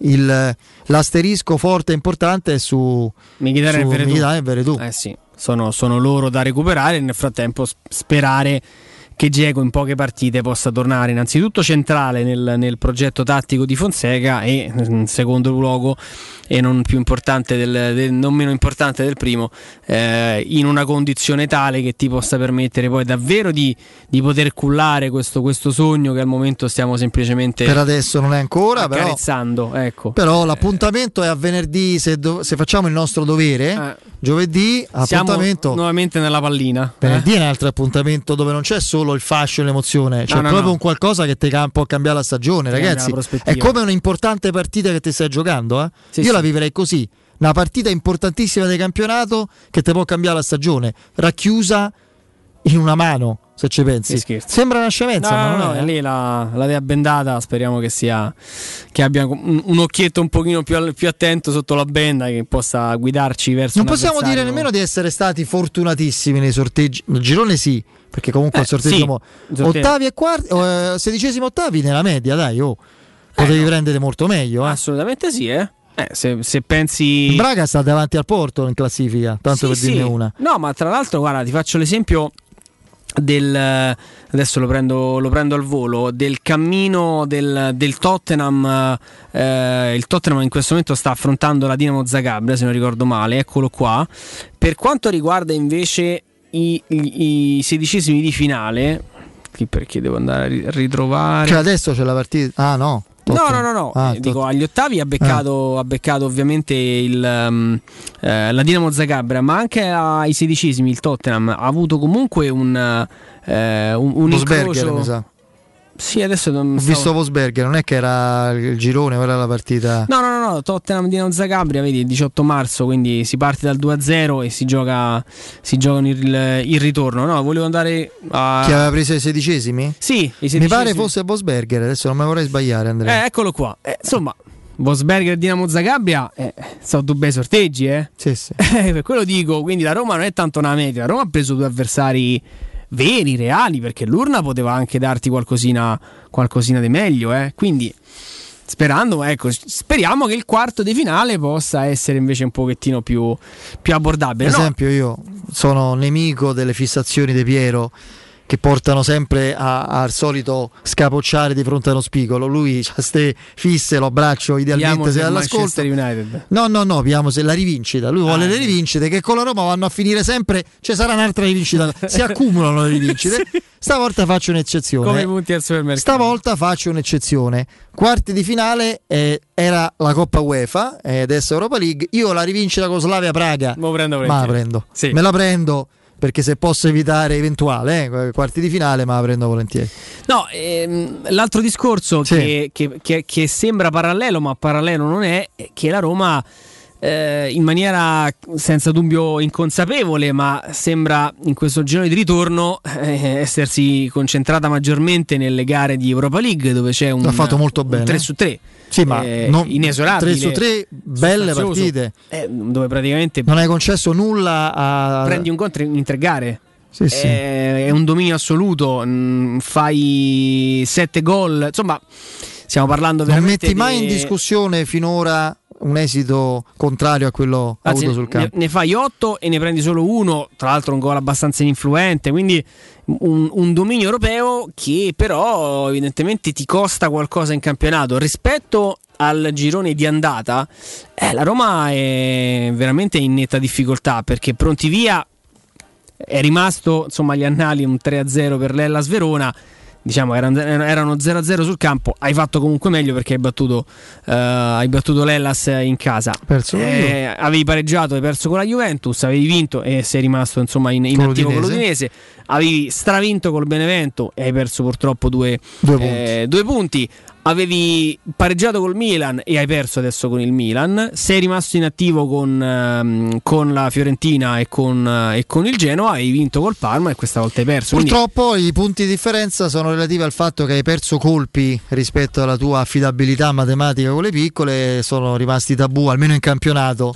Speaker 1: l'asterisco forte e importante è su
Speaker 2: Mkhitaryan e Veretout. Sì, sono loro da recuperare, nel frattempo sperare che Dzeko in poche partite possa tornare innanzitutto centrale nel progetto tattico di Fonseca, e in secondo luogo, e non più importante non meno importante del primo, in una condizione tale che ti possa permettere poi davvero di poter cullare questo sogno che al momento stiamo semplicemente
Speaker 1: per adesso non è ancora
Speaker 2: accarezzando, ecco.
Speaker 1: Però l'appuntamento è a venerdì, se facciamo il nostro dovere, giovedì appuntamento
Speaker 2: siamo nuovamente nella pallina.
Speaker 1: Venerdì è un altro appuntamento dove non c'è solo il fascio e l'emozione, c'è proprio un qualcosa che ti può cambiare la stagione, ragazzi. È come un'importante partita che ti stai giocando, io la vivrei così, una partita importantissima del campionato che ti può cambiare la stagione, racchiusa in una mano, se ci pensi. Sembra una scemenza, ma non è.
Speaker 2: Lì la dea bendata, speriamo che abbia un occhietto un pochino più attento sotto la benda, che possa guidarci verso.
Speaker 1: Non possiamo dire nemmeno di essere stati fortunatissimi nei sorteggi. Il girone sì, perché comunque il sorteggio ottavi e quarti, 16esimo ottavi nella media, dai, potevi prendere molto meglio.
Speaker 2: Assolutamente sì, se pensi,
Speaker 1: Braga sta davanti al Porto in classifica, tanto per dirne una.
Speaker 2: No, ma tra l'altro, guarda, ti faccio l'esempio adesso lo prendo al volo, del cammino del Tottenham. Il Tottenham in questo momento sta affrontando la Dinamo Zagabria, se non ricordo male, eccolo qua. Per quanto riguarda invece i sedicesimi di finale, perché devo andare a ritrovare,
Speaker 1: cioè adesso c'è la partita, no,
Speaker 2: dico, agli ottavi ha beccato ovviamente la Dinamo Zagabria, ma anche ai sedicesimi il Tottenham ha avuto comunque un incrocio,
Speaker 1: mi sa.
Speaker 2: Sì, adesso ho
Speaker 1: visto Wolfsberger, non è che era il girone, ora la partita.
Speaker 2: No, Tottenham Dinamo Zagabria, vedi, il 18 marzo, quindi si parte dal 2-0 e si giocano il ritorno. No, volevo andare a...
Speaker 1: Chi aveva preso i sedicesimi?
Speaker 2: Sì, i sedicesimi.
Speaker 1: Mi pare fosse Wolfsberger, adesso non me vorrei sbagliare, Andrea.
Speaker 2: Eccolo qua. Insomma, Wolfsberger e Dinamo Zagabria sono due bei sorteggi,
Speaker 1: Sì.
Speaker 2: Per quello dico, quindi la Roma non è tanto una media, la Roma ha preso due avversari veri, reali, perché l'Urna poteva anche darti qualcosina di meglio, quindi speriamo che il quarto di finale possa essere invece un pochettino più abbordabile.
Speaker 1: Per esempio, io sono nemico delle fissazioni di Piero, che portano sempre al solito scapocciare di fronte a uno spigolo. Lui ha ste fisse, lo abbraccio idealmente se è all'ascolto. No, abbiamo la rivincita. Lui vuole le rivincite che con la Roma vanno a finire sempre, ci sarà un'altra rivincita, si accumulano le rivincite. Sì. Stavolta faccio un'eccezione.
Speaker 2: Come i punti al supermercato.
Speaker 1: Stavolta faccio un'eccezione. Quarti di finale era la Coppa UEFA ed adesso Europa League. Io la rivincita con Slavia Praga me la prendo. Sì. Me la prendo. Perché se posso evitare eventuale quarti di finale, ma la prendo volentieri.
Speaker 2: No, l'altro discorso che sembra parallelo, ma parallelo non è che la Roma in maniera senza dubbio inconsapevole, ma sembra in questo girone di ritorno essersi concentrata maggiormente nelle gare di Europa League, dove c'è
Speaker 1: ha fatto molto bene.
Speaker 2: 3-3.
Speaker 1: Sì, ma
Speaker 2: inesorabile,
Speaker 1: 3-3 belle partite
Speaker 2: dove praticamente
Speaker 1: non hai concesso nulla
Speaker 2: prendi un contro in 3 gare.
Speaker 1: Sì.
Speaker 2: È un dominio assoluto, fai 7 gol, insomma stiamo parlando veramente
Speaker 1: non metti mai in discussione finora un esito contrario a quello avuto sul campo.
Speaker 2: Ne fai 8 e ne prendi solo 1, tra l'altro un gol abbastanza ininfluente, quindi un dominio europeo che però evidentemente ti costa qualcosa in campionato. Rispetto al girone di andata, la Roma è veramente in netta difficoltà, perché pronti via è rimasto, insomma, agli annali un 3-0 per l'Hellas Verona. Diciamo erano 0-0 sul campo, hai fatto comunque meglio perché hai battuto l'Hellas in casa, avevi pareggiato, hai perso con la Juventus, avevi vinto e sei rimasto insomma in attivo con l'Udinese, avevi stravinto col Benevento e hai perso purtroppo due punti. Avevi pareggiato col Milan e hai perso adesso con il Milan. Sei rimasto in attivo con la Fiorentina e con il Genoa. Hai vinto col Parma e questa volta hai perso.
Speaker 1: Purtroppo i punti di differenza sono relativi al fatto che hai perso colpi rispetto alla tua affidabilità matematica con le piccole. Sono rimasti tabù, almeno in campionato,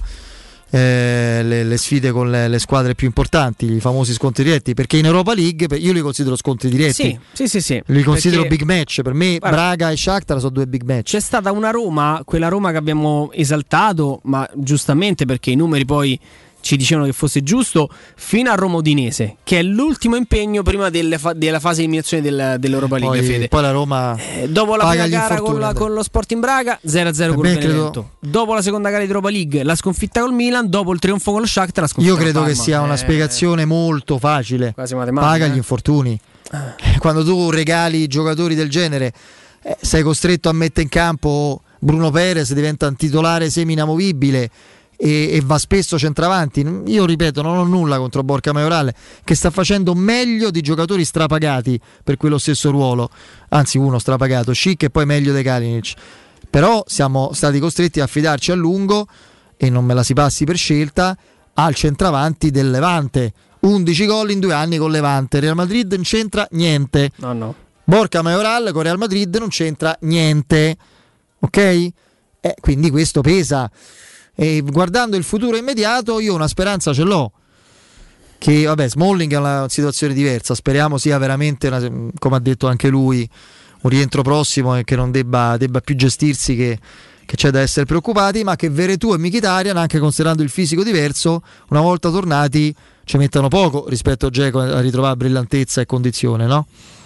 Speaker 1: le sfide con le squadre più importanti, i famosi scontri diretti, perché in Europa League io li considero scontri diretti.
Speaker 2: Sì.
Speaker 1: Li considero big match. Per me Braga e Shakhtar sono 2 big match.
Speaker 2: C'è stata una Roma, quella Roma che abbiamo esaltato, ma giustamente perché i numeri poi ci dicevano che fosse giusto, fino a Roma Udinese, che è l'ultimo impegno prima della fase di eliminazione dell'Europa League. Fede.
Speaker 1: Poi la Roma
Speaker 2: dopo la prima gara con lo Sporting Braga 0-0 col Benevento, dopo la seconda gara di Europa League la sconfitta col Milan, dopo il trionfo con lo Shakhtar la sconfitta.
Speaker 1: Io credo che sia una spiegazione molto facile,
Speaker 2: quasi matematica.
Speaker 1: Paga gli infortuni. Quando tu regali giocatori del genere, sei costretto a mettere in campo Bruno Perez, diventa un titolare semi-inamovibile e va spesso centravanti. Io ripeto, non ho nulla contro Borca Majoral, che sta facendo meglio di giocatori strapagati per quello stesso ruolo, anzi uno strapagato, Schick, e poi meglio De Kalinic. Però siamo stati costretti a affidarci a lungo, e non me la si passi per scelta, al centravanti del Levante. 11 gol in 2 anni con Levante. Real Madrid non c'entra niente.
Speaker 2: No.
Speaker 1: Borca Majoral con Real Madrid non c'entra niente, ok? Quindi questo pesa. E guardando il futuro immediato, io una speranza ce l'ho, che Smalling è una situazione diversa, speriamo sia veramente come ha detto anche lui, un rientro prossimo e che non debba più gestirsi, che c'è da essere preoccupati, ma che Veretout e Mkhitaryan, anche considerando il fisico diverso, una volta tornati ci mettano poco rispetto a Dzeko a ritrovare brillantezza e condizione, no?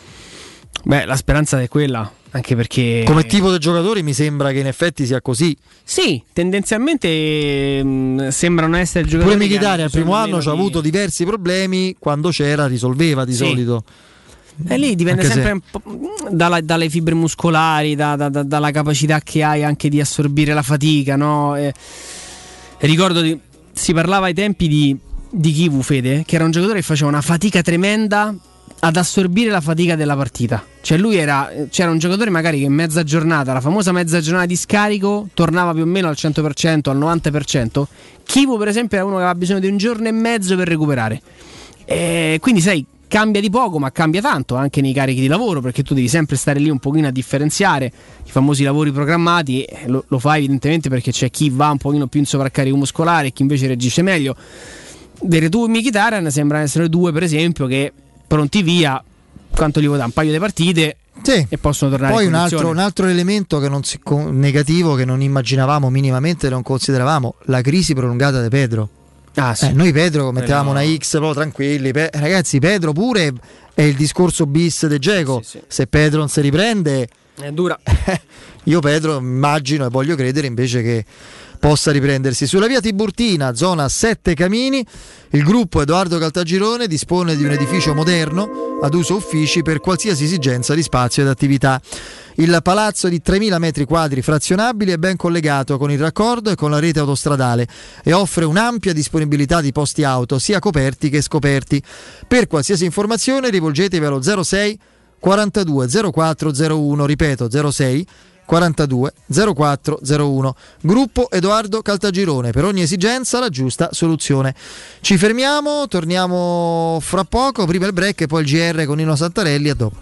Speaker 2: La speranza è quella, anche perché
Speaker 1: come tipo di giocatori mi sembra che in effetti sia così.
Speaker 2: Sì, tendenzialmente sembrano essere giocatori.
Speaker 1: Pure Mkhitaryan al primo anno ci ha avuto diversi problemi, quando c'era risolveva di solito.
Speaker 2: E lì dipende sempre un po' dalle fibre muscolari, dalla capacità che hai anche di assorbire la fatica, no? Ricordo si parlava ai tempi di Kivu, Fede, che era un giocatore che faceva una fatica tremenda ad assorbire la fatica della partita. Cioè c'era un giocatore magari che in mezza giornata, la famosa mezza giornata di scarico, tornava più o meno al 100%, al 90%. Kivu per esempio era uno che aveva bisogno di un giorno e mezzo per recuperare. Quindi cambia di poco, ma cambia tanto anche nei carichi di lavoro, perché tu devi sempre stare lì un pochino a differenziare i famosi lavori programmati. Lo fai evidentemente perché c'è chi va un pochino più in sovraccarico muscolare e chi invece reagisce meglio. Veretout e Mkhitaryan sembrano essere 2 per esempio che pronti via, quanto gli vuoi dare? Un paio di partite e possono tornare.
Speaker 1: Poi
Speaker 2: un
Speaker 1: altro elemento che negativo che non immaginavamo minimamente, non consideravamo, la crisi prolungata di Pedro. Noi Pedro mettevamo una X proprio tranquilli. Ragazzi, Pedro pure è il discorso bis de Dzeko. Se Pedro non si riprende
Speaker 2: è dura.
Speaker 1: Io Pedro immagino e voglio credere invece che possa riprendersi. Sulla via Tiburtina, zona Sette Camini, il gruppo Edoardo Caltagirone dispone di un edificio moderno ad uso uffici per qualsiasi esigenza di spazio ed attività. Il palazzo di 3.000 metri quadri frazionabili è ben collegato con il raccordo e con la rete autostradale e offre un'ampia disponibilità di posti auto, sia coperti che scoperti. Per qualsiasi informazione rivolgetevi allo 06 42 0401, ripeto 06 42 0401. Gruppo Edoardo Caltagirone, per ogni esigenza la giusta soluzione. Ci fermiamo, torniamo fra poco, prima il break e poi il GR con Nino Santarelli. A dopo.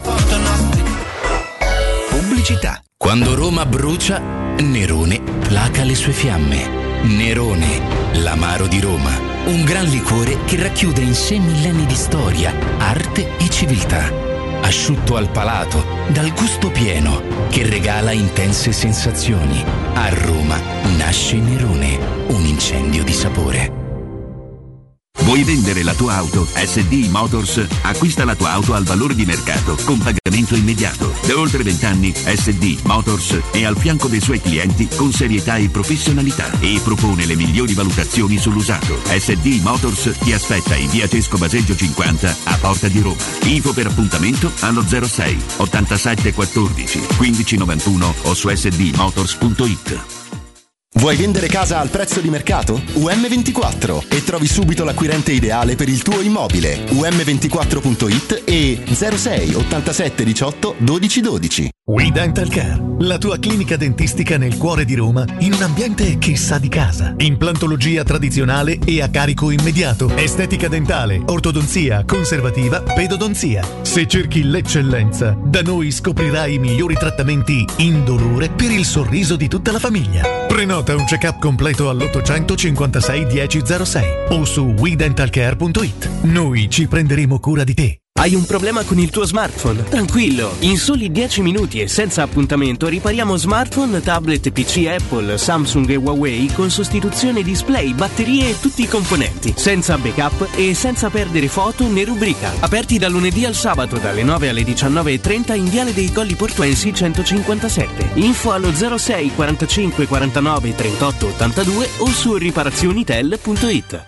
Speaker 3: Pubblicità. Quando Roma brucia, Nerone placa le sue fiamme. Nerone, l'amaro di Roma, un gran liquore che racchiude in sé millenni di storia, arte e civiltà. Asciutto al palato, dal gusto pieno, che regala intense sensazioni. A Roma nasce Nerone, un incendio di sapore.
Speaker 4: Vuoi vendere la tua auto? SD Motors acquista la tua auto al valore di mercato con pagamento immediato. Da oltre 20 anni SD Motors è al fianco dei suoi clienti con serietà e professionalità e propone le migliori valutazioni sull'usato. SD Motors ti aspetta in via Cesco Baseggio 50 a Porta di Roma. Info per appuntamento allo 06 87 14 15 91 o su sdmotors.it.
Speaker 13: Vuoi vendere casa al prezzo di mercato? UM24 e trovi subito l'acquirente ideale per il tuo immobile. UM24.it e 06 87 18 12 12.
Speaker 16: We Dental Care, la tua clinica dentistica nel cuore di Roma in un ambiente che sa di casa. Implantologia tradizionale e a carico immediato. Estetica dentale, ortodonzia, conservativa, pedodonzia. Se cerchi l'eccellenza, da noi scoprirai i migliori trattamenti indolore per il sorriso di tutta la famiglia. Prenota un check-up completo all'856 1006 o su WeDentalCare.it. Noi ci prenderemo cura di te.
Speaker 21: Hai un problema con il tuo smartphone? Tranquillo, in soli 10 minuti e senza appuntamento ripariamo smartphone, tablet, PC Apple, Samsung e Huawei con sostituzione display, batterie e tutti i componenti, senza backup e senza perdere foto né rubrica. Aperti dal lunedì al sabato dalle 9 alle 19:30 in Viale dei Colli Portuensi 157. Info allo 06 45 49 38 82 o su riparazionitel.it.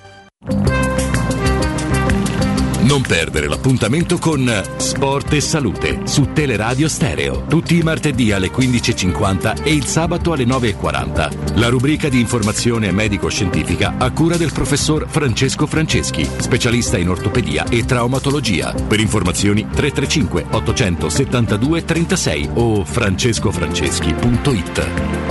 Speaker 9: Non perdere l'appuntamento con Sport e Salute su Teleradio Stereo. Tutti i martedì alle 15.50 e il sabato alle 9.40. La rubrica di informazione medico-scientifica a cura del professor Francesco Franceschi, specialista in ortopedia e traumatologia. Per informazioni 335 872 36 o francescofranceschi.it.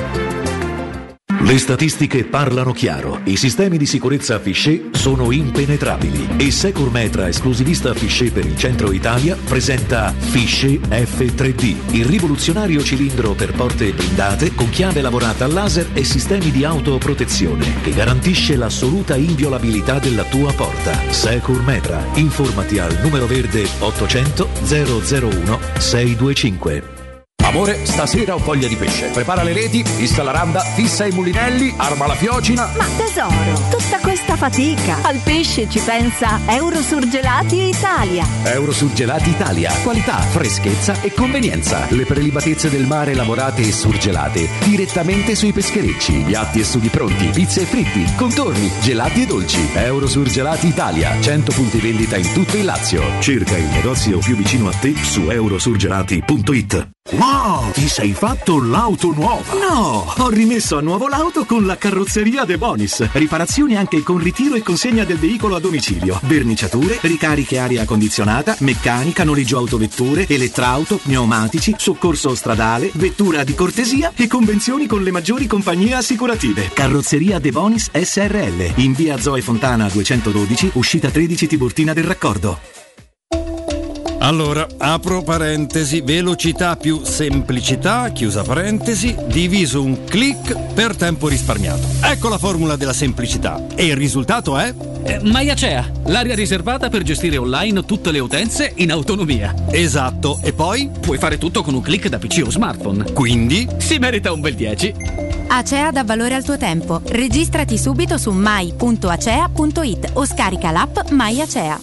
Speaker 5: Le statistiche parlano chiaro. I sistemi di sicurezza Fichet sono impenetrabili e Securmetra, esclusivista Fichet per il centro Italia, presenta Fichet F3D, il rivoluzionario cilindro per porte blindate con chiave lavorata a laser e sistemi di autoprotezione che garantisce l'assoluta inviolabilità della tua porta. Securmetra. Informati al numero verde 800 001 625.
Speaker 23: Amore, stasera ho voglia di pesce. Prepara le reti, fissa la randa, fissa i mulinelli, arma la fiocina.
Speaker 19: Ma tesoro, tutta questa fatica. Al pesce ci pensa Eurosurgelati Italia.
Speaker 23: Eurosurgelati Italia. Qualità, freschezza e convenienza. Le prelibatezze del mare lavorate e surgelate direttamente sui pescherecci. Piatti e sughi pronti, pizze e fritti, contorni, gelati e dolci. Eurosurgelati Italia. 100 punti vendita in tutto il Lazio.
Speaker 5: Cerca il negozio più vicino a te su eurosurgelati.it.
Speaker 23: Wow, ti sei fatto l'auto nuova?
Speaker 5: No, ho rimesso a nuovo l'auto con la carrozzeria De Bonis. Riparazioni anche con ritiro e consegna del veicolo a domicilio. Verniciature, ricariche aria condizionata, meccanica, noleggio autovetture, elettrauto, pneumatici, soccorso stradale, vettura di cortesia e convenzioni con le maggiori compagnie assicurative. Carrozzeria De Bonis SRL, in via Zoe Fontana 212, uscita 13 Tiburtina del Raccordo.
Speaker 27: Allora, apro parentesi, velocità più semplicità, chiusa parentesi, diviso un click per tempo risparmiato. Ecco la formula della semplicità. E il risultato è?
Speaker 28: MyAcea, l'area riservata per gestire online tutte le utenze in autonomia.
Speaker 27: Esatto, e poi?
Speaker 28: Puoi fare tutto con un click da PC o smartphone.
Speaker 27: Quindi?
Speaker 28: Si merita un bel 10.
Speaker 6: Acea dà valore al tuo tempo. Registrati subito su mai.acea.it o scarica l'app Mai Acea.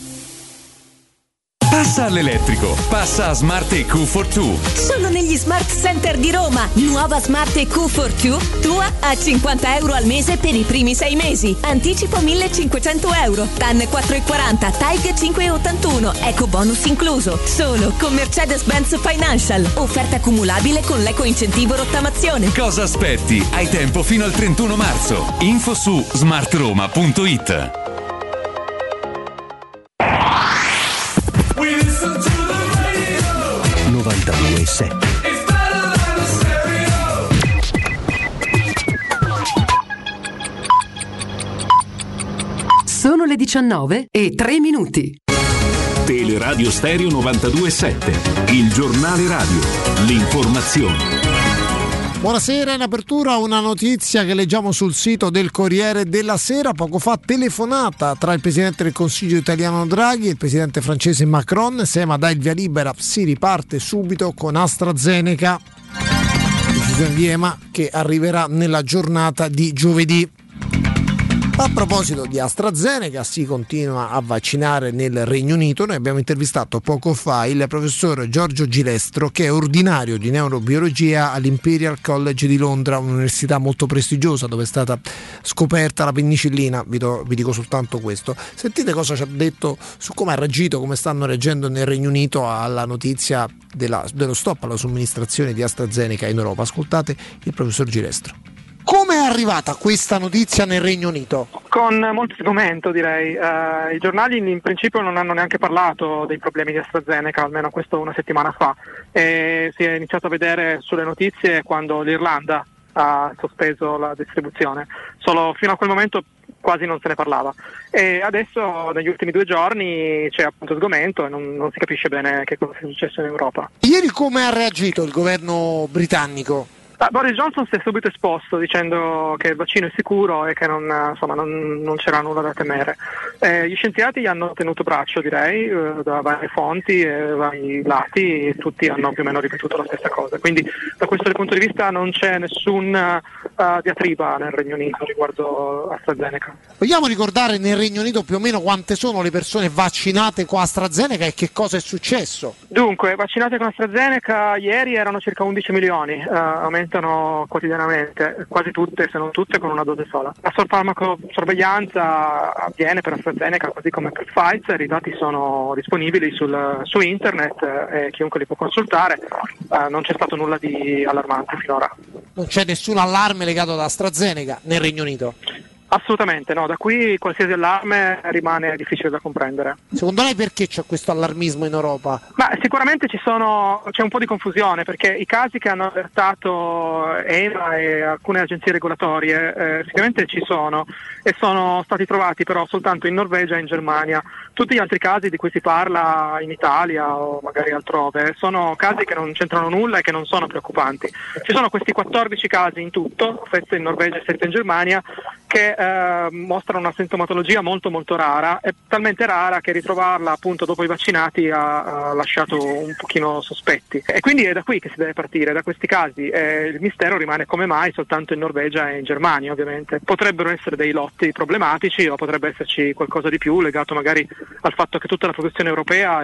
Speaker 7: Passa all'elettrico, passa a Smart EQ For2.
Speaker 14: Sono negli Smart Center di Roma. Nuova Smart EQ For2, tua a €50 al mese per i primi 6 mesi. Anticipo €1.500. TAN 4,40, TAG 5,81, eco bonus incluso. Solo con Mercedes-Benz Financial. Offerta accumulabile con l'eco incentivo rottamazione.
Speaker 7: Cosa aspetti? Hai tempo fino al 31 marzo. Info su smartroma.it.
Speaker 26: 92.7.
Speaker 8: Sono le 19:03.
Speaker 5: Teleradio Stereo 92.7, il giornale radio, l'informazione.
Speaker 10: Buonasera, in apertura una notizia che leggiamo sul sito del Corriere della Sera. Poco fa telefonata tra il Presidente del Consiglio italiano Draghi e il Presidente francese Macron. SEMA dà il via libera, si riparte subito con AstraZeneca. Decisione di EMA che arriverà nella giornata di giovedì. A proposito di AstraZeneca, si continua a vaccinare nel Regno Unito. Noi abbiamo intervistato poco fa il professor Giorgio Gilestro, che è ordinario di neurobiologia all'Imperial College di Londra, un'università molto prestigiosa dove è stata scoperta la penicillina. Vi dico soltanto questo. Sentite cosa ci ha detto su come ha reagito, come stanno reagendo nel Regno Unito alla notizia dello stop alla somministrazione di AstraZeneca in Europa. Ascoltate il professor Gilestro. Come è arrivata questa notizia nel Regno Unito?
Speaker 11: Con molto sgomento, direi. I giornali in principio non hanno neanche parlato dei problemi di AstraZeneca, almeno questo una settimana fa. E si è iniziato a vedere sulle notizie quando l'Irlanda ha sospeso la distribuzione. Solo fino a quel momento quasi non se ne parlava. E adesso negli ultimi 2 giorni c'è appunto sgomento e non si capisce bene che cosa sia successo in Europa.
Speaker 10: Ieri come ha reagito il governo britannico?
Speaker 11: Boris Johnson si è subito esposto dicendo che il vaccino è sicuro e che non c'era nulla da temere. Gli scienziati gli hanno tenuto braccio, direi, da varie fonti e vari lati, e tutti hanno più o meno ripetuto la stessa cosa. Quindi da questo punto di vista non c'è nessun diatriba nel Regno Unito riguardo AstraZeneca.
Speaker 10: Vogliamo ricordare nel Regno Unito più o meno quante sono le persone vaccinate con AstraZeneca e che cosa è successo?
Speaker 11: Dunque, vaccinate con AstraZeneca ieri erano circa 11 milioni, aumentano quotidianamente, quasi tutte, se non tutte, con una dose sola. La sorveglianza avviene per AstraZeneca così come per Pfizer, i dati sono disponibili su internet e chiunque li può consultare. Non c'è stato nulla di allarmante finora.
Speaker 10: Non c'è nessun allarme legato ad AstraZeneca nel Regno Unito?
Speaker 11: Assolutamente no, da qui qualsiasi allarme rimane difficile da comprendere.
Speaker 10: Secondo lei perché c'è questo allarmismo in Europa?
Speaker 11: Ma sicuramente c'è un po' di confusione, perché i casi che hanno allertato EMA e alcune agenzie regolatorie sicuramente ci sono e sono stati trovati però soltanto in Norvegia e in Germania. Tutti gli altri casi di cui si parla in Italia o magari altrove sono casi che non c'entrano nulla e che non sono preoccupanti. Ci sono questi 14 casi in tutto, 7 in Norvegia e 7 in Germania, che mostrano una sintomatologia molto molto rara, è talmente rara che ritrovarla appunto dopo i vaccinati ha lasciato un pochino sospetti, e quindi è da qui che si deve partire, da questi casi. Il mistero rimane come mai soltanto in Norvegia e in Germania. Ovviamente potrebbero essere dei lotti problematici o potrebbe esserci qualcosa di più legato magari al fatto che tutta la produzione europea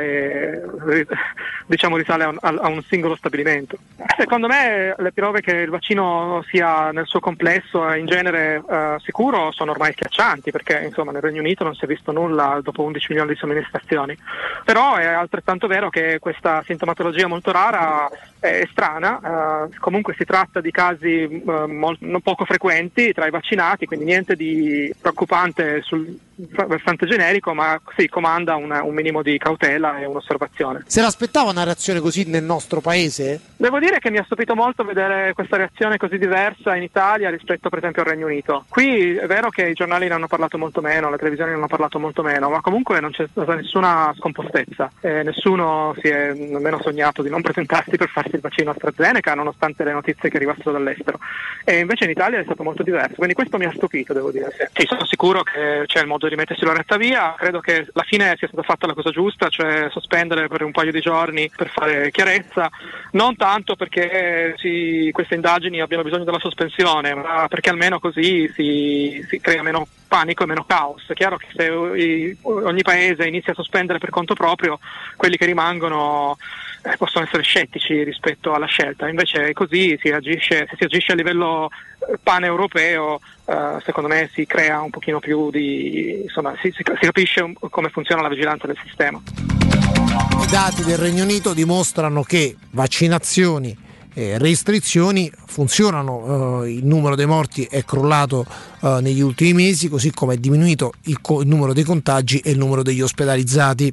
Speaker 11: risale a un singolo stabilimento. Secondo me le prove che il vaccino sia nel suo complesso e in genere sicuro sono ormai schiaccianti, perché insomma nel Regno Unito non si è visto nulla dopo 11 milioni di somministrazioni. Però è altrettanto vero che questa sintomatologia molto rara è strana. Comunque si tratta di casi non poco frequenti tra i vaccinati, quindi niente di preoccupante sul versante generico, ma sì, comanda un minimo di cautela e un'osservazione.
Speaker 10: Se l'aspettava una reazione così nel nostro paese?
Speaker 11: Devo dire che mi ha stupito molto vedere questa reazione così diversa in Italia rispetto per esempio al Regno Unito. Qui è vero che i giornali ne hanno parlato molto meno, le televisioni ne hanno parlato molto meno, ma comunque non c'è stata nessuna scompostezza, nessuno si è nemmeno sognato di non presentarsi per farsi il vaccino AstraZeneca nonostante le notizie che arrivassero dall'estero, e invece in Italia è stato molto diverso, quindi questo mi ha stupito, devo dire. Sì, sono sicuro che c'è il modo coraggio di rimettersi la retta via. Credo che alla fine sia stata fatta la cosa giusta, cioè sospendere per un paio di giorni per fare chiarezza, non tanto perché queste indagini abbiano bisogno della sospensione, ma perché almeno così si crea meno panico e meno caos. È chiaro che se ogni paese inizia a sospendere per conto proprio, quelli che rimangono possono essere scettici rispetto alla scelta. Invece così se si agisce a livello paneuropeo, secondo me si crea un pochino più si capisce come funziona la vigilanza del sistema.
Speaker 10: I dati del Regno Unito dimostrano che vaccinazioni e restrizioni funzionano, il numero dei morti è crollato negli ultimi mesi, così come è diminuito il numero dei contagi e il numero degli ospedalizzati.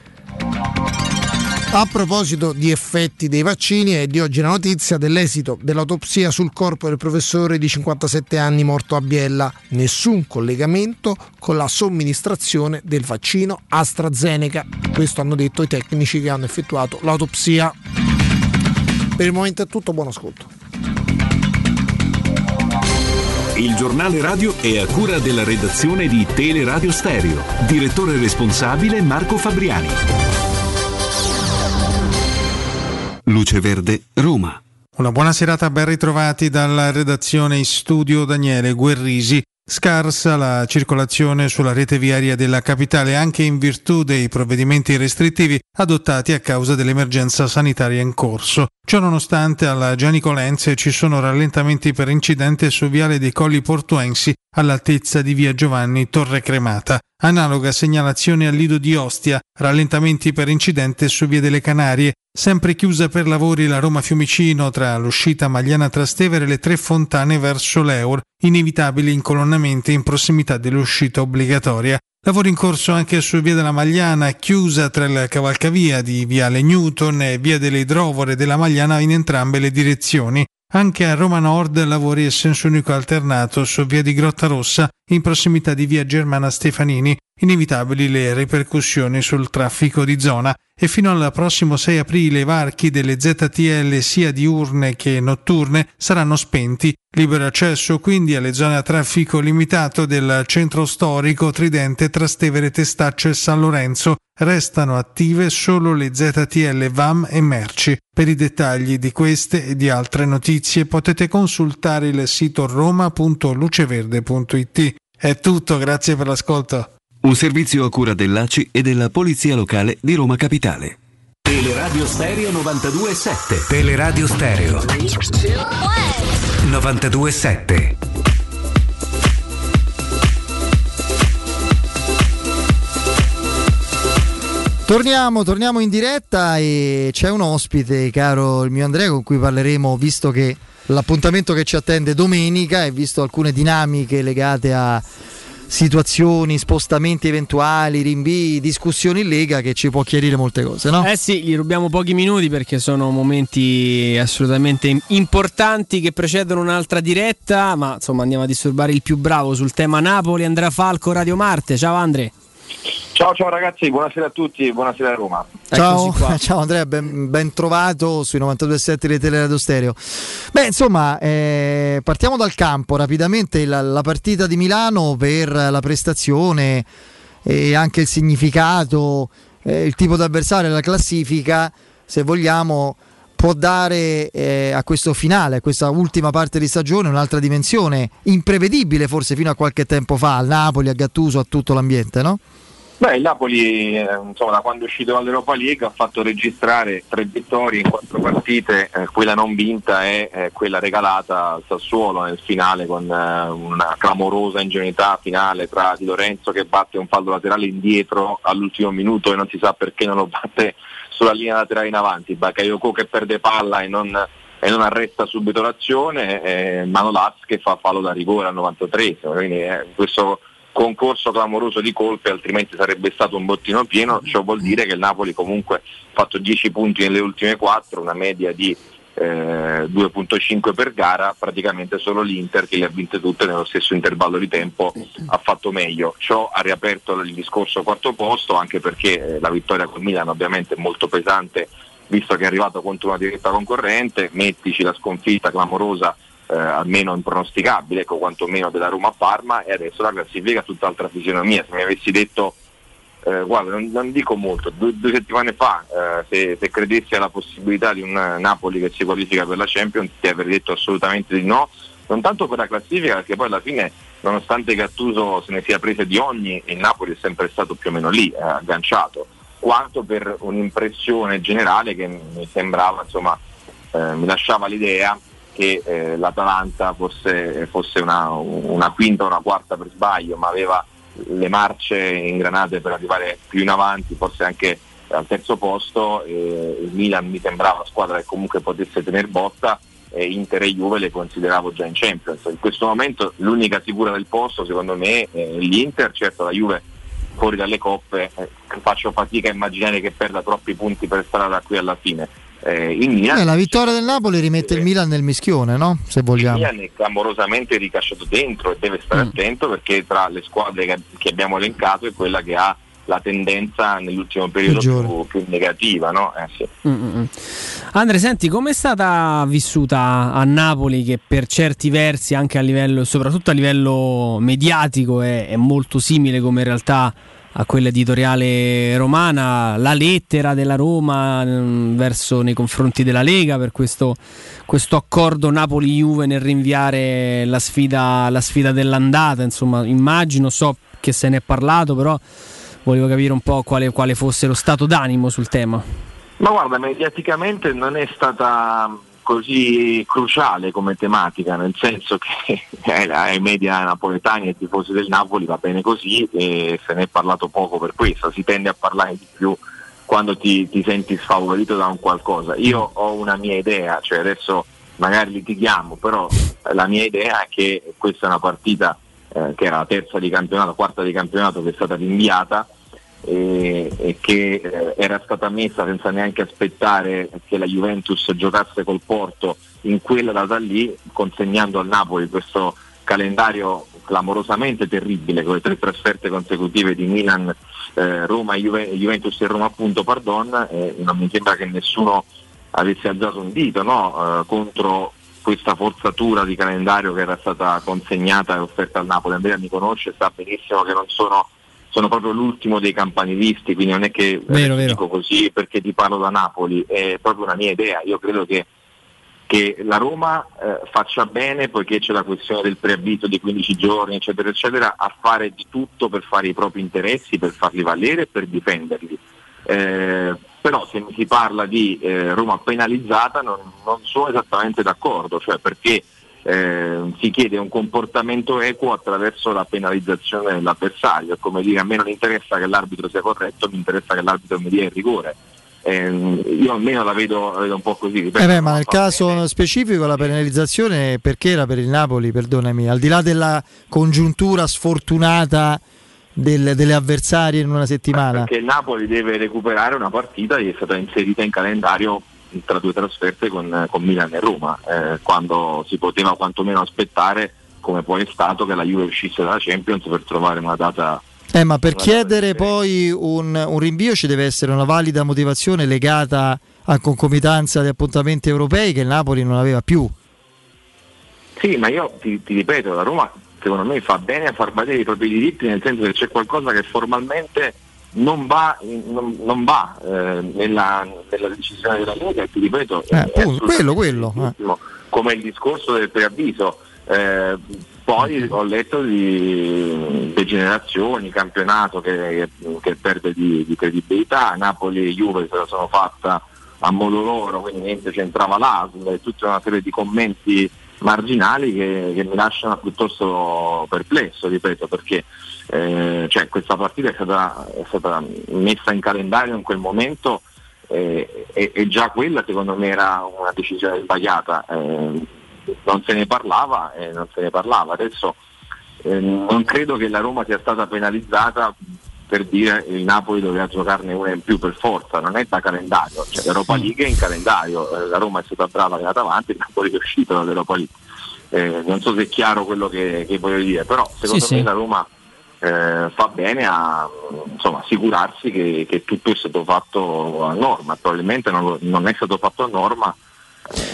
Speaker 10: A proposito di effetti dei vaccini, è di oggi la notizia dell'esito dell'autopsia sul corpo del professore di 57 anni morto a Biella. Nessun collegamento con la somministrazione del vaccino AstraZeneca. Questo hanno detto i tecnici che hanno effettuato l'autopsia. Per il momento è tutto, buon ascolto.
Speaker 5: Il giornale radio è a cura della redazione di Teleradio Stereo. Direttore responsabile Marco Fabriani. Luce Verde, Roma.
Speaker 12: Una buona serata, ben ritrovati dalla redazione in studio Daniele Guerrisi. Scarsa la circolazione sulla rete viaria della capitale anche in virtù dei provvedimenti restrittivi adottati a causa dell'emergenza sanitaria in corso. Ciò nonostante alla Gianicolense ci sono rallentamenti per incidente su Viale dei Colli Portuensi all'altezza di via Giovanni Torre Cremata. Analoga segnalazione al Lido di Ostia, rallentamenti per incidente su via delle Canarie. Sempre chiusa per lavori la Roma Fiumicino tra l'uscita Magliana Trastevere e le Tre Fontane verso l'Eur, inevitabili incolonnamenti in prossimità dell'uscita obbligatoria. Lavori in corso anche su via della Magliana, chiusa tra il cavalcavia di viale Newton e via delle Idrovore della Magliana in entrambe le direzioni. Anche a Roma Nord lavori a senso unico alternato su via di Grottarossa in prossimità di via Germana Stefanini, inevitabili le ripercussioni sul traffico di zona. E fino al prossimo 6 aprile i varchi delle ZTL sia diurne che notturne saranno spenti. Libero accesso quindi alle zone a traffico limitato del centro storico, Tridente, Trastevere, Testaccio e San Lorenzo. Restano attive solo le ZTL VAM e merci. Per i dettagli di queste e di altre notizie potete consultare il sito roma.luceverde.it. È tutto, grazie per l'ascolto.
Speaker 5: Un servizio a cura dell'ACI e della Polizia Locale di Roma Capitale.
Speaker 23: Teleradio Stereo 92.7. Teleradio Stereo 92.7.
Speaker 1: Torniamo in diretta e c'è un ospite, caro il mio Andrea, con cui parleremo, visto che l'appuntamento che ci attende domenica e visto alcune dinamiche legate a situazioni, spostamenti eventuali, rinvii, discussioni in Lega, che ci può chiarire molte cose, no?
Speaker 2: Sì, gli rubiamo pochi minuti perché sono momenti assolutamente importanti che precedono un'altra diretta, ma insomma andiamo a disturbare il più bravo sul tema Napoli, Andrea Falco, Radio Marte. Ciao Andre.
Speaker 15: Ciao ragazzi, buonasera a tutti e buonasera a Roma.
Speaker 1: Ciao Andrea, ben trovato sui 92.7 di Teleradio Stereo. Beh, insomma, partiamo dal campo rapidamente. La partita di Milano, per la prestazione e anche il significato, il tipo d'avversario, la classifica, se vogliamo, può dare a questo finale, a questa ultima parte di stagione, un'altra dimensione imprevedibile forse fino a qualche tempo fa al Napoli, a Gattuso, a tutto l'ambiente, no?
Speaker 15: Beh, il Napoli, insomma, da quando è uscito dall'Europa League ha fatto registrare 3 vittorie in 4 partite, quella non vinta è quella regalata al Sassuolo nel finale con una clamorosa ingenuità finale tra Di Lorenzo che batte un fallo laterale indietro all'ultimo minuto e non si sa perché non lo batte sulla linea laterale in avanti, Bakayoko che perde palla e non arresta subito l'azione, Manolas che fa fallo da rigore al 93, quindi questo concorso clamoroso di colpe, altrimenti sarebbe stato un bottino pieno. Ciò vuol dire che il Napoli comunque ha fatto 10 punti nelle ultime 4, una media di 2.5 per gara, praticamente solo l'Inter, che le ha vinte tutte nello stesso intervallo di tempo, ha fatto meglio. Ciò ha riaperto il discorso quarto posto, anche perché la vittoria con Milan ovviamente è molto pesante, visto che è arrivato contro una diretta concorrente. Mettici la sconfitta clamorosa almeno impronosticabile, ecco, quantomeno della Roma-Parma, e adesso la classifica ha tutt'altra fisionomia. Se mi avessi detto guarda, non dico molto, due settimane fa, se credessi alla possibilità di un Napoli che si qualifica per la Champions, ti avrei detto assolutamente di no, non tanto per la classifica, perché poi alla fine, nonostante Gattuso se ne sia prese di ogni, il Napoli è sempre stato più o meno lì, agganciato, quanto per un'impressione generale che mi sembrava, insomma, mi lasciava l'idea che l'Atalanta fosse una quinta o una quarta per sbaglio, ma aveva le marce ingranate per arrivare più in avanti, forse anche al terzo posto. Il Milan mi sembrava una squadra che comunque potesse tener botta, e Inter e Juve le consideravo già in Champions. In questo momento l'unica sicura del posto secondo me è l'Inter. Certo, la Juve fuori dalle coppe, faccio fatica a immaginare che perda troppi punti per stare da qui alla fine. Il Milan,
Speaker 1: la vittoria del Napoli rimette il Milan nel mischione, no? Se vogliamo.
Speaker 15: Il Milan è clamorosamente ricasciato dentro e deve stare attento, perché tra le squadre che abbiamo elencato è quella che ha la tendenza nell'ultimo periodo più negativa, no? Sì.
Speaker 2: Andre, senti, com'è stata vissuta a Napoli, che per certi versi anche a livello, soprattutto a livello mediatico, è molto simile come in realtà a quella editoriale romana, la lettera della Roma verso nei confronti della Lega per questo accordo Napoli-Juve nel rinviare la sfida dell'andata? Insomma, immagino, so che se ne è parlato, però volevo capire un po' quale fosse lo stato d'animo sul tema.
Speaker 15: Ma guarda, mediaticamente non è stata così cruciale come tematica, nel senso che ai media napoletani e tifosi del Napoli va bene così, e se ne è parlato poco per questo. Si tende a parlare di più quando ti senti sfavorito da un qualcosa. Io ho una mia idea, cioè adesso magari litighiamo, però la mia idea è che questa è una partita che era la terza di campionato, quarta di campionato, che è stata rinviata e che era stata messa senza neanche aspettare che la Juventus giocasse col Porto in quella data lì, consegnando al Napoli questo calendario clamorosamente terribile, con le 3 trasferte consecutive di Milan, Roma, Juventus e Roma appunto, non mi sembra che nessuno avesse alzato un dito, no? Contro questa forzatura di calendario che era stata consegnata e offerta al Napoli. Andrea mi conosce, sa benissimo che non sono proprio l'ultimo dei campanilisti, quindi non è che dico così perché ti parlo da Napoli, è proprio una mia idea. Io credo che la Roma faccia bene, poiché c'è la questione del preavviso di 15 giorni eccetera eccetera, a fare di tutto per fare i propri interessi, per farli valere e per difenderli. Però se si parla di Roma penalizzata non sono esattamente d'accordo, cioè perché si chiede un comportamento equo attraverso la penalizzazione dell'avversario. È come dire, a me non interessa che l'arbitro sia corretto, mi interessa che l'arbitro mi dia il rigore. Io almeno la vedo un po' così.
Speaker 1: Ma nel caso specifico la penalizzazione perché era per il Napoli, perdonami, al di là della congiuntura sfortunata delle avversarie in una settimana?
Speaker 15: Perché il Napoli deve recuperare una partita che è stata inserita in calendario tra 2 trasferte con Milan e Roma, quando si poteva quantomeno aspettare, come poi è stato, che la Juve uscisse dalla Champions per trovare una data.
Speaker 1: Ma per chiedere poi un rinvio ci deve essere una valida motivazione legata a concomitanza di appuntamenti europei che il Napoli non aveva più.
Speaker 15: Sì, ma io ti ripeto, la Roma secondo me fa bene a far valere i propri diritti, nel senso che c'è qualcosa che formalmente non va nella decisione della Lega, e ti ripeto, quello. Come il discorso del preavviso. Poi ho letto di degenerazioni, campionato che perde di credibilità, Napoli e Juve se la sono fatta a modo loro, quindi niente c'entrava l'ASL, e tutta una serie di commenti marginali che mi lasciano piuttosto perplesso, ripeto, perché cioè questa partita è stata messa in calendario in quel momento, e già quella secondo me era una decisione sbagliata. Non se ne parlava. Adesso non credo che la Roma sia stata penalizzata per dire il Napoli doveva giocarne una in più per forza, non è da calendario, cioè l'Europa League è in calendario, la Roma è stata brava, è andata avanti, il Napoli è uscito dall'Europa League. Non so se è chiaro quello che voglio dire, però secondo me la Roma fa bene a assicurarsi che tutto è stato fatto a norma. Probabilmente non è stato fatto a norma,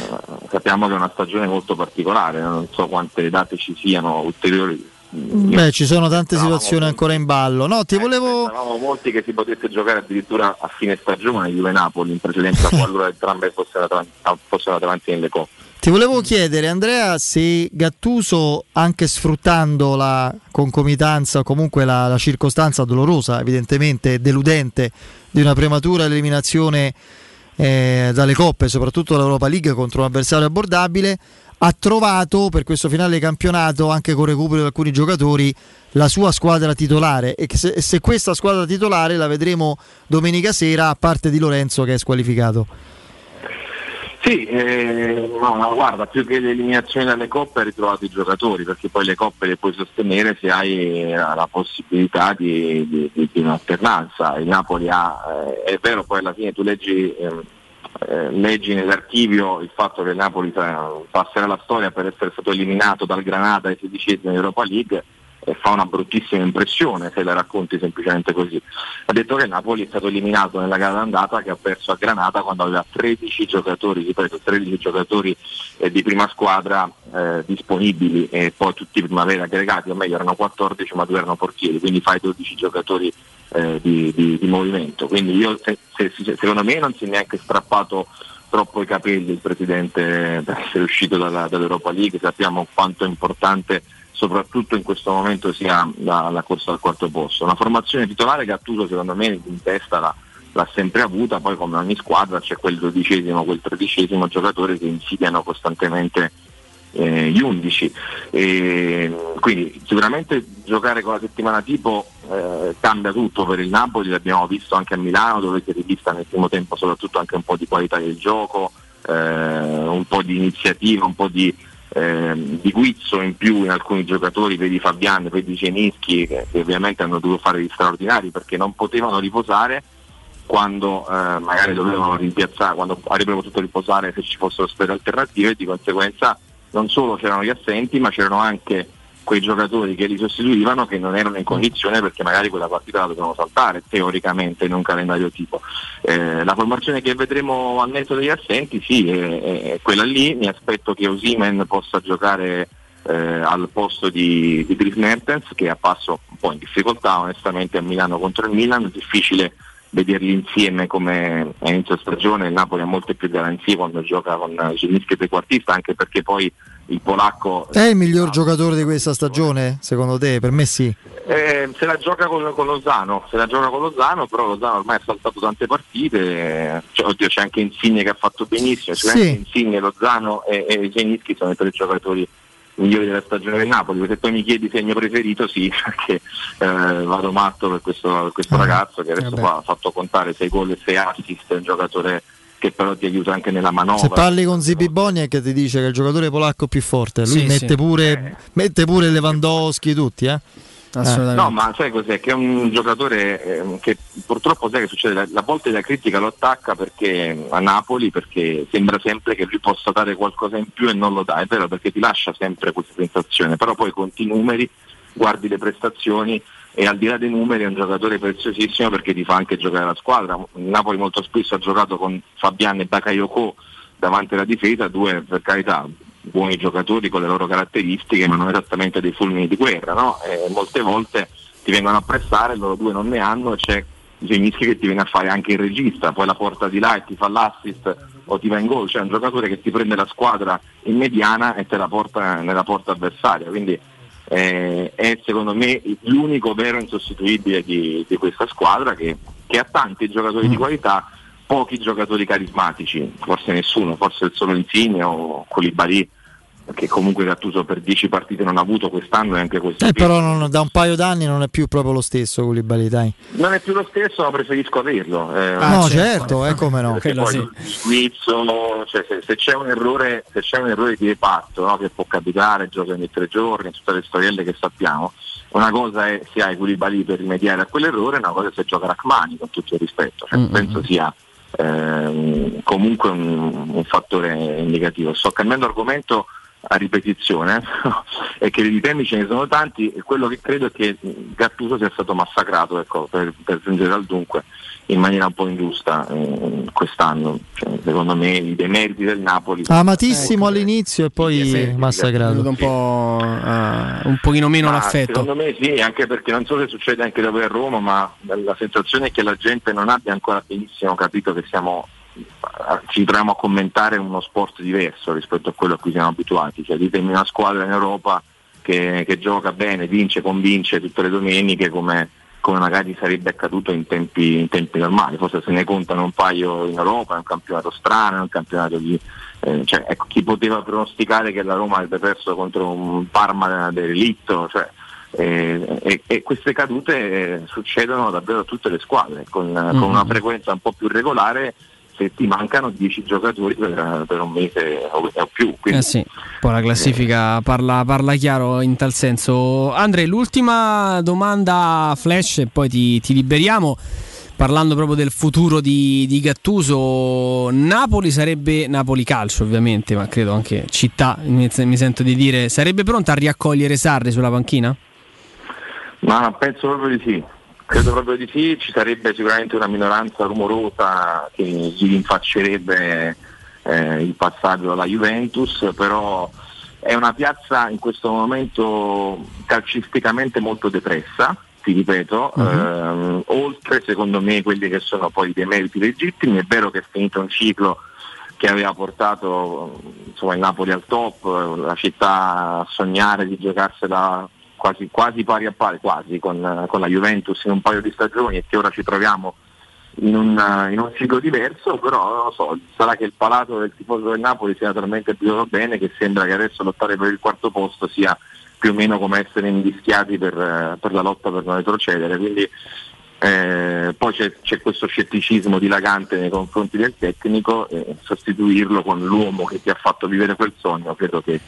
Speaker 15: sappiamo che è una stagione molto particolare, non so quante date ci siano ulteriori.
Speaker 1: Ci sono tante situazioni ancora in ballo. No, ti volevo.
Speaker 15: Pensavamo molti che si potesse giocare addirittura a fine stagione Juve-Napoli in precedenza qualora entrambe fossero davanti nelle coppe.
Speaker 1: Ti volevo chiedere, Andrea, se Gattuso, anche sfruttando la concomitanza o comunque la circostanza dolorosa, evidentemente deludente, di una prematura eliminazione dalle coppe, soprattutto dall'Europa League contro un avversario abbordabile, ha trovato per questo finale di campionato, anche con recupero di alcuni giocatori, la sua squadra titolare, e che se questa squadra titolare la vedremo domenica sera, a parte di Lorenzo che è squalificato.
Speaker 15: Sì, no, guarda, più che l'eliminazione dalle coppe hai ritrovato i giocatori, perché poi le coppe le puoi sostenere se hai la possibilità di un'alternanza. Il Napoli è vero, poi alla fine tu leggi nell'archivio il fatto che il Napoli passerà la storia per essere stato eliminato dal Granada ai 16esimi in Europa League, e fa una bruttissima impressione se la racconti semplicemente così. Ha detto che il Napoli è stato eliminato nella gara d'andata, che ha perso a Granada quando aveva 13 giocatori di prima squadra disponibili, e poi tutti primavera aggregati, o meglio erano 14 ma 2 erano portieri, quindi fai 12 giocatori di movimento. Quindi io secondo me non si è neanche strappato troppo i capelli il presidente per essere uscito dall'Europa League. Sappiamo quanto è importante soprattutto in questo momento sia la corsa al quarto posto. Una formazione titolare che Gattuso secondo me in testa l'ha sempre avuta, poi come ogni squadra c'è quel 12esimo, quel 13esimo giocatore che insidiano costantemente gli 11, e quindi sicuramente giocare con la settimana tipo cambia tutto per il Napoli. L'abbiamo visto anche a Milano, dove si è rivista nel primo tempo soprattutto anche un po' di qualità del gioco, un po' di iniziativa, un po' di guizzo in più in alcuni giocatori, vedi Fabian, vedi Zelinski, che ovviamente hanno dovuto fare gli straordinari perché non potevano riposare quando magari dovevano rimpiazzare, quando avrebbero potuto riposare se ci fossero state alternative, e di conseguenza non solo c'erano gli assenti ma c'erano anche quei giocatori che li sostituivano che non erano in condizione perché magari quella partita la dovevano saltare teoricamente in un calendario tipo. La formazione che vedremo al netto degli assenti è quella lì. Mi aspetto che Osimhen possa giocare al posto di Dries Mertens, che è a passo un po' in difficoltà onestamente a Milano contro il Milan. Difficile vederli insieme come a inizio stagione. Il Napoli ha molte più garanzie quando gioca con Zelinski e trequartista, anche perché poi il polacco
Speaker 1: è il miglior giocatore di questa stagione secondo te? Per me sì.
Speaker 15: Se la gioca con Lozano, però Lozano ormai ha saltato tante partite, c'è anche Insigne che ha fatto benissimo,
Speaker 1: sì.
Speaker 15: Insigne, Lozano e Zelinski sono i 3 giocatori migliori della stagione del Napoli. Se poi mi chiedi se è il mio preferito, sì, perché vado matto per questo ragazzo che adesso ha fatto contare 6 gol e 6 assist, è un giocatore che però ti aiuta anche nella manovra.
Speaker 1: Se parli con Zibi Boniek ti dice che è il giocatore polacco più forte, lui mette pure Lewandowski tutti,
Speaker 2: Assolutamente.
Speaker 15: No, ma sai cos'è? Che è un giocatore che purtroppo sai che succede, la volta la critica lo attacca perché a Napoli, perché sembra sempre che lui possa dare qualcosa in più e non lo dà, è vero, perché ti lascia sempre questa sensazione, però poi conti i numeri, guardi le prestazioni e al di là dei numeri è un giocatore preziosissimo perché ti fa anche giocare la squadra. Il Napoli molto spesso ha giocato con Fabian e Bakayoko davanti alla difesa, 2 per carità buoni giocatori con le loro caratteristiche ma non esattamente dei fulmini di guerra, no? Molte volte ti vengono a pressare, loro 2 non ne hanno, e c'è Zelinski che ti viene a fare anche il regista, poi la porta di là e ti fa l'assist o ti va in gol. C'è un giocatore che ti prende la squadra in mediana e te la porta nella porta avversaria, quindi è secondo me l'unico vero insostituibile di questa squadra che ha tanti giocatori di qualità, pochi giocatori carismatici, forse nessuno, forse solo Insigne o Koulibaly, che comunque Gattuso per 10 partite non ha avuto quest'anno e anche quest'anno.
Speaker 1: Però da un paio d'anni non è più proprio lo stesso Koulibaly, dai.
Speaker 15: Non è più lo stesso, ma preferisco averlo.
Speaker 1: No, certo, come no.
Speaker 15: Perché poi se c'è un errore di reparto, no, che può capitare, gioca ogni 3 giorni, tutte le storielle che sappiamo. Una cosa è se hai Koulibaly per rimediare a quell'errore, una cosa è se gioca Rachmani, con tutto il rispetto. Penso sia comunque un fattore indicativo. Sto cambiando argomento a ripetizione e che di temi ce ne sono tanti, e quello che credo è che Gattuso sia stato massacrato, ecco, per giungere al dunque, in maniera un po' ingiusta quest'anno. Cioè, secondo me i demeriti del Napoli,
Speaker 1: amatissimo all'inizio e poi massacrato,
Speaker 2: un pochino meno l'affetto.
Speaker 15: Secondo me sì, anche perché non so se succede anche da voi a Roma, ma la sensazione è che la gente non abbia ancora benissimo capito che ci troviamo a commentare uno sport diverso rispetto a quello a cui siamo abituati. Cioè, ditemi una squadra in Europa che gioca bene, vince, convince tutte le domeniche, come magari sarebbe accaduto in tempi normali. Forse se ne contano un paio in Europa, è un campionato strano, è un campionato di ecco, chi poteva pronosticare che la Roma avrebbe perso contro un Parma dell'Elitto, cioè, e queste cadute succedono davvero a tutte le squadre con una frequenza un po' più regolare, se ti mancano 10 giocatori per un mese o più. Quindi,
Speaker 2: sì, poi la classifica parla chiaro in tal senso. Andre, l'ultima domanda flash e poi ti liberiamo, parlando proprio del futuro di Gattuso. Napoli calcio ovviamente, ma credo anche città, mi sento di dire, sarebbe pronta a riaccogliere Sarri sulla panchina?
Speaker 15: Ma penso proprio di sì. Credo proprio di sì, ci sarebbe sicuramente una minoranza rumorosa che gli rinfaccerebbe il passaggio alla Juventus, però è una piazza in questo momento calcisticamente molto depressa, ti ripeto, oltre secondo me quelli che sono poi dei meriti legittimi. È vero che è finito un ciclo che aveva portato il Napoli al top, la città a sognare di giocarsela quasi pari a pari, quasi con la Juventus in un paio di stagioni, e che ora ci troviamo in un ciclo diverso. Però non lo so, sarà che il palato del tifoso del Napoli sia talmente abituato bene che sembra che adesso lottare per il quarto posto sia più o meno come essere invischiati per la lotta per non retrocedere. Quindi poi c'è questo scetticismo dilagante nei confronti del tecnico, e sostituirlo con l'uomo che ti ha fatto vivere quel sogno credo che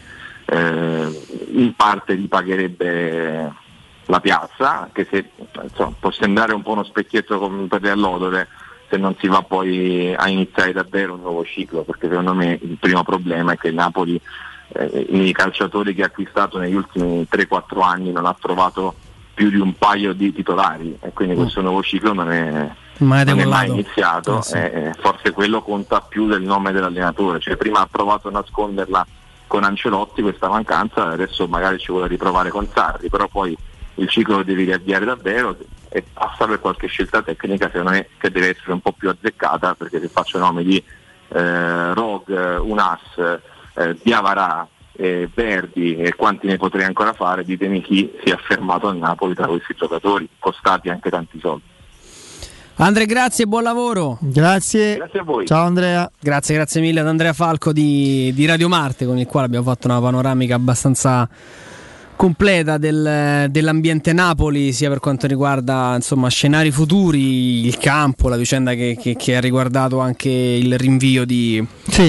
Speaker 15: in parte gli pagherebbe la piazza, anche se può sembrare un po' uno specchietto per le allodole se non si va poi a iniziare davvero un nuovo ciclo, perché secondo me il primo problema è che il Napoli i calciatori che ha acquistato negli ultimi 3-4 anni non ha trovato più di un paio di titolari, e quindi questo nuovo ciclo non è mai iniziato.
Speaker 2: Sì.
Speaker 15: Forse quello conta più del nome dell'allenatore, cioè prima ha provato a nasconderla con Ancelotti questa mancanza, adesso magari ci vuole riprovare con Sarri, però poi il ciclo lo devi riavviare davvero e passa per qualche scelta tecnica, secondo me, che deve essere un po' più azzeccata, perché se faccio nomi di Rog, Unas, Diawara, Verdi e quanti ne potrei ancora fare, ditemi chi si è affermato a Napoli tra questi giocatori, costati anche tanti soldi.
Speaker 2: Andrea, grazie e buon lavoro.
Speaker 1: Grazie
Speaker 15: a voi.
Speaker 1: Ciao Andrea.
Speaker 2: Grazie mille ad Andrea Falco di Radio Marte, con il quale abbiamo fatto una panoramica abbastanza completa dell'ambiente Napoli, sia per quanto riguarda scenari futuri, il campo, la vicenda che ha riguardato anche il rinvio di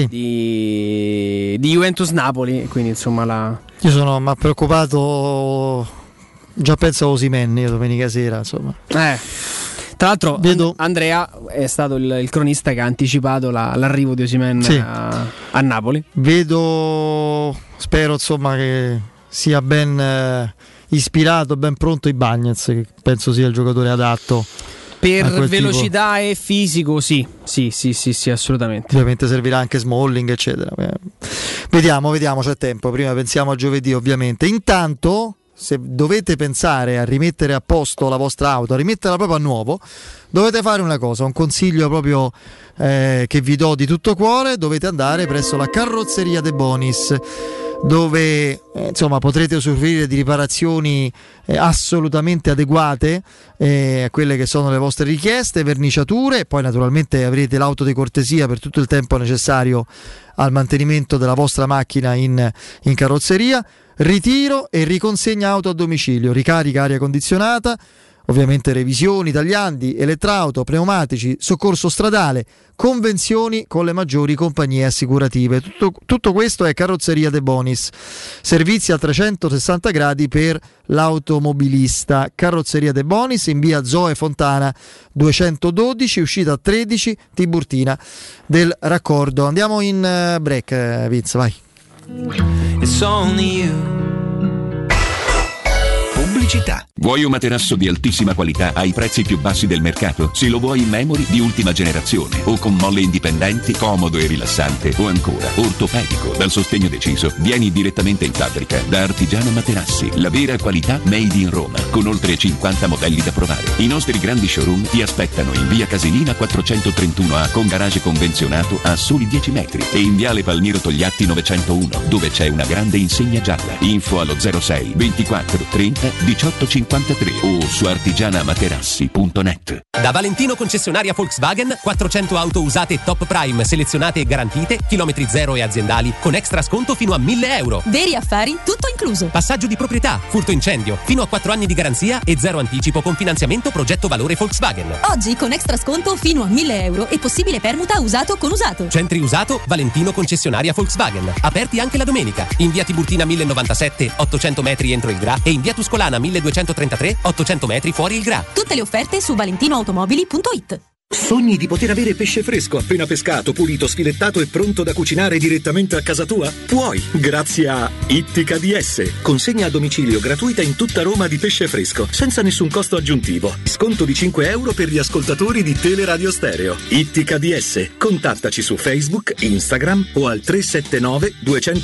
Speaker 2: Juventus Napoli. Quindi
Speaker 1: io mi ha preoccupato, già penso a Osimhen io domenica sera,
Speaker 2: Tra l'altro Andrea è stato il cronista che ha anticipato l'arrivo di Osimhen a Napoli.
Speaker 1: Spero che sia ben ispirato, ben pronto Ibañez, che penso sia il giocatore adatto
Speaker 2: per velocità e fisico. Sì, assolutamente.
Speaker 1: Ovviamente servirà anche Smalling, eccetera. Vediamo, c'è tempo, prima pensiamo a giovedì ovviamente. Intanto, se dovete pensare a rimettere a posto la vostra auto, a rimetterla proprio a nuovo, dovete fare una cosa, un consiglio proprio che vi do di tutto cuore: dovete andare presso la Carrozzeria De Bonis, dove potrete usufruire di riparazioni assolutamente adeguate a quelle che sono le vostre richieste, verniciature, e poi naturalmente avrete l'auto di cortesia per tutto il tempo necessario al mantenimento della vostra macchina in carrozzeria. Ritiro e riconsegna auto a domicilio, ricarica aria condizionata, ovviamente revisioni, tagliandi, elettrauto, pneumatici, soccorso stradale, convenzioni con le maggiori compagnie assicurative. Tutto questo è Carrozzeria De Bonis, servizi a 360 gradi per l'automobilista. Carrozzeria De Bonis in via Zoe Fontana 212, uscita 13, Tiburtina del Raccordo. Andiamo in break, Vince, vai.
Speaker 3: It's only you.
Speaker 5: Pubblicità. Vuoi un materasso di altissima qualità ai prezzi più bassi del mercato? Se lo vuoi in memory di ultima generazione o con molle indipendenti, comodo e rilassante, o ancora ortopedico dal sostegno deciso, vieni direttamente in fabbrica da Artigiano Materassi, la vera qualità made in Roma, con oltre 50 modelli da provare. I nostri grandi showroom ti aspettano in via Casilina 431A con garage convenzionato a soli 10 metri e in viale Palmiro Togliatti 901 dove c'è una grande insegna gialla. Info allo 06 24 30 18 53 o su artigianamaterassi.net.
Speaker 4: Da Valentino concessionaria Volkswagen, 400 auto usate top prime, selezionate e garantite, chilometri zero e aziendali, con extra sconto fino a 1.000 euro.
Speaker 17: Veri affari, tutto incluso.
Speaker 4: Passaggio di proprietà, furto incendio, fino a 4 anni di garanzia e zero anticipo con finanziamento progetto valore Volkswagen.
Speaker 17: Oggi con extra sconto fino a 1.000 euro e possibile permuta usato con usato.
Speaker 4: Centri usato, Valentino concessionaria Volkswagen. Aperti anche la domenica. In via Tiburtina 1097, 800 metri entro il Gra e in via Tuscolana 1233, 800 metri fuori il Gra.
Speaker 17: Tutte le offerte su valentinoautomobili.it.
Speaker 18: Sogni di poter avere pesce fresco appena pescato, pulito, sfilettato e pronto da cucinare direttamente a casa tua? Puoi, grazie a Ittica DS. Consegna a domicilio gratuita in tutta Roma di pesce fresco, senza nessun costo aggiuntivo. Sconto di 5 euro per gli ascoltatori di Teleradio Stereo. Ittica DS. Contattaci su Facebook, Instagram o al 379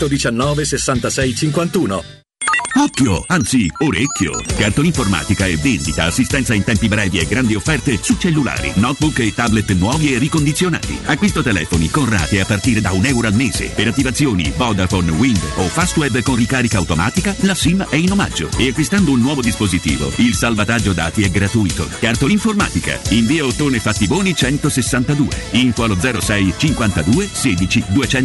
Speaker 18: 219 66 51.
Speaker 5: Occhio, anzi orecchio. Cartolinformatica e vendita, assistenza in tempi brevi e grandi offerte su cellulari, notebook e tablet nuovi e ricondizionati. Acquisto telefoni con rate a partire da €1 al mese. Per attivazioni Vodafone, Wind o Fastweb con ricarica automatica, la SIM è in omaggio. E acquistando un nuovo dispositivo, il salvataggio dati è gratuito. Cartolinformatica, in via Ottone Fattiboni 162. Info allo 06 52 16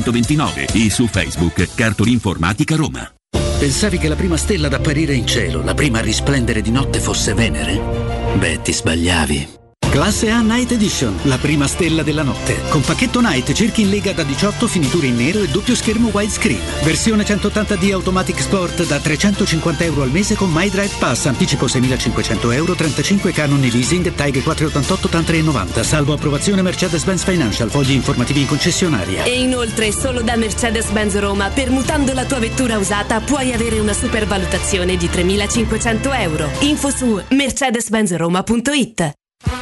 Speaker 5: 229 e su Facebook Cartolinformatica Roma.
Speaker 20: Pensavi che la prima stella ad apparire in cielo, la prima a risplendere di notte fosse Venere? Beh, ti sbagliavi. Classe A Night Edition, la prima stella della notte. Con pacchetto Night, cerchi in lega da 18, finiture in nero e doppio schermo widescreen. Versione 180D Automatic Sport da €350 al mese con My Drive Pass, anticipo €6.500, 35 canoni leasing, TAG 488 TAN 390, salvo approvazione Mercedes-Benz Financial, fogli informativi in concessionaria.
Speaker 14: E inoltre solo da Mercedes-Benz Roma, permutando la tua vettura usata, puoi avere una supervalutazione di €3.500. Info su mercedesbenzroma.it.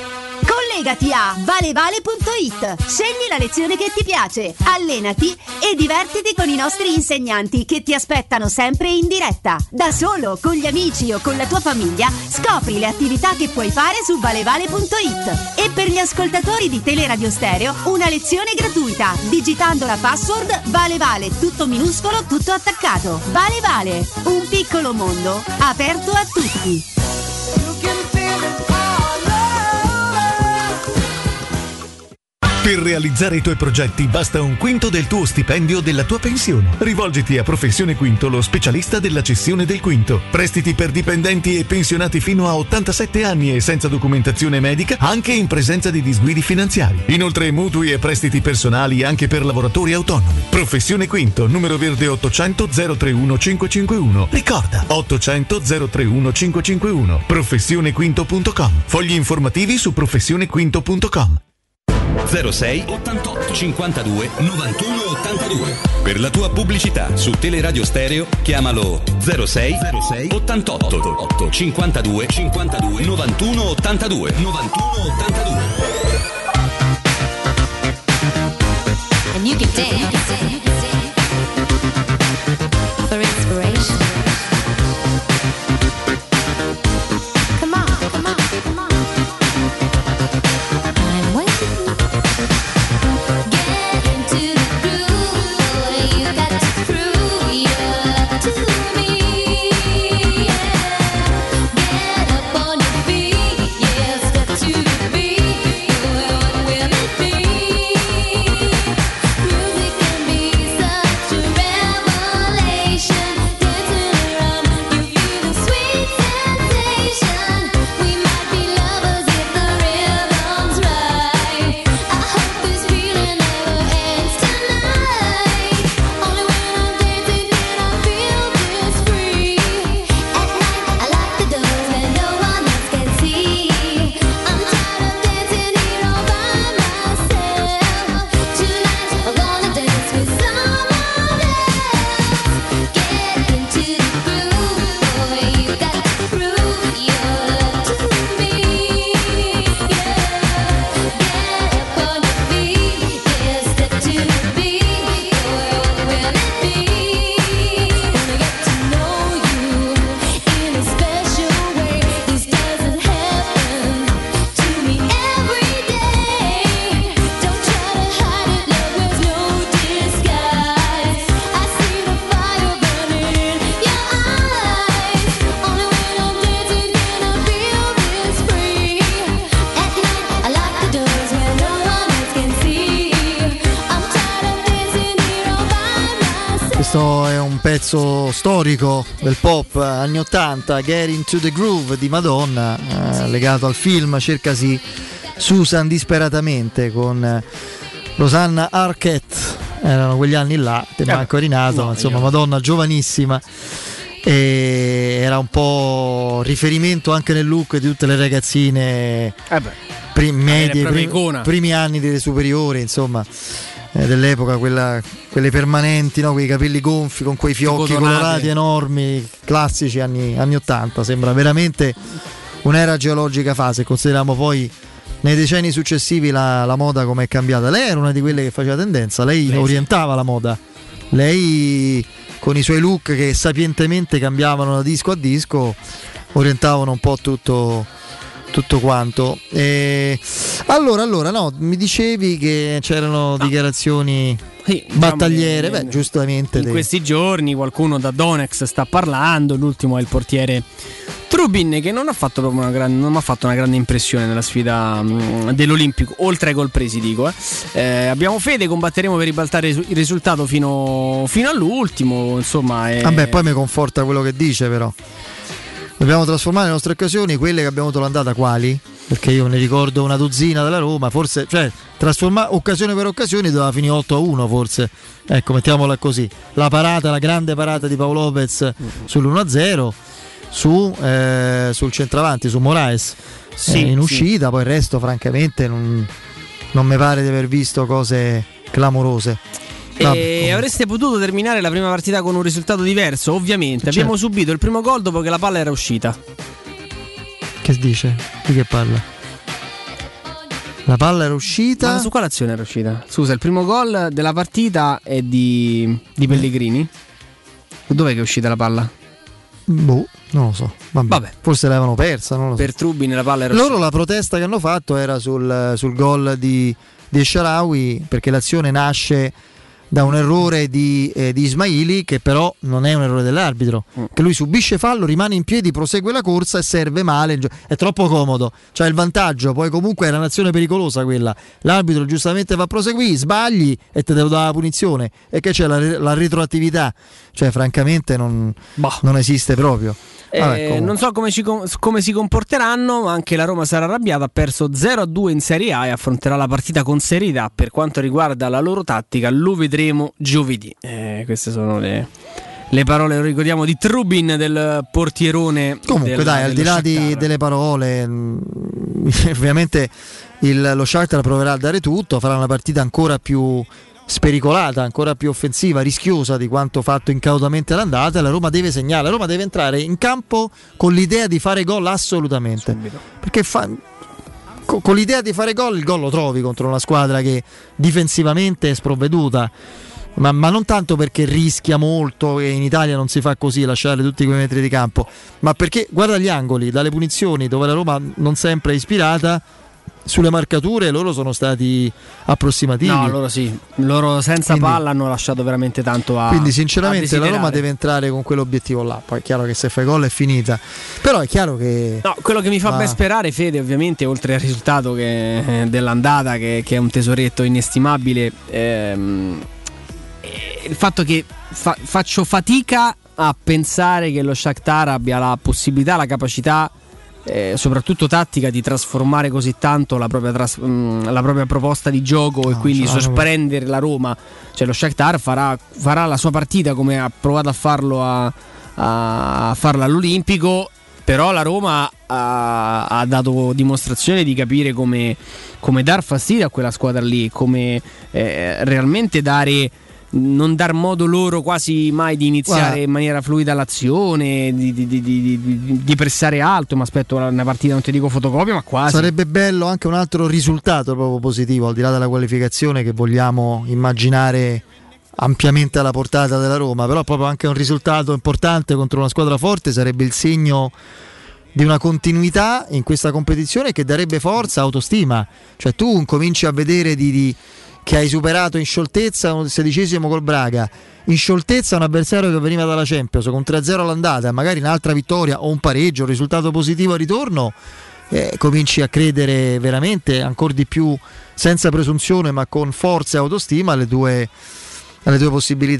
Speaker 19: Collegati a valevale.it. Scegli la lezione che ti piace, allenati e divertiti con i nostri insegnanti che ti aspettano sempre in diretta. Da solo, con gli amici o con la tua famiglia, scopri le attività che puoi fare su valevale.it. E per gli ascoltatori di Teleradio Stereo, una lezione gratuita, digitando la password Valevale, tutto minuscolo, tutto attaccato. Valevale, un piccolo mondo aperto a tutti.
Speaker 16: Per realizzare i tuoi progetti basta un quinto del tuo stipendio o della tua pensione. Rivolgiti a Professione Quinto, lo specialista della cessione del quinto. Prestiti per dipendenti e pensionati fino a 87 anni e senza documentazione medica, anche in presenza di disguidi finanziari. Inoltre mutui e prestiti personali anche per lavoratori autonomi. Professione Quinto, numero verde 800 031 551. Ricorda, 800 031 551. Professionequinto.com. Fogli informativi su professionequinto.com.
Speaker 27: 06 88 52 91 82. Per la tua pubblicità su Teleradio Stereo chiamalo 06 88 52 91 82.
Speaker 22: And you can dance for inspiration. Come on. I'm waiting. Music can
Speaker 1: pezzo storico del pop anni 80, Get Into The Groove di Madonna, legato al film Cercasi Susan disperatamente con Rosanna Arquette. Erano quegli anni là, te manco eri nato, no, insomma, Madonna giovanissima, e era un po' riferimento anche nel look di tutte le ragazzine primi anni delle superiori, insomma, dell'epoca, quelle permanenti, no? Quei capelli gonfi con quei fiocchi colorati enormi, classici anni 80. Sembra veramente un'era geologica fa, se consideriamo poi nei decenni successivi la moda come è cambiata. Lei era una di quelle che faceva tendenza, lei orientava la moda, lei con i suoi look che sapientemente cambiavano da disco a disco orientavano un po' tutto quanto. Allora no, mi dicevi che c'erano dichiarazioni battagliere, diciamo, giustamente
Speaker 2: in questi giorni qualcuno da Donex sta parlando. L'ultimo è il portiere Trubin, che non ha fatto proprio una grande impressione nella sfida dell'Olimpico, oltre ai gol presi, dico. Abbiamo fede, combatteremo per ribaltare il risultato fino all'ultimo, insomma.
Speaker 1: Vabbè, poi mi conforta quello che dice, però dobbiamo trasformare le nostre occasioni, quelle che abbiamo avuto l'andata, quali? Perché io ne ricordo una dozzina della Roma, forse, cioè trasformare occasione per occasione doveva finire 8-1 forse, ecco, mettiamola così. La grande parata di Paolo Lopez sull'1-0 sul centravanti, su Moraes, in uscita, poi il resto francamente non mi pare di aver visto cose clamorose.
Speaker 2: E avreste potuto terminare la prima partita con un risultato diverso, ovviamente. Abbiamo subito il primo gol dopo che la palla era uscita.
Speaker 1: Che dice? Di che parla? La palla era uscita?
Speaker 2: Ma su quale azione era uscita? Scusa, il primo gol della partita è di Pellegrini. Dov'è che è uscita la palla?
Speaker 1: Non lo so. Vabbè. Forse l'avevano persa, non lo so.
Speaker 2: Per Trubin la palla era
Speaker 1: uscita.
Speaker 2: Loro
Speaker 1: la protesta che hanno fatto era sul gol di Shaarawy, perché l'azione nasce da un errore di Ismaili, che però non è un errore dell'arbitro, che lui subisce fallo, rimane in piedi, prosegue la corsa e serve male, è troppo comodo, c'ha il vantaggio, poi comunque era un'azione pericolosa quella, l'arbitro giustamente va a proseguire, sbagli e te devo dare la punizione, e che c'è la retroattività, cioè francamente non esiste proprio.
Speaker 2: Non so come si comporteranno, ma anche la Roma sarà arrabbiata, ha perso 0-2 in Serie A e affronterà la partita con serietà. Per quanto riguarda la loro tattica, lo vedremo giovedì. Queste sono le parole, lo ricordiamo, di Trubin, del portierone.
Speaker 1: Comunque al di là delle parole, ovviamente lo Shakhtar proverà a dare tutto, farà una partita ancora più spericolata, ancora più offensiva, rischiosa di quanto fatto incautamente all'andata, e la Roma deve segnare, la Roma deve entrare in campo con l'idea di fare gol assolutamente, perché con l'idea di fare gol, il gol lo trovi contro una squadra che difensivamente è sprovveduta, ma non tanto perché rischia molto, e in Italia non si fa così, lasciare tutti quei metri di campo, ma perché guarda gli angoli, dalle punizioni dove la Roma non sempre è ispirata, sulle marcature loro sono stati approssimativi.
Speaker 2: No, loro senza palla hanno lasciato veramente tanto
Speaker 1: quindi sinceramente la Roma deve entrare con quell'obiettivo là. Poi è chiaro che se fai gol è finita, però è chiaro che
Speaker 2: quello che mi fa ben sperare, Fede, ovviamente, oltre al risultato dell'andata che è un tesoretto inestimabile, il fatto che faccio fatica a pensare che lo Shakhtar abbia la possibilità, la capacità, soprattutto tattica, di trasformare così tanto la propria proposta di gioco, e quindi sorprendere la Roma. Cioè lo Shakhtar farà la sua partita come ha provato a farlo a farla all'Olimpico, però la Roma ha dato dimostrazione di capire come dar fastidio a quella squadra lì, come realmente non dar modo loro quasi mai di iniziare in maniera fluida l'azione, di pressare alto. Mi aspetto una partita, non ti dico fotocopia, ma quasi.
Speaker 1: Sarebbe bello anche un altro risultato proprio positivo, al di là della qualificazione che vogliamo immaginare ampiamente alla portata della Roma, però proprio anche un risultato importante contro una squadra forte sarebbe il segno di una continuità in questa competizione che darebbe forza, autostima. Cioè tu cominci a vedere che hai superato in scioltezza un 16esimo col Braga, in scioltezza un avversario che veniva dalla Champions con 3-0 all'andata, magari un'altra vittoria o un pareggio, un risultato positivo al ritorno, cominci a credere veramente ancora di più, senza presunzione ma con forza e autostima, alle tue possibilità.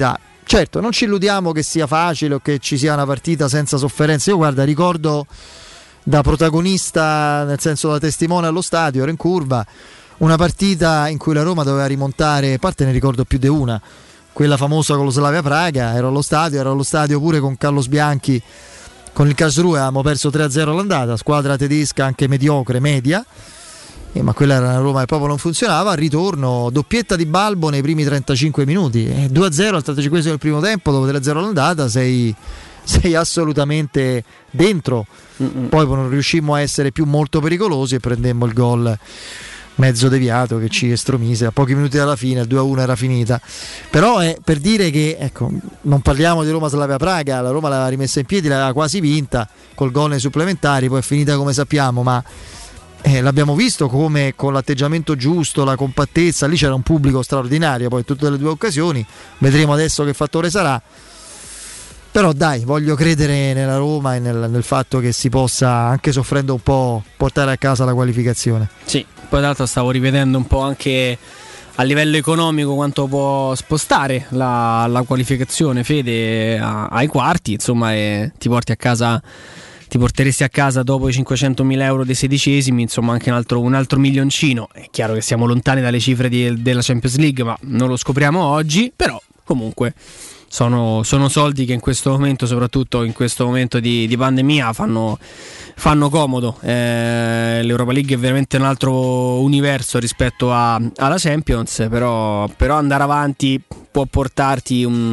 Speaker 1: Certo, non ci illudiamo che sia facile o che ci sia una partita senza sofferenze. Io guarda, ricordo da protagonista, nel senso da testimone allo stadio, ero in curva, una partita in cui la Roma doveva rimontare, a parte ne ricordo più di una, quella famosa con lo Slavia Praga, ero allo stadio pure con Carlos Bianchi, con il Karlsruhe avevamo perso 3-0 all'andata, squadra tedesca anche mediocre, media, ma quella era una Roma che proprio non funzionava. Al ritorno doppietta di Balbo nei primi 35 minuti, 2-0 al 35esimo del primo tempo, dopo 3-0 all'andata sei assolutamente dentro. Poi non riuscimmo a essere più molto pericolosi e prendemmo il gol mezzo deviato che ci estromise a pochi minuti dalla fine, il 2-1 era finita. Però è per dire che, ecco, non parliamo di Roma Slavia Praga, la Roma l'aveva rimessa in piedi, l'aveva quasi vinta col gol nei supplementari, poi è finita come sappiamo, ma l'abbiamo visto come con l'atteggiamento giusto, la compattezza, lì c'era un pubblico straordinario, poi in tutte le due occasioni, vedremo adesso che fattore sarà. Però dai, voglio credere nella Roma e nel fatto che si possa, anche soffrendo un po', portare a casa la qualificazione.
Speaker 2: Sì, poi tra l'altro stavo rivedendo un po' anche a livello economico quanto può spostare la qualificazione, Fede, ai quarti, insomma, e ti porteresti a casa dopo i 500.000 euro dei sedicesimi, insomma, anche un altro milioncino. È chiaro che siamo lontani dalle cifre della Champions League, ma non lo scopriamo oggi, però comunque sono soldi che in questo momento, soprattutto in questo momento di pandemia, fanno comodo. L'Europa League è veramente un altro universo rispetto alla Champions, però andare avanti può portarti un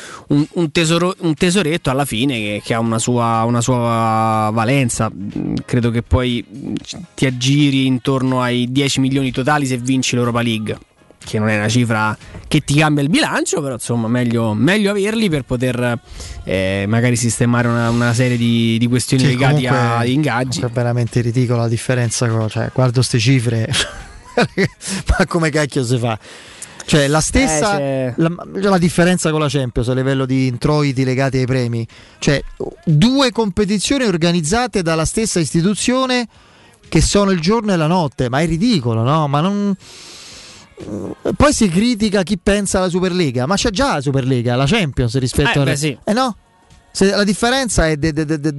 Speaker 2: tesoretto alla fine che ha una sua valenza. Credo che poi ti aggiri intorno ai 10 milioni totali se vinci l'Europa League, che non è una cifra che ti cambia il bilancio, però insomma meglio averli per poter magari sistemare una serie di questioni legate a ingaggi.
Speaker 1: È veramente ridicola la differenza, cioè, guardo ste cifre ma come cacchio si fa? Cioè la stessa la differenza con la Champions a livello di introiti legati ai premi, cioè due competizioni organizzate dalla stessa istituzione che sono il giorno e la notte, ma è ridicolo, no? Ma non... Poi si critica chi pensa alla Superlega, ma c'è già la Superlega, la Champions rispetto a...
Speaker 2: sì.
Speaker 1: No? Se la differenza è del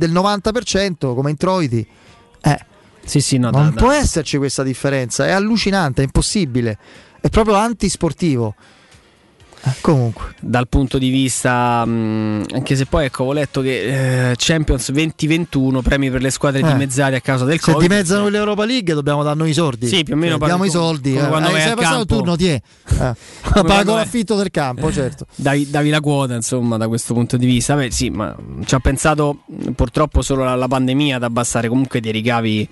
Speaker 1: 90% come introiti,
Speaker 2: sì, no,
Speaker 1: non può esserci questa differenza, è allucinante, è impossibile, è proprio antisportivo. Comunque,
Speaker 2: dal punto di vista, anche se poi ecco, ho letto che Champions 2021 premi per le squadre dimezzate a causa del Covid.
Speaker 1: Se dimezzano l'Europa League dobbiamo dar noi i soldi.
Speaker 2: Sì, più o meno,
Speaker 1: diamo i soldi.
Speaker 2: Quando vai
Speaker 1: sei
Speaker 2: al
Speaker 1: passato
Speaker 2: campo,
Speaker 1: il turno, ti è. Pago l'affitto del campo, certo.
Speaker 2: Davi la quota, insomma, da questo punto di vista. Beh, sì, ma ci ha pensato purtroppo solo la pandemia ad abbassare comunque dei ricavi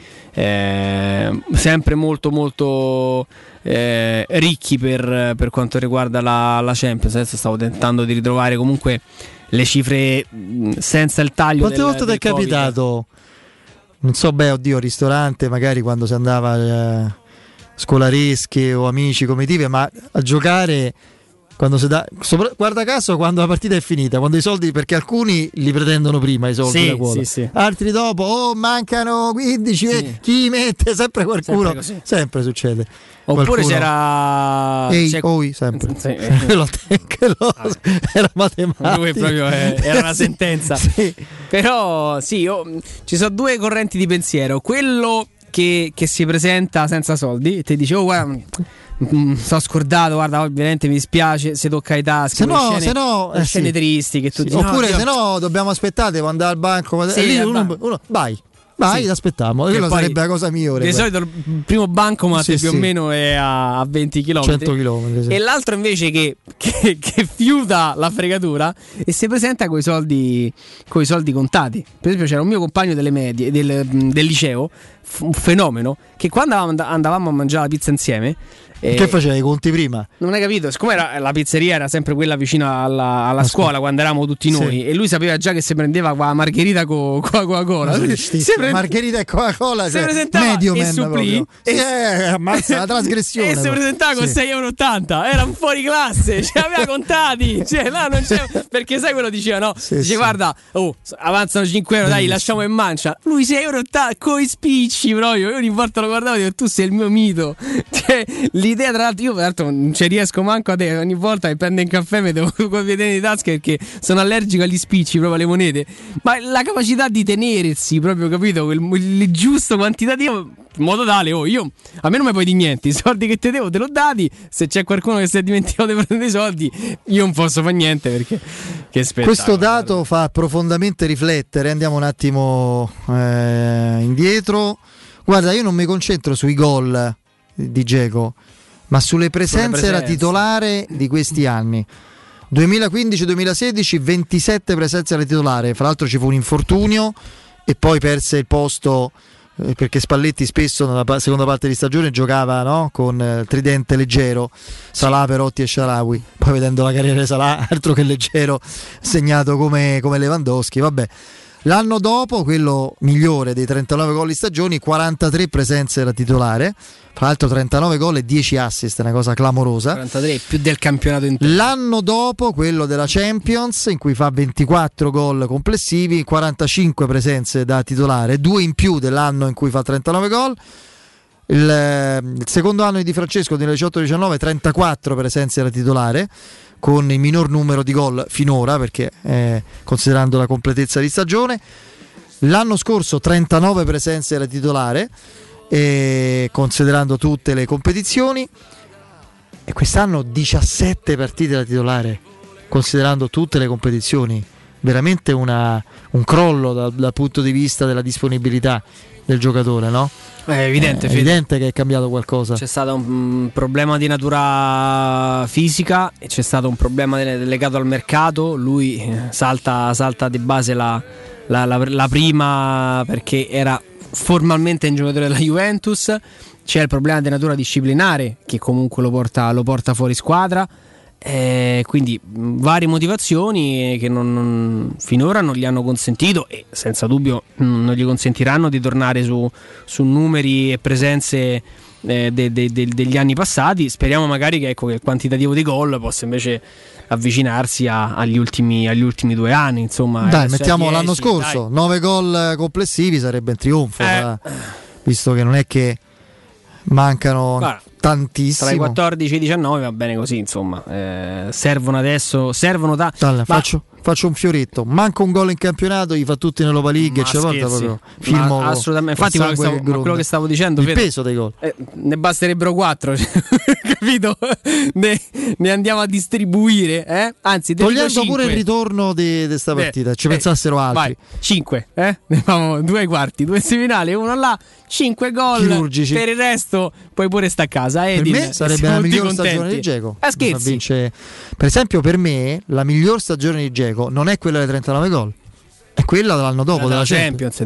Speaker 2: sempre molto molto ricchi per quanto riguarda la Champions. Adesso stavo tentando di ritrovare comunque le cifre senza il taglio.
Speaker 1: Quante volte ti è capitato, non so, oddio, ristorante magari quando si andava scolaresche o amici, comitive, ma a giocare quando si dà, guarda caso quando la partita è finita, quando i soldi, perché alcuni li pretendono prima i soldi da quota,
Speaker 2: sì.
Speaker 1: Altri dopo, mancano 15,
Speaker 2: sì.
Speaker 1: Chi mette sempre qualcuno, sempre succede.
Speaker 2: Oppure c'era
Speaker 1: sempre
Speaker 2: sì.
Speaker 1: Era matematica,
Speaker 2: lui proprio era una sentenza.
Speaker 1: Sì.
Speaker 2: Però sì, ci sono due correnti di pensiero: quello che si presenta senza soldi e ti dice guarda, sto scordato, guarda, ovviamente mi dispiace, se tocca ai taschi, scene tristi che tu dici,
Speaker 1: oppure se no dobbiamo aspettare quando andare al banco, lì uno vai, ti aspettiamo. Quello sarebbe la cosa migliore.
Speaker 2: Di solito il primo bancomat più o meno è a 20 km,
Speaker 1: 100 km, sì.
Speaker 2: E l'altro invece che fiuta la fregatura e si presenta coi soldi contati. Per esempio c'era un mio compagno delle medie del liceo, un fenomeno, che quando andavamo a mangiare la pizza insieme,
Speaker 1: che faceva i conti prima?
Speaker 2: Non hai capito? Siccome la pizzeria era sempre quella vicino alla scuola quando eravamo tutti noi, e lui sapeva già che si prendeva qua margherita con Coca-Cola.
Speaker 1: Margherita e Coca-Cola,
Speaker 2: si presentava
Speaker 1: medio
Speaker 2: e supplì,
Speaker 1: ammazza la trasgressione.
Speaker 2: E si presentava con 6,80 €. Era un fuori classe, ce l'aveva contati. Cioè, là non c'è, perché sai quello diceva, no? Dice guarda, avanzano 5 €, dai, lasciamo in mancia. Lui 6,80 € coi spicci. spicci proprio. Io ogni volta lo guardavo e dico, tu sei il mio mito. Cioè, l'idea, tra l'altro non ci riesco manco a te. Ogni volta che prendo un caffè mi devo con i piedi di tasca perché sono allergico agli spicci, proprio alle monete. Ma la capacità di tenersi, proprio, capito? Il giusto quantitativo, in modo tale, a me non mi puoi dire niente. I soldi che te devo te l'ho dati. Se c'è qualcuno che si è dimenticato di prendere i soldi, io non posso fare niente, perché che spettacolo.
Speaker 1: Questo dato fa profondamente riflettere. Andiamo un attimo indietro. Guarda, io non mi concentro sui gol di Dzeko, ma sulle presenze da titolare di questi anni. 2015-2016 27 presenze da titolare, fra l'altro ci fu un infortunio e poi perse il posto perché Spalletti spesso nella seconda parte di stagione giocava, no? Con tridente leggero, Salah, Perotti e Shaarawy. Poi vedendo la carriera di Salah, altro che leggero, segnato come Lewandowski. Vabbè, l'anno dopo, quello migliore dei 39 gol di stagioni, 43 presenze da titolare, fra l'altro 39 gol e 10 assist, una cosa clamorosa.
Speaker 2: 43 più del campionato intero.
Speaker 1: L'anno dopo, quello della Champions, in cui fa 24 gol complessivi, 45 presenze da titolare, 2 in più dell'anno in cui fa 39 gol. Il secondo anno di Di Francesco, nel 18-19, 34 presenze da titolare, con il minor numero di gol finora, perché considerando la completezza di stagione. L'anno scorso 39 presenze da titolare, considerando tutte le competizioni, e quest'anno 17 partite da titolare, considerando tutte le competizioni. Veramente un crollo dal punto di vista della disponibilità del giocatore, no?
Speaker 2: È evidente,
Speaker 1: che è cambiato qualcosa.
Speaker 2: C'è stato un problema di natura fisica e c'è stato un problema legato al mercato. Lui salta di base la prima, perché era formalmente un giocatore della Juventus. C'è il problema di natura disciplinare che comunque lo porta fuori squadra. Quindi varie motivazioni che finora non gli hanno consentito, e senza dubbio non gli consentiranno di tornare su numeri e presenze degli anni passati. Speriamo magari che il quantitativo di gol possa invece avvicinarsi agli ultimi 2 anni, insomma.
Speaker 1: Dai, mettiamo 10, l'anno scorso, dai. 9 gol complessivi sarebbe un trionfo, visto che non è che mancano, guarda, tantissimo.
Speaker 2: Tra i 14 e i 19 va bene così, insomma. Servono
Speaker 1: faccio un fioretto. Manca un gol in campionato, gli fa tutti nell'Europa League, e proprio filmo
Speaker 2: assolutamente. Infatti quello che stavo dicendo,
Speaker 1: il peso dei gol,
Speaker 2: ne basterebbero 4 capito? Ne andiamo a distribuire, anzi
Speaker 1: togliendo pure il ritorno di questa partita, ci pensassero altri.
Speaker 2: Vai, 5, ne famo 2 ai quarti, 2 semifinali, 1 là, 5 gol chirurgici. Per il resto puoi pure sta a casa.
Speaker 1: Per me sarebbe la miglior stagione di Dzeko.
Speaker 2: Scherzi.
Speaker 1: Per esempio, per me la miglior stagione di Dzeko non è quella dei 39 gol, è quella dell'anno dopo, della Champions.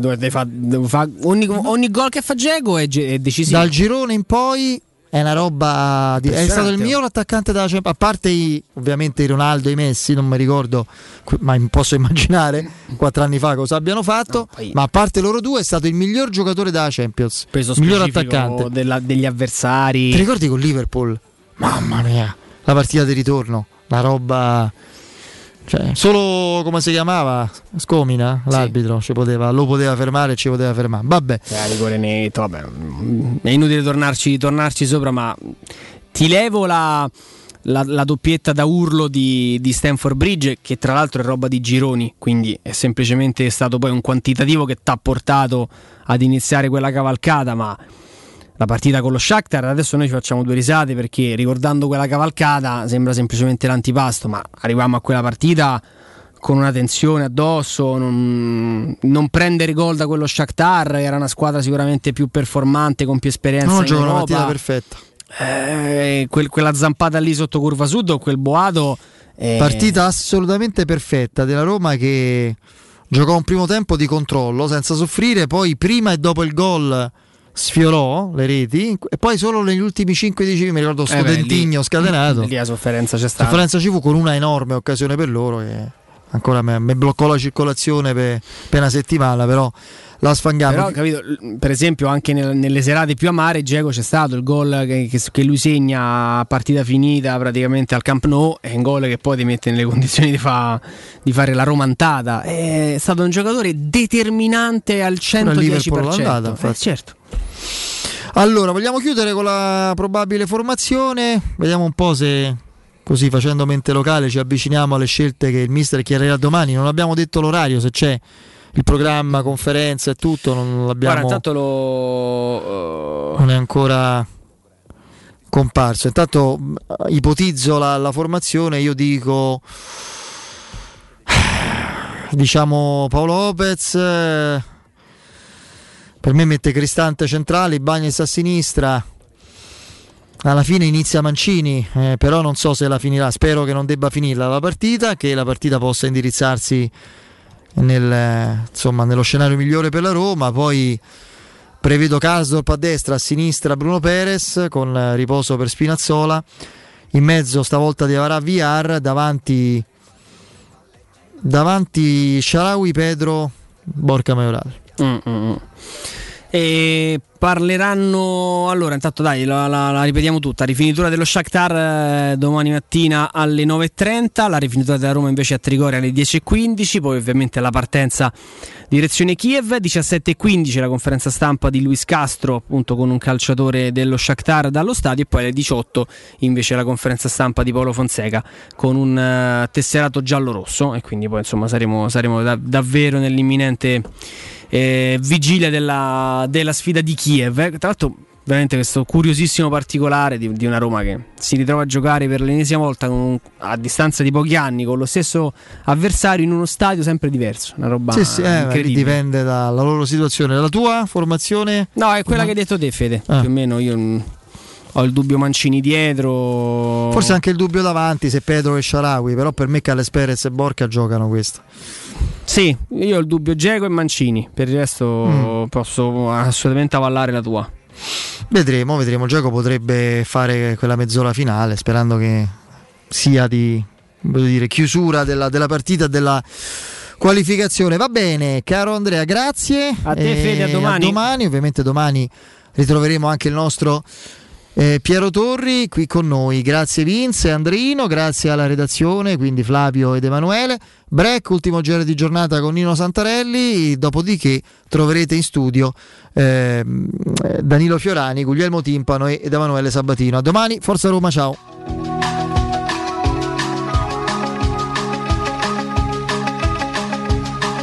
Speaker 2: Ogni gol che fa Dzeko è decisivo.
Speaker 1: Dal girone in poi è una roba è stato il miglior attaccante della Champions, a parte ovviamente i Ronaldo e i Messi, non mi ricordo, ma posso immaginare 4 anni fa cosa abbiano fatto, ma a parte loro due è stato il miglior giocatore della Champions,
Speaker 2: peso
Speaker 1: miglior attaccante
Speaker 2: degli avversari.
Speaker 1: Ti ricordi con Liverpool? Mamma mia, la partita di ritorno, la roba, cioè, solo come si chiamava? Scomina, l'arbitro lo poteva fermare e ci poteva fermare. Vabbè.
Speaker 2: Rigore netto, vabbè. È inutile tornarci sopra, ma ti levo la doppietta da urlo di Stamford Bridge, che tra l'altro è roba di gironi, quindi è semplicemente stato poi un quantitativo che t'ha portato ad iniziare quella cavalcata, ma la partita con lo Shakhtar, adesso noi ci facciamo 2 risate perché ricordando quella cavalcata sembra semplicemente l'antipasto, ma arriviamo a quella partita con una tensione addosso, non prendere gol da quello Shakhtar, era una squadra sicuramente più performante, con più esperienza in Europa.
Speaker 1: Una partita perfetta.
Speaker 2: Quella zampata lì sotto curva sud, quel boato,
Speaker 1: partita assolutamente perfetta della Roma, che giocò un primo tempo di controllo senza soffrire, poi prima e dopo il gol sfiorò le reti e poi solo negli ultimi 5-10 mi ricordo sto dentigno scatenato.
Speaker 2: Lì la sofferenza c'è stata.
Speaker 1: La sofferenza ci fu, con una enorme occasione per loro che ancora mi bloccò la circolazione per una settimana, però la sfanghiamo.
Speaker 2: Però, capito, per esempio anche nelle serate più amare Dzeko c'è stato il gol che lui segna a partita finita praticamente al Camp Nou, è un gol che poi ti mette nelle condizioni di fare la romantata. È stato un giocatore determinante al 110%.
Speaker 1: Certo. Allora, vogliamo chiudere con la probabile formazione? Vediamo un po' se, così facendo mente locale, ci avviciniamo alle scelte che il mister chiarirà domani. Non abbiamo detto l'orario, se c'è il programma, conferenza e tutto, non l'abbiamo.
Speaker 2: Guarda, intanto
Speaker 1: non è ancora comparso. Intanto ipotizzo la formazione, io dico, diciamo Paolo Lopez, per me mette Cristante centrale, Bagnes a sinistra, alla fine inizia Mancini, però non so se la finirà, spero che non debba finirla la partita, che la partita possa indirizzarsi nello scenario migliore per la Roma. Poi prevedo Karsdorp a destra, a sinistra Bruno Perez con riposo per Spinazzola, in mezzo stavolta Diawara Villar, davanti Shaarawy, Pedro, Borja Mayoral.
Speaker 2: E parleranno, allora intanto dai la ripetiamo tutta: rifinitura dello Shakhtar domani mattina alle 9.30, la rifinitura della Roma invece a Trigoria alle 10.15, poi ovviamente la partenza direzione Kiev, 17.15 la conferenza stampa di Luis Castro appunto con un calciatore dello Shakhtar dallo stadio, e poi alle 18 invece la conferenza stampa di Paolo Fonseca con un tesserato giallo-rosso, e quindi poi insomma saremo davvero nell'imminente vigilia della sfida di Kiev. Tra l'altro veramente questo curiosissimo particolare di una Roma che si ritrova a giocare per l'ennesima volta a distanza di pochi anni con lo stesso avversario in uno stadio sempre diverso, una roba incredibile.
Speaker 1: Dipende dalla loro situazione. La tua formazione?
Speaker 2: No, è quella che hai detto te, Fede. Più o meno io ho il dubbio Mancini dietro,
Speaker 1: forse anche il dubbio davanti se Pedro e Shaarawy, però per me Calles Perez e Borca giocano questo.
Speaker 2: Sì, io ho il dubbio Dzeko e Mancini, per il resto posso assolutamente avallare la tua.
Speaker 1: Vedremo. Dzeko potrebbe fare quella mezz'ora finale, sperando che sia di chiusura della partita, della qualificazione. Va bene, caro Andrea, grazie.
Speaker 2: A te, Fede, a domani.
Speaker 1: Ovviamente domani ritroveremo anche il nostro Piero Torri qui con noi. Grazie Vince e Andrino, grazie alla redazione, quindi Flavio ed Emanuele. Break, ultimo giro di giornata con Nino Santarelli, dopodiché troverete in studio Danilo Fiorani, Guglielmo Timpano ed Emanuele Sabatino. A domani, Forza Roma, ciao.